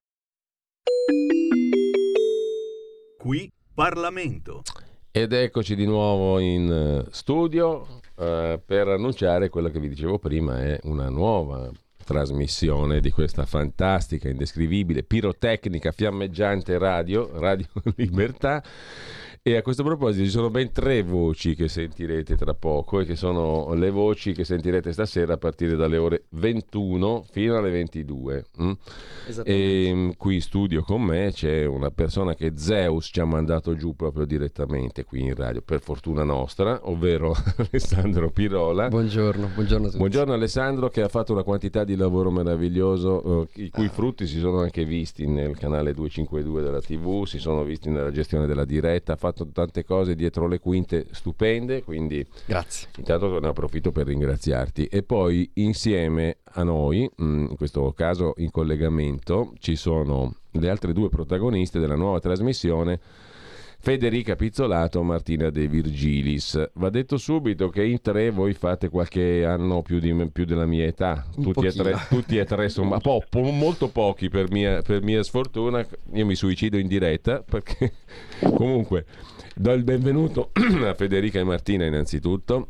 Qui Parlamento.
Ed eccoci di nuovo in studio eh, per annunciare quello che vi dicevo prima, è una nuova trasmissione di questa fantastica, indescrivibile, pirotecnica, fiammeggiante radio, Radio Libertà. E a questo proposito ci sono ben tre voci che sentirete tra poco e che sono le voci che sentirete stasera a partire dalle ore ventuno fino alle ventidue. Mm? E qui in studio con me c'è una persona che Zeus ci ha mandato giù proprio direttamente qui in radio, per fortuna nostra, ovvero Alessandro Pirola.
Buongiorno, buongiorno a tutti.
Buongiorno Alessandro, che ha fatto una quantità di lavoro meraviglioso, eh, i cui ah. frutti si sono anche visti nel canale duecentocinquantadue della tivù, si sono visti nella gestione della diretta, ha fatto tante cose dietro le quinte stupende, quindi
grazie.
Intanto ne approfitto per ringraziarti. E poi insieme a noi, in questo caso in collegamento, ci sono le altre due protagoniste della nuova trasmissione, Federica Pizzolato, Martina De Virgilis. Va detto subito che in tre voi fate qualche anno più, di, più della mia età, tutti e, tre, tutti e tre, insomma, po, po, molto pochi per mia, per mia sfortuna. Io mi suicido in diretta perché comunque do il benvenuto a Federica e Martina innanzitutto.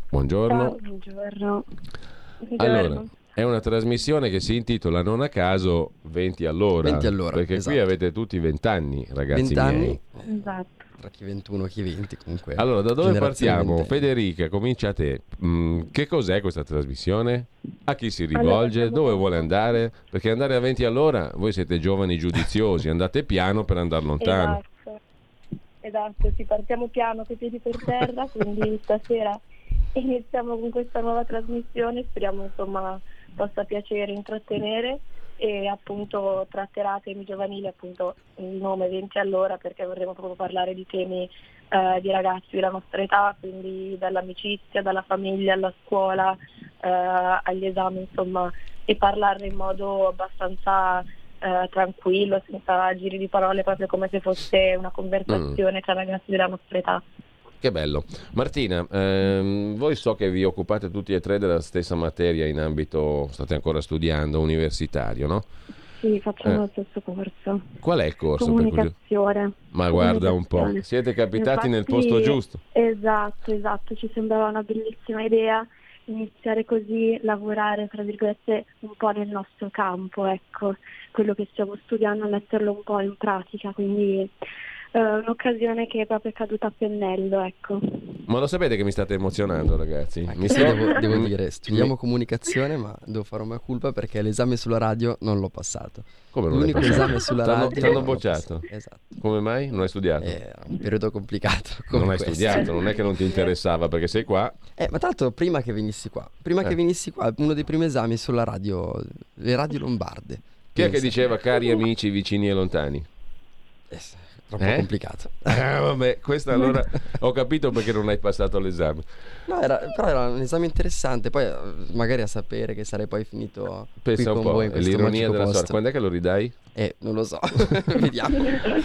Buongiorno.
Ciao, buongiorno. Buongiorno.
Allora, è una trasmissione che si intitola non a caso venti all'ora,
venti all'ora,
perché
esatto.
qui avete tutti venti anni, ragazzi
venti anni,
miei.
Esatto.
Tra chi ventuno e chi venti comunque.
Allora, da dove
generazione
partiamo?
ventenni.
Federica, comincia te. Mm, che cos'è questa trasmissione? A chi si rivolge?
Allora, siamo-
Dove vuole andare? Perché andare a venti all'ora, voi siete giovani giudiziosi, andate piano per andare lontano.
Esatto, esatto, sì, partiamo piano coi piedi per terra, quindi stasera iniziamo con questa nuova trasmissione, speriamo insomma possa piacere, intrattenere e appunto tratterà temi giovanili, appunto il nome venti all'ora perché vorremmo proprio parlare di temi eh, di ragazzi della nostra età, quindi dall'amicizia, dalla famiglia alla scuola, eh, agli esami insomma, e parlarne in modo abbastanza eh, tranquillo, senza giri di parole, proprio come se fosse una conversazione mm. tra ragazzi della nostra età.
Che bello. Martina, ehm, voi so che vi occupate tutti e tre della stessa materia in ambito, state ancora studiando, universitario, no?
Sì, facciamo
Eh.
lo stesso corso.
Qual è il corso? per
Comunicazione.
Ma guarda un po',
Comunicazione.
siete capitati
Infatti,
nel posto giusto.
Esatto, esatto, ci sembrava una bellissima idea iniziare così, lavorare tra virgolette un po' nel nostro campo, ecco, quello che stiamo studiando, metterlo un po' in pratica, quindi eh, un'occasione che è proprio caduta a pennello, ecco.
Ma lo sapete che mi state emozionando, ragazzi? Mi
Anche se devo, devo dire, studiamo comunicazione, ma devo fare una colpa perché l'esame sulla radio non l'ho passato.
Come non l'hai
L'unico
passato?
esame sulla
T'hanno-
radio
t'hanno
non l'ho
bocciato?
passato. Esatto.
Come mai? Non hai studiato?
È un periodo complicato. come
Non hai
questo.
studiato, non è che non ti interessava perché sei qua.
Eh, ma tra l'altro prima che venissi qua, prima
Eh.
che venissi qua, uno dei primi esami sulla radio, le radio lombarde.
Chi è che
Pensa.
diceva cari amici vicini e lontani?
Eh, troppo
Eh?
complicato.
Ah, vabbè, questa allora ho capito perché non hai passato l'esame.
No, era, però era un esame interessante, poi eh, magari a sapere che sarei poi finito
Pensa
qui
un
con
po',
voi in
è
questo
l'ironia
magico
della
posto.
sorte. Quando è che lo ridai?
Eh, non lo so, vediamo.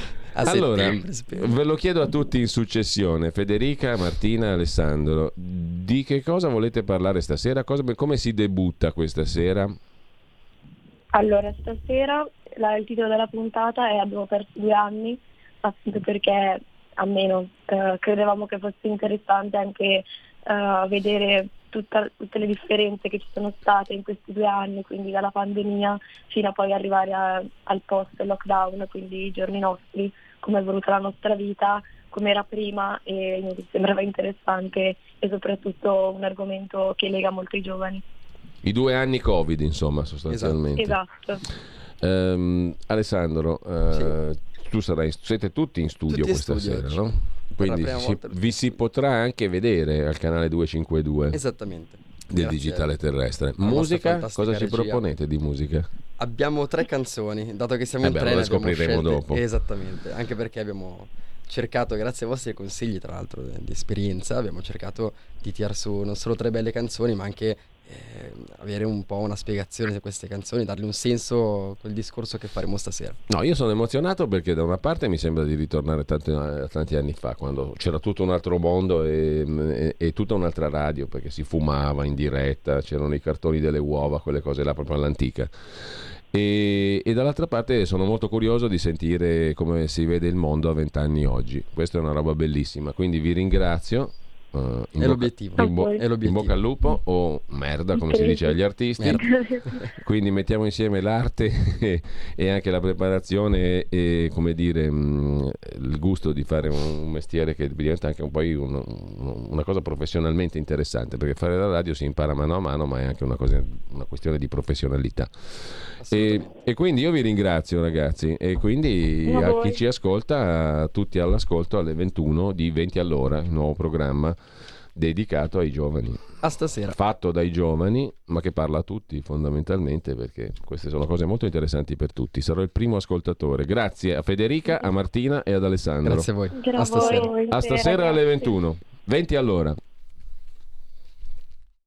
A
Allora,
settembre, spero.
ve lo chiedo a tutti in successione, Federica, Martina, Alessandro, di che cosa volete parlare stasera? Cosa- come si debutta questa sera?
Allora, stasera la- il titolo della puntata è Abbiamo perso due anni, appunto perché almeno eh, credevamo che fosse interessante anche eh, vedere tutta- tutte le differenze che ci sono state in questi due anni, quindi dalla pandemia fino a poi arrivare a- al post-lockdown, quindi i giorni nostri, come è evoluta la nostra vita, come era prima, e mi sembrava interessante e soprattutto un argomento che lega molto i giovani.
I due anni Covid, insomma, sostanzialmente.
Esatto.
Ehm, Alessandro, eh, tu sarai, siete tutti in studio
Tutti in
questa
studio
sera,
oggi.
no?
Per
Quindi
la prima
si-
volta.
vi si potrà anche vedere al canale duecentocinquantadue
Esattamente.
del
Grazie
digitale terrestre.
alla nostra
Musica?
fantastica
Cosa ci
regia.
proponete di musica?
Abbiamo tre canzoni, dato che siamo
Eh
in
beh,
treno.
allora
abbiamo
scopriremo
scelte-
dopo.
Esattamente, anche perché abbiamo cercato, grazie ai vostri consigli tra l'altro di esperienza, abbiamo cercato di tirar su non solo tre belle canzoni, ma anche eh, avere un po' una spiegazione di queste canzoni, darle un senso a quel discorso che faremo stasera.
No, io sono emozionato perché da una parte mi sembra di ritornare tanti, tanti anni fa, quando c'era tutto un altro mondo e, e, e tutta un'altra radio, perché si fumava in diretta, c'erano i cartoni delle uova, quelle cose là proprio all'antica. E, e dall'altra parte sono molto curioso di sentire come si vede il mondo a vent'anni oggi. Questa è una roba bellissima, quindi vi ringrazio. Uh, in
È
bocca-
l'obiettivo.
in, bo-
È l'obiettivo.
in bocca al lupo o merda, come si dice agli artisti. Quindi mettiamo insieme l'arte e, e anche la preparazione e, come dire, mh, il gusto di fare un, un mestiere che diventa anche un po' un, un, una cosa professionalmente interessante, perché fare la radio si impara mano a mano, ma è anche una, cosa, una questione di professionalità. E, e quindi io vi ringrazio, ragazzi, e quindi
A
a
voi.
chi ci ascolta, tutti all'ascolto alle ventuno di venti all'ora, il nuovo programma dedicato ai giovani,
A stasera.
fatto dai giovani, ma che parla a tutti fondamentalmente, perché queste sono cose molto interessanti per tutti. Sarò il primo ascoltatore. Grazie a Federica, a Martina e ad Alessandro.
Grazie a voi.
Grazie
A stasera.
a voi.
A stasera alle ventuno. venti all'ora.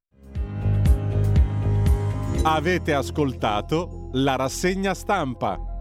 Avete ascoltato la rassegna stampa.